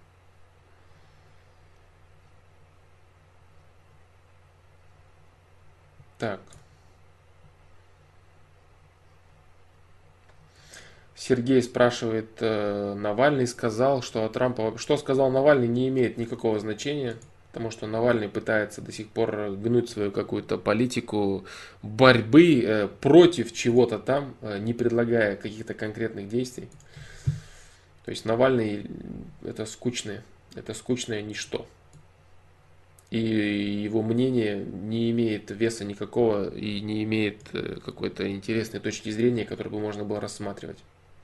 Так. Сергей спрашивает, Навальный сказал, что от Трампа... Что сказал Навальный, не имеет никакого значения, потому что Навальный пытается до сих пор гнуть свою какую-то политику борьбы против чего-то там, не предлагая каких-то конкретных действий. То есть Навальный это скучное ничто. И его мнение не имеет веса никакого и не имеет какой-то интересной точки зрения, которую бы можно было рассматривать.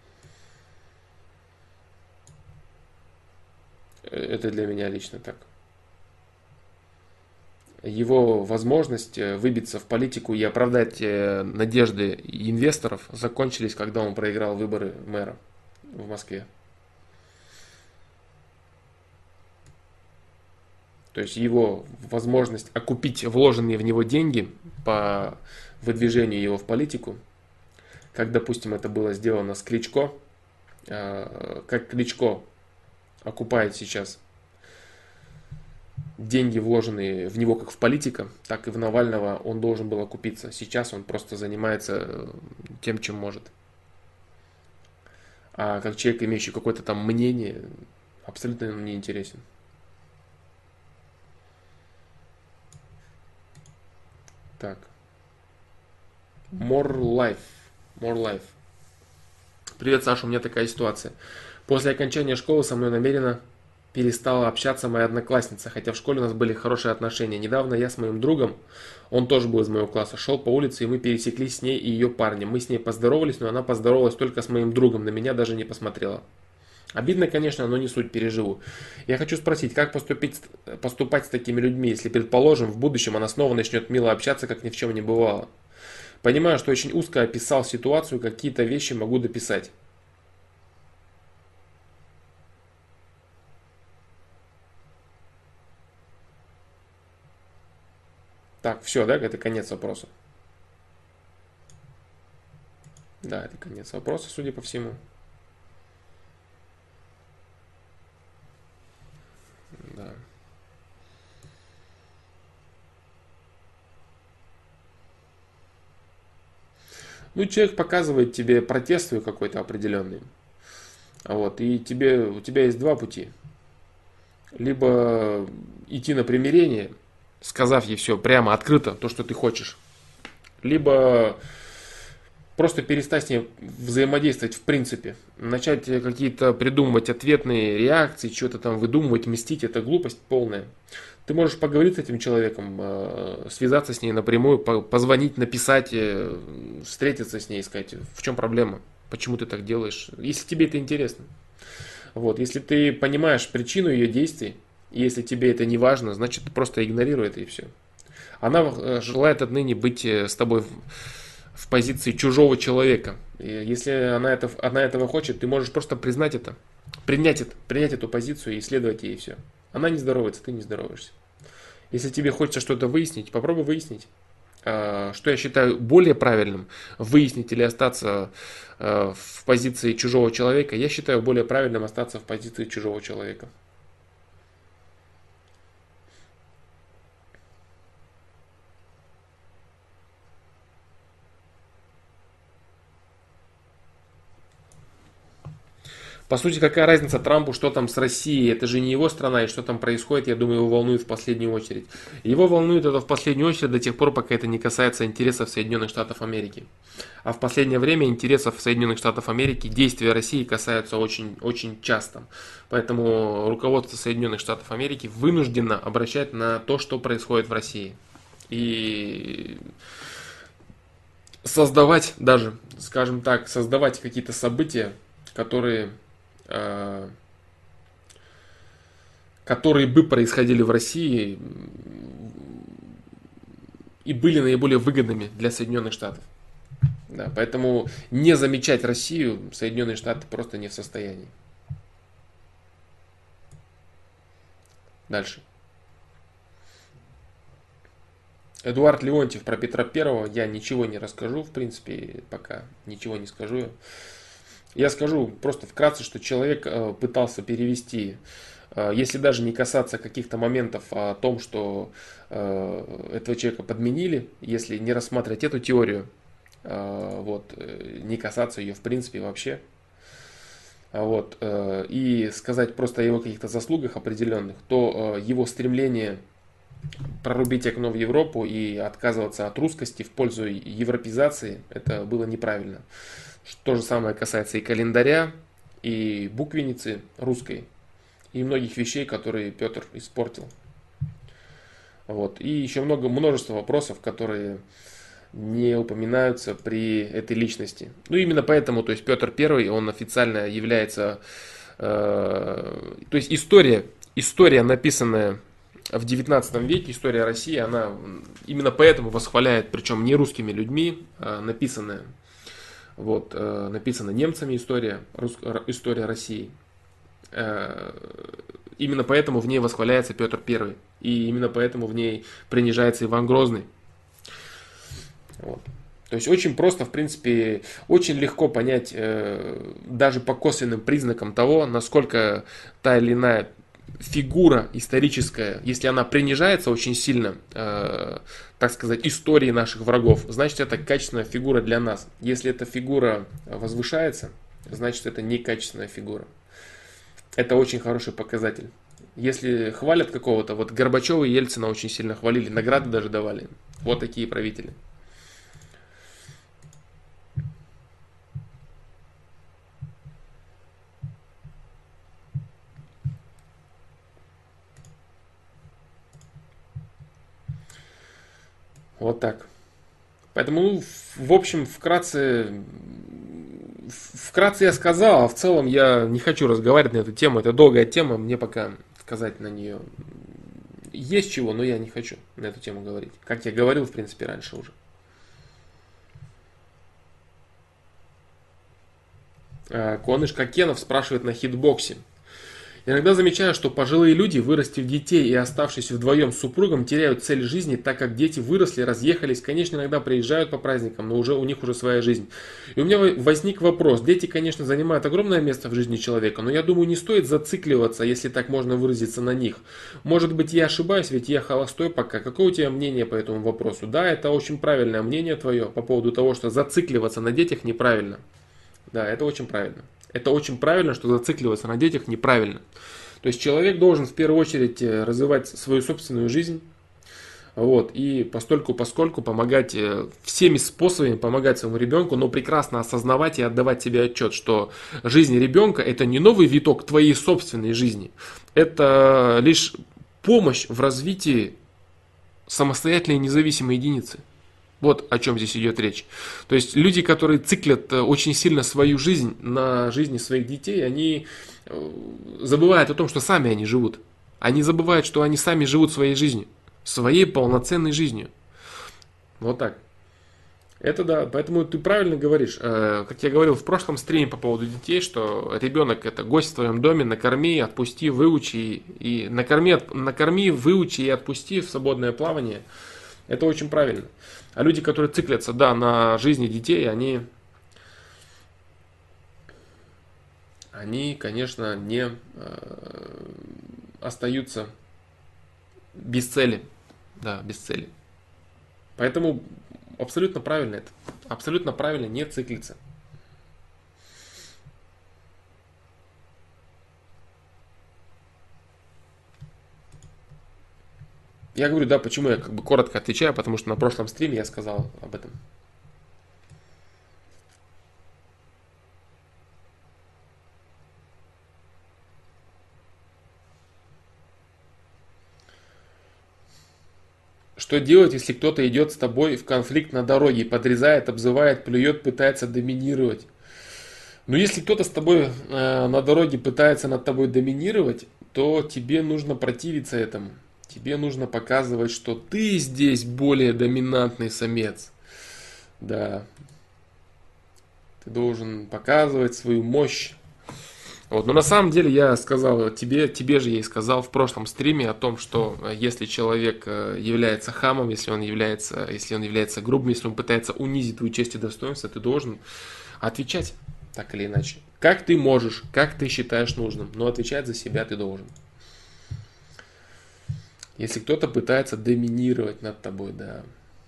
Это для меня лично так. Его возможность выбиться в политику и оправдать надежды инвесторов закончились, когда он проиграл выборы мэра в Москве. То есть его возможность окупить вложенные в него деньги по выдвижению его в политику, как, допустим, это было сделано с Кличко, как Кличко окупает сейчас деньги, вложенные в него как в политика, так и в Навального он должен был окупиться. Сейчас он просто занимается тем, чем может. А как человек, имеющий какое-то там мнение, абсолютно ему не интересен. Так. More life. More life. Привет, Саша, у меня такая ситуация. После окончания школы со мной намеренно перестала общаться моя одноклассница, хотя в школе у нас были хорошие отношения. Недавно я с моим другом, он тоже был из моего класса, шел по улице, и мы пересеклись с ней и ее парнем. Мы с ней поздоровались, но она поздоровалась только с моим другом, на меня даже не посмотрела. Обидно, конечно, но не суть, переживу. Я хочу спросить, как поступать с такими людьми, если, предположим, в будущем она снова начнет мило общаться, как ни в чем не бывало. Понимаю, что очень узко описал ситуацию, какие-то вещи могу дописать. Так, все, да, это конец вопроса. Да, это конец вопроса, судя по всему. Да. Ну, человек показывает тебе протест свой какой-то определенный. Вот, и у тебя есть два пути. Либо идти на примирение сказав ей все прямо, открыто, то, что ты хочешь. Либо просто перестать с ней взаимодействовать в принципе. Начать какие-то придумывать ответные реакции, что-то там выдумывать, мстить, это глупость полная. Ты можешь поговорить с этим человеком, связаться с ней напрямую, позвонить, написать, встретиться с ней, сказать, в чем проблема, почему ты так делаешь, если тебе это интересно. Вот, если ты понимаешь причину ее действий, и если тебе это не важно, значит просто игнорируй это и все. Она желает отныне быть с тобой в позиции чужого человека. И если она этого хочет, ты можешь просто признать это, принять эту позицию и исследовать ей, и все. Она не здоровается, ты не здороваешься. Если тебе хочется что-то выяснить, попробуй выяснить. Что я считаю более правильным, выяснить или остаться в позиции чужого человека, я считаю более правильным остаться в позиции чужого человека. По сути, какая разница Трампу, что там с Россией? Это же не его страна, и что там происходит, я думаю, его волнует в последнюю очередь. Его волнует это в последнюю очередь до тех пор, пока это не касается интересов Соединенных Штатов Америки. А в последнее время интересов Соединенных Штатов Америки действия России касаются очень, очень часто. Поэтому руководство Соединенных Штатов Америки вынуждено обращать на то, что происходит в России. И создавать даже, скажем так, создавать какие-то события, которые бы происходили в России и были наиболее выгодными для Соединенных Штатов. Да, поэтому не замечать Россию Соединенные Штаты просто не в состоянии. Дальше. Эдуард Леонтьев про Петра Первого. Я ничего не расскажу, в принципе, пока ничего не скажу. Я скажу просто вкратце, что человек пытался перевести, если даже не касаться каких-то моментов о том, что этого человека подменили, если не рассматривать эту теорию, вот, не касаться ее в принципе вообще, вот, и сказать просто о его каких-то заслугах определенных, то его стремление прорубить окно в Европу и отказываться от русскости в пользу европеизации, это было неправильно. То же самое касается и календаря, и буквенницы русской, и многих вещей, которые Петр испортил. Вот. И еще множество вопросов, которые не упоминаются при этой личности. Ну, именно поэтому, то есть Петр I, он официально является, то есть история, написанная в 19 веке, история России, она именно поэтому восхваляет, причем не русскими людьми, написанная. Вот, написана немцами история России. Именно поэтому в ней восхваляется Петр I. И именно поэтому в ней принижается Иван Грозный. Вот. То есть очень просто, в принципе, очень легко понять даже по косвенным признакам того, насколько та или иная фигура историческая, если она принижается очень сильно, так сказать, истории наших врагов, значит это качественная фигура для нас. Если эта фигура возвышается, значит это некачественная фигура. Это очень хороший показатель. Если хвалят какого-то, вот Горбачева и Ельцина очень сильно хвалили, награды даже давали. Вот такие правители. Вот так. Поэтому, ну, в общем, вкратце я сказал, а в целом я не хочу разговаривать на эту тему. Это долгая тема, мне пока сказать на нее есть чего, но я не хочу на эту тему говорить. Как я говорил, в принципе, раньше уже. Куаныш Кокенов спрашивает на хитбоксе. Иногда замечаю, что пожилые люди, вырастив детей и оставшись вдвоем с супругом, теряют цель жизни, так как дети выросли, разъехались, конечно, иногда приезжают по праздникам, но у них уже своя жизнь. И у меня возник вопрос. Дети, конечно, занимают огромное место в жизни человека, но я думаю, не стоит зацикливаться, если так можно выразиться, на них. Может быть, я ошибаюсь, ведь я холостой пока. Какое у тебя мнение по этому вопросу? Да, это очень правильное мнение твое по поводу того, что зацикливаться на детях неправильно. Да, это очень правильно. Это очень правильно, что зацикливаться на детях неправильно. То есть человек должен в первую очередь развивать свою собственную жизнь, Вот, и поскольку помогать всеми способами помогать своему ребенку, но прекрасно осознавать и отдавать себе отчет, что жизнь ребенка это не новый виток твоей собственной жизни, это лишь помощь в развитии самостоятельной независимой единицы. Вот о чем здесь идет речь. То есть люди, которые циклят очень сильно свою жизнь на жизни своих детей, они забывают о том, что сами они живут. Они забывают, что они сами живут своей жизнью. Своей полноценной жизнью. Вот так. Это да, поэтому ты правильно говоришь. Как я говорил в прошлом стриме по поводу детей, что ребенок это гость в твоем доме, накорми, отпусти, выучи. И накорми, выучи и отпусти в свободное плавание. Это очень правильно. А люди, которые циклятся, да, на жизни детей, они, конечно, не остаются без цели. Да, без цели. Поэтому абсолютно правильно это. Абсолютно правильно не циклиться. Я говорю, да, почему я как бы коротко отвечаю, потому что на прошлом стриме я сказал об этом. Что делать, если кто-то идет с тобой в конфликт на дороге, подрезает, обзывает, плюет, пытается доминировать? Но если кто-то с тобой на дороге пытается над тобой доминировать, то тебе нужно противиться этому. Тебе нужно показывать, что ты здесь более доминантный самец. Да. Ты должен показывать свою мощь. Вот. Но на самом деле я сказал тебе же я и сказал в прошлом стриме о том, что если человек является хамом, если он является грубым, если он пытается унизить твою честь и достоинство, ты должен отвечать так или иначе. Как ты можешь, как ты считаешь нужным, но отвечать за себя ты должен. Если кто-то пытается доминировать над тобой, да.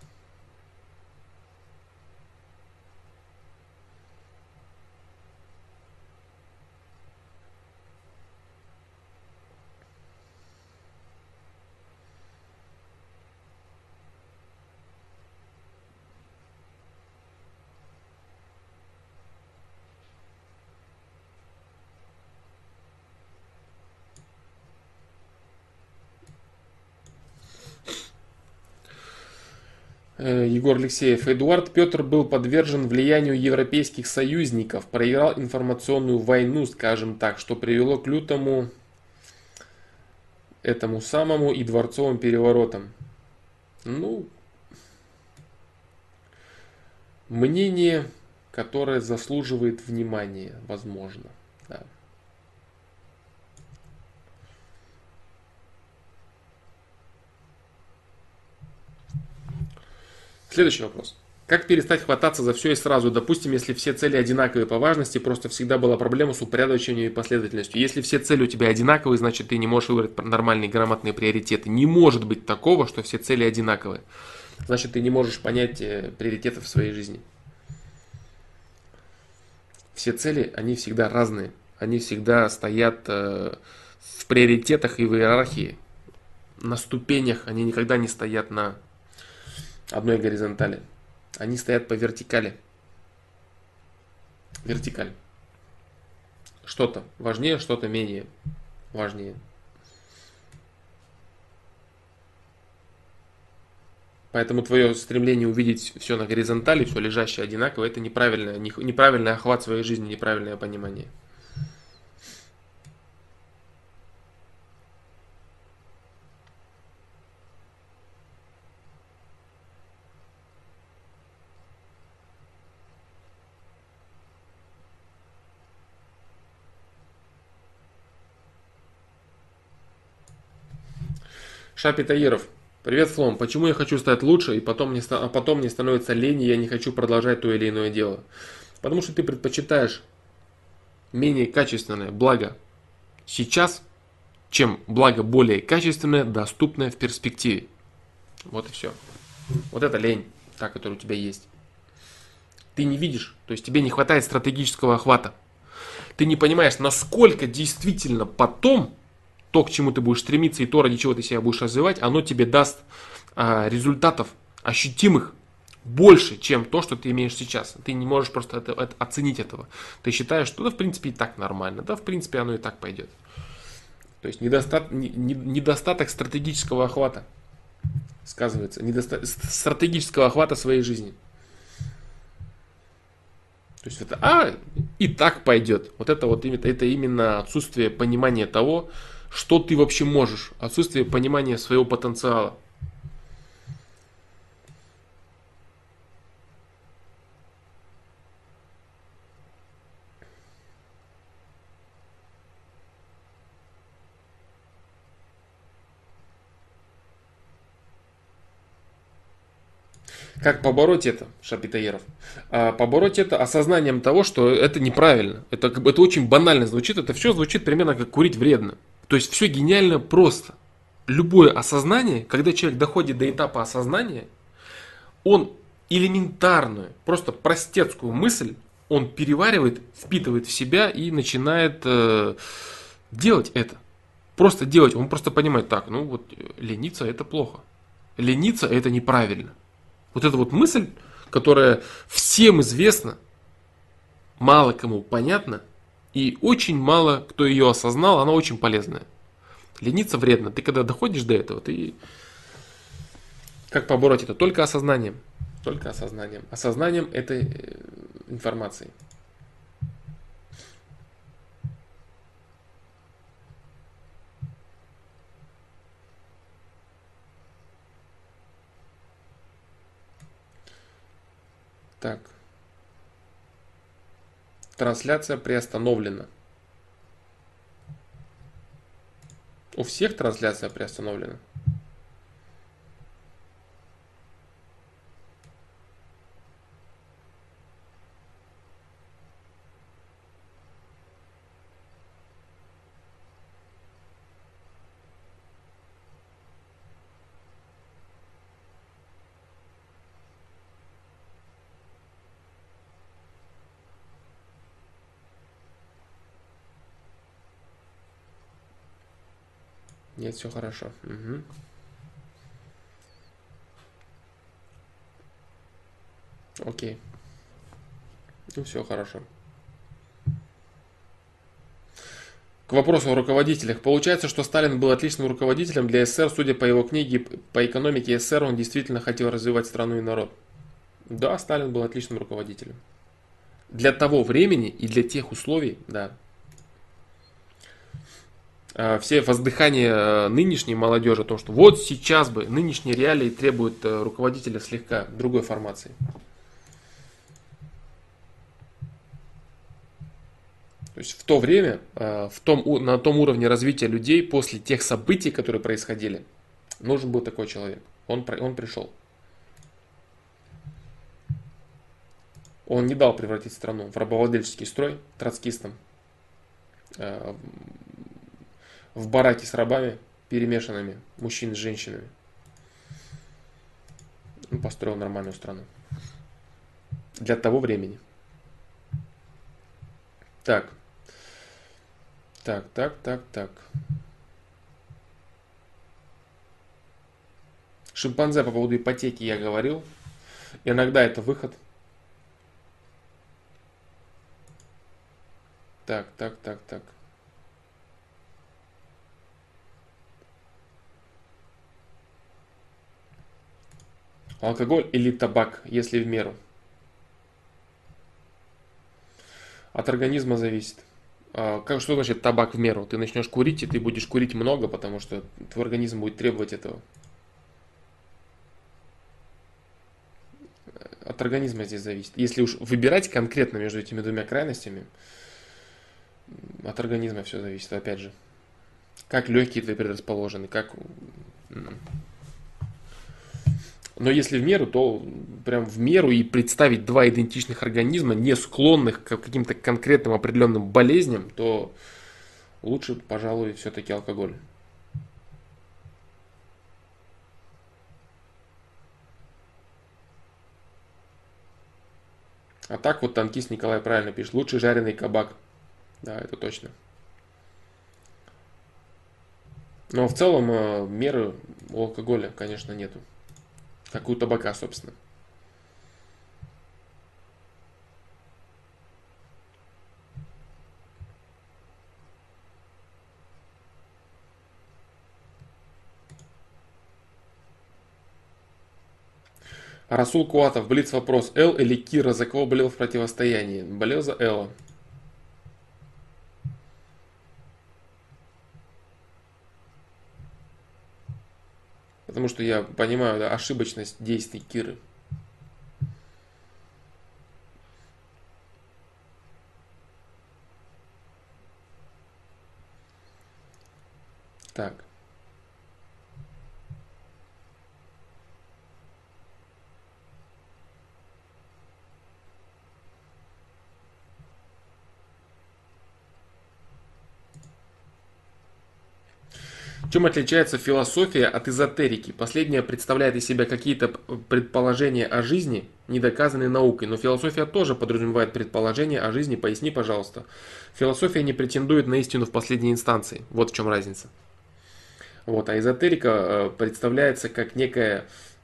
Егор Алексеев. Эдуард Петр был подвержен влиянию европейских союзников, проиграл информационную войну, скажем так, что привело к лютому этому самому и дворцовым переворотам. Ну, мнение, которое заслуживает внимания, возможно. Да. Следующий вопрос. Как перестать хвататься за все и сразу? Допустим, если все цели одинаковые по важности, просто всегда была проблема с упорядочением и последовательностью. Если все цели у тебя одинаковые, значит ты не можешь выбрать нормальные грамотные приоритеты. Не может быть такого, что все цели одинаковые. Значит ты не можешь понять приоритеты в своей жизни. Все цели, они всегда разные. Они всегда стоят в приоритетах и в иерархии. На ступенях они никогда не стоят на одной горизонтали. Они стоят по вертикали. Вертикаль. Что-то важнее, что-то менее важнее. Поэтому твое стремление увидеть все на горизонтали, все лежащее одинаково, это неправильный охват своей жизни, неправильное понимание. Шапи Таиров. Привет, Флом. Почему я хочу стать лучше, и потом мне становится лень, и я не хочу продолжать то или иное дело? Потому что ты предпочитаешь менее качественное благо сейчас, чем благо более качественное, доступное в перспективе. Вот и все. Вот это лень, та, которая у тебя есть. Ты не видишь, то есть тебе не хватает стратегического охвата. Ты не понимаешь, насколько действительно потом то, к чему ты будешь стремиться, и то, ради чего ты себя будешь развивать, оно тебе даст результатов ощутимых больше, чем то, что ты имеешь сейчас. Ты не можешь просто оценить этого. Ты считаешь, что да, в принципе, и так нормально, да, в принципе, оно и так пойдет. То есть недостаток стратегического охвата сказывается, стратегического охвата своей жизни. То есть это, и так пойдет. Это именно отсутствие понимания того, что ты вообще можешь, отсутствие понимания своего потенциала. Как побороть это, Шапитаеров? Побороть это осознанием того, что это неправильно. Это очень банально звучит. Это все звучит примерно как курить вредно. То есть все гениально просто. Любое осознание, когда человек доходит до этапа осознания, он элементарную, просто простецкую мысль, он переваривает, впитывает в себя и начинает делать это. Просто делать. Он просто понимает, так, ну вот лениться это плохо. Лениться это неправильно. Вот эта вот мысль, которая всем известна, мало кому понятна, и очень мало кто ее осознал, она очень полезная. Лениться вредно. Ты когда доходишь до этого, ты... Как побороть это? Только осознанием. Только осознанием. Осознанием этой информации. Так. Трансляция приостановлена. У всех трансляция приостановлена. Нет, все хорошо. Угу. Окей. Ну, все хорошо. К вопросу о руководителях. Получается, что Сталин был отличным руководителем для СССР. Судя по его книге по экономике СССР, он действительно хотел развивать страну и народ. Да, Сталин был отличным руководителем. Для того времени и для тех условий, да. Все воздыхания нынешней молодежи о том, что вот сейчас бы нынешние реалии требуют руководителя слегка другой формации. То есть в то время, на том уровне развития людей, после тех событий, которые происходили, нужен был такой человек. Он пришел. Он не дал превратить страну в рабовладельческий строй троцкистам, в бараки с рабами, перемешанными, мужчин с женщинами. Он построил нормальную страну. Для того времени. Так. Шимпанзе по поводу ипотеки я говорил. Иногда это выход. Так. Алкоголь или табак, если в меру? От организма зависит. Что значит табак в меру? Ты начнешь курить, и ты будешь курить много, потому что твой организм будет требовать этого. От организма здесь зависит. Если уж выбирать конкретно между этими двумя крайностями, от организма все зависит, опять же. Как легкие твои предрасположены, как... Но если в меру, то прям в меру и представить два идентичных организма, не склонных к каким-то конкретным определенным болезням, то лучше, пожалуй, все-таки алкоголь. А так вот танкист Николай правильно пишет. Лучше жареный кабак. Да, это точно. Но в целом меры у алкоголя, конечно, нету. как у табака, собственно. Расул Куатов, блиц вопрос. Эл или Кира, за кого болел в противостоянии? Болел за Элла. Потому что я понимаю, да, ошибочность действий Киры. Так. Чем отличается философия от эзотерики? Последняя представляет из себя какие-то предположения о жизни, не доказанные наукой, но философия тоже подразумевает предположения о жизни. Поясни, пожалуйста. Философия не претендует на истину в последней инстанции. Вот в чем разница. Вот, а эзотерика представляется как некая...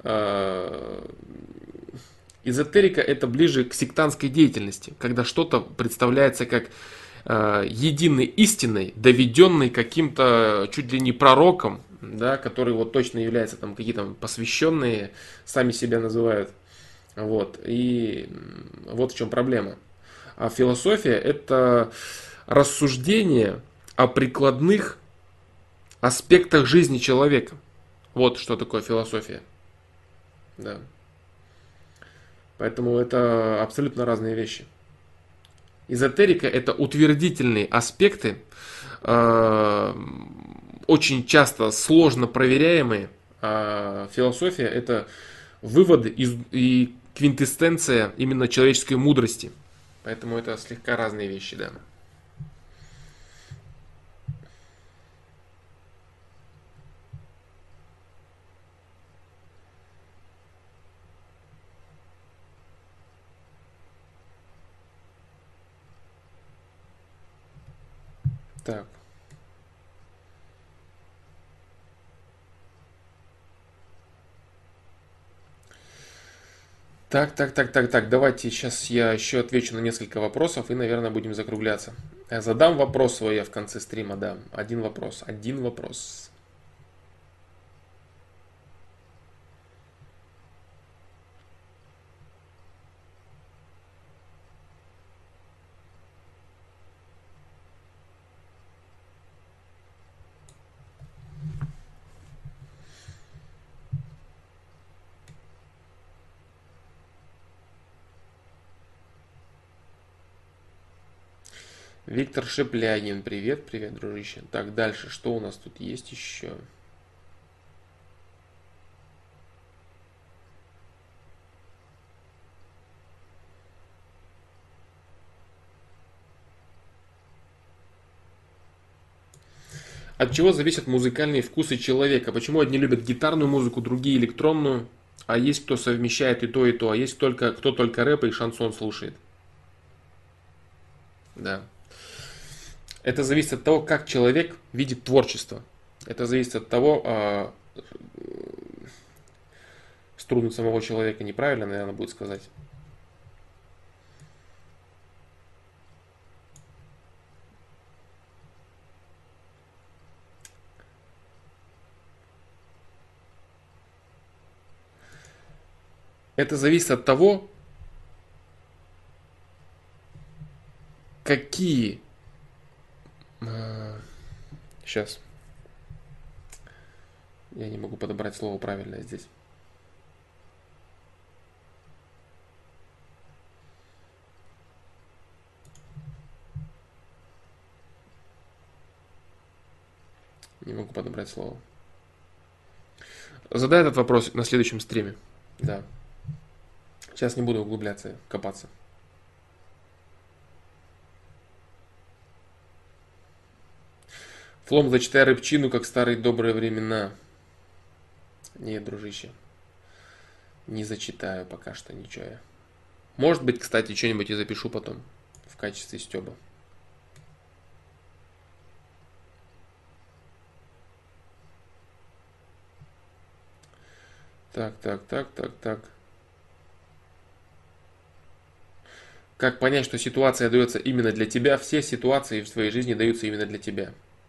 Эзотерика это ближе к сектантской деятельности, когда что-то представляется как единой истиной, доведенной каким-то чуть ли не пророком, да, который вот точно является там какие-то посвященные, сами себя называют. Вот. И вот в чем проблема. А философия это рассуждение о прикладных аспектах жизни человека. Вот что такое философия. Да. Поэтому это абсолютно разные вещи. Эзотерика это утвердительные аспекты, очень часто сложно проверяемые. А философия это выводы и квинтэссенция именно человеческой мудрости. Поэтому это слегка разные вещи, да. Так. Так. Давайте сейчас я еще отвечу на несколько вопросов и, наверное, будем закругляться. Задам вопрос свой я в конце стрима, да. Один вопрос. Один вопрос. Виктор Шеплягин, привет, привет, дружище. Так, дальше, что у нас тут есть еще? От чего зависят музыкальные вкусы человека? Почему одни любят гитарную музыку, другие электронную, а есть кто совмещает и то, а есть только кто только рэп и шансон слушает? Да. Это зависит от того, как человек видит творчество. Это зависит от того, струны самого человека неправильно, наверное, будет сказать. Это зависит от того, какие... Сейчас. Я не могу подобрать слово правильное здесь. Не могу подобрать слово. Задай этот вопрос на следующем стриме. Да. Сейчас не буду углубляться, копаться. Флом, зачитай рыбчину, как старые добрые времена. Нет, дружище. Не зачитаю пока что ничего я. Может быть, кстати, что-нибудь и запишу потом. В качестве стёба. Так. Как понять, что ситуация дается именно для тебя? Все ситуации в твоей жизни даются именно для тебя.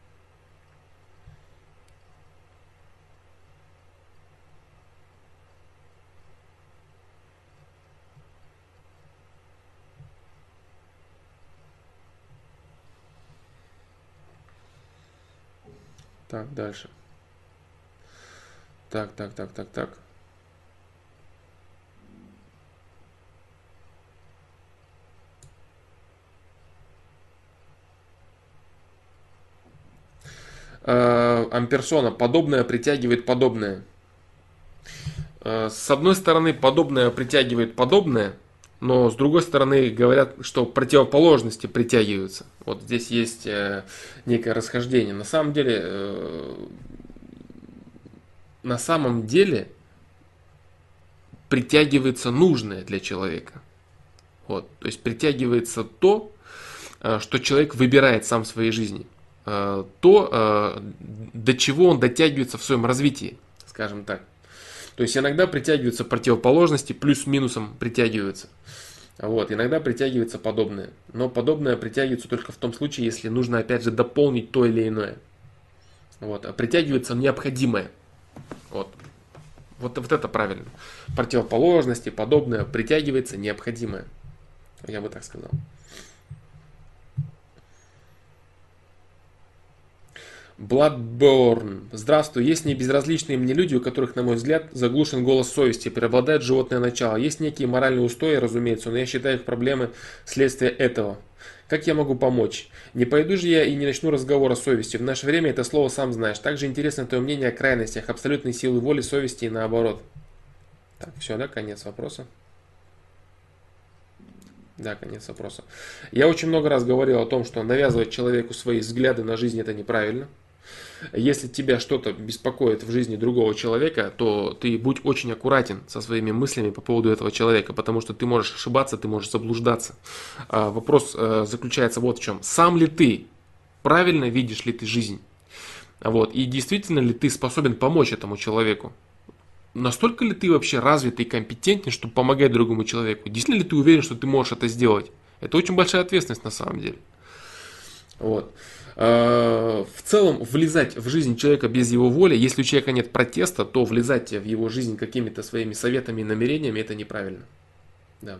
Так, дальше. Так. Амперсона. Подобное притягивает подобное. С одной стороны, подобное притягивает подобное, но с другой стороны говорят, что противоположности притягиваются. Вот здесь есть некое расхождение. На самом деле притягивается нужное для человека. Вот. То есть притягивается то, что человек выбирает сам в своей жизни. То, до чего он дотягивается в своем развитии, скажем так. То есть иногда притягиваются противоположности, плюс с минусом притягиваются. Вот, иногда притягивается подобное. Но подобное притягивается только в том случае, если нужно опять же дополнить то или иное. Вот, а притягивается необходимое. Вот это правильно. Противоположности, подобное, притягивается необходимое. Я бы так сказал. Bloodborne. Здравствуй. Есть небезразличные мне люди, у которых, на мой взгляд, заглушен голос совести, преобладает животное начало. Есть некие моральные устои, разумеется, но я считаю их проблемы следствие этого. Как я могу помочь? Не пойду же я и не начну разговор о совести. В наше время это слово сам знаешь. Также интересно твое мнение о крайностях, абсолютной силы воли, совести и наоборот. Так, все, да, конец вопроса. Да, конец вопроса. Я очень много раз говорил о том, что навязывать человеку свои взгляды на жизнь это неправильно. Если тебя что-то беспокоит в жизни другого человека, то ты будь очень аккуратен со своими мыслями по поводу этого человека, потому что ты можешь ошибаться, ты можешь заблуждаться. Вопрос заключается вот в чем. Сам ли ты, правильно видишь ли ты жизнь? Вот. И действительно ли ты способен помочь этому человеку? Настолько ли ты вообще развитый и компетентен, чтобы помогать другому человеку? Действительно ли ты уверен, что ты можешь это сделать? Это очень большая ответственность на самом деле. Вот. В целом, влезать в жизнь человека без его воли, если у человека нет протеста, то влезать в его жизнь какими-то своими советами и намерениями, это неправильно. Да.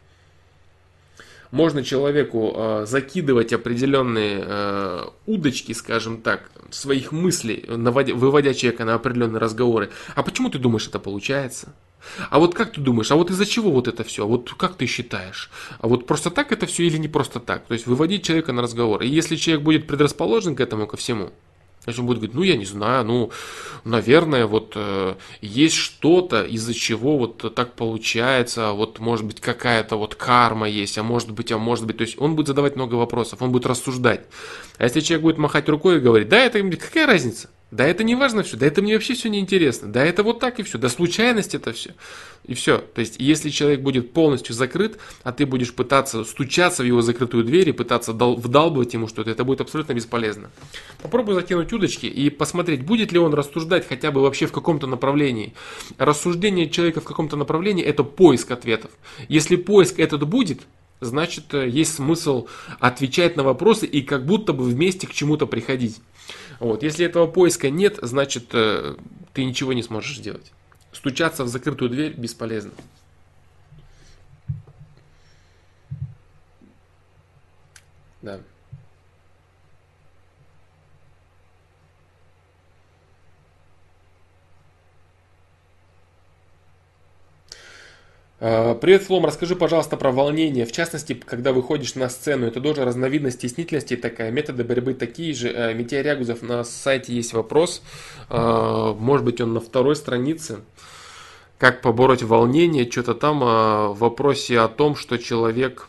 Можно человеку закидывать определенные удочки, скажем так, своих мыслей, выводя человека на определенные разговоры. А почему ты думаешь, это получается? А вот как ты думаешь, а вот из-за чего вот это все? А вот как ты считаешь? А вот просто так это все или не просто так? То есть выводить человека на разговор. И если человек будет предрасположен к этому, ко всему, то есть он будет говорить, ну я не знаю, наверное, вот есть что-то, из-за чего вот так получается, вот может быть какая-то вот карма есть, а может быть, то есть он будет задавать много вопросов, он будет рассуждать. А если человек будет махать рукой и говорить, да, это какая разница? Да это не важно все, да это мне вообще все неинтересно, да это вот так и все, да случайность это все. И все. То есть, если человек будет полностью закрыт, а ты будешь пытаться стучаться в его закрытую дверь и пытаться вдалбывать ему что-то, это будет абсолютно бесполезно. Попробуй закинуть удочки и посмотреть, будет ли он рассуждать хотя бы вообще в каком-то направлении. Рассуждение человека в каком-то направлении – это поиск ответов. Если поиск этот будет, значит, есть смысл отвечать на вопросы и как будто бы вместе к чему-то приходить. Вот. Если этого поиска нет, значит, ты ничего не сможешь сделать. Стучаться в закрытую дверь бесполезно. Да. Привет, Флом, расскажи, пожалуйста, про волнение. В частности, когда выходишь на сцену, это тоже разновидность стеснительности такая, методы борьбы такие же. Митя Рягузов, на сайте есть вопрос, может быть он на второй странице. Как побороть волнение, что-то там в вопросе о том, что человек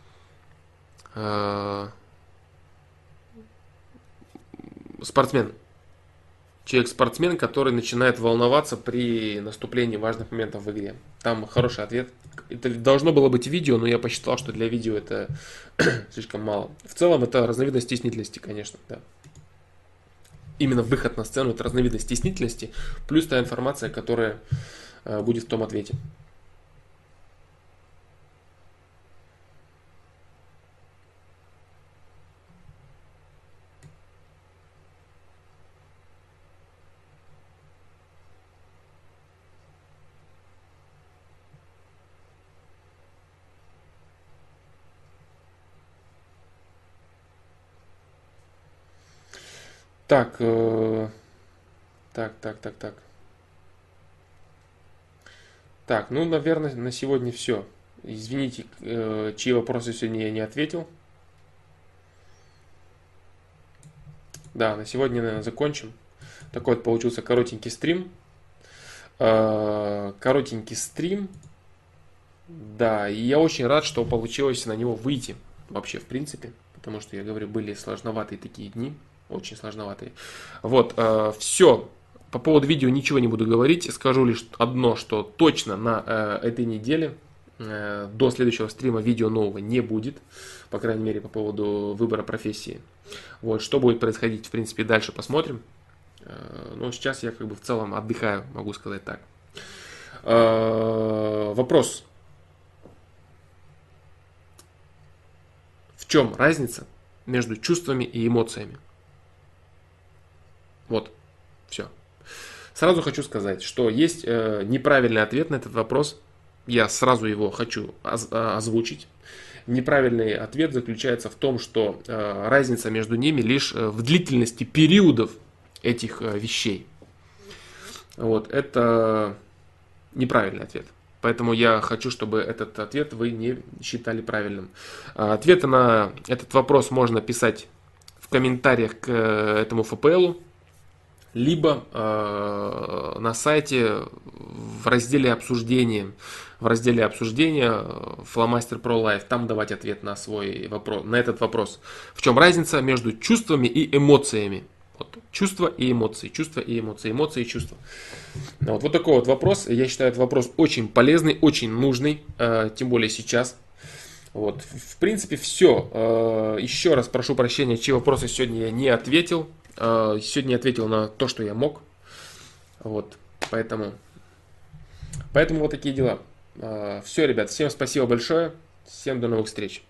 спортсмен. Человек-спортсмен, который начинает волноваться при наступлении важных моментов в игре. Там хороший ответ. Это должно было быть видео, но я посчитал, что для видео это слишком мало. В целом это разновидность стеснительности, конечно, да. Именно выход на сцену это разновидность стеснительности, плюс та информация, которая будет в том ответе. Так, так. Так, ну, наверное, на сегодня все. Извините, чьи вопросы сегодня я не ответил. Да, на сегодня, наверное, закончим. Такой вот получился коротенький стрим. Коротенький стрим. Да, и я очень рад, что получилось на него выйти. Вообще, в принципе. Потому что, я говорю, были сложноватые такие дни. Очень сложноватые. Вот, все. По поводу видео ничего не буду говорить. Скажу лишь одно, что точно на этой неделе до следующего стрима видео нового не будет. По крайней мере, по поводу выбора профессии. Вот, что будет происходить, в принципе, дальше посмотрим. Но сейчас я как бы в целом отдыхаю, могу сказать так. Вопрос. В чем разница между чувствами и эмоциями? Вот, все. Сразу хочу сказать, что есть неправильный ответ на этот вопрос. Я сразу его хочу озвучить. Неправильный ответ заключается в том, что разница между ними лишь в длительности периодов этих вещей. Вот, это неправильный ответ. Поэтому я хочу, чтобы этот ответ вы не считали правильным. Ответы на этот вопрос можно писать в комментариях к этому ФПЛу, либо на сайте в разделе обсуждения. В разделе обсуждения Flowmaster Pro Live, там давать ответ на свой вопрос, на этот вопрос. В чем разница между чувствами и эмоциями? Вот, чувства и эмоции, эмоции и чувства. Вот такой вот вопрос. Я считаю, этот вопрос очень полезный, очень нужный, тем более сейчас. Вот, в принципе, все. Еще раз прошу прощения, чьи вопросы сегодня я не ответил. Сегодня я ответил на то, что я мог. Вот, поэтому вот такие дела. Все, ребят, всем спасибо большое. Всем до новых встреч.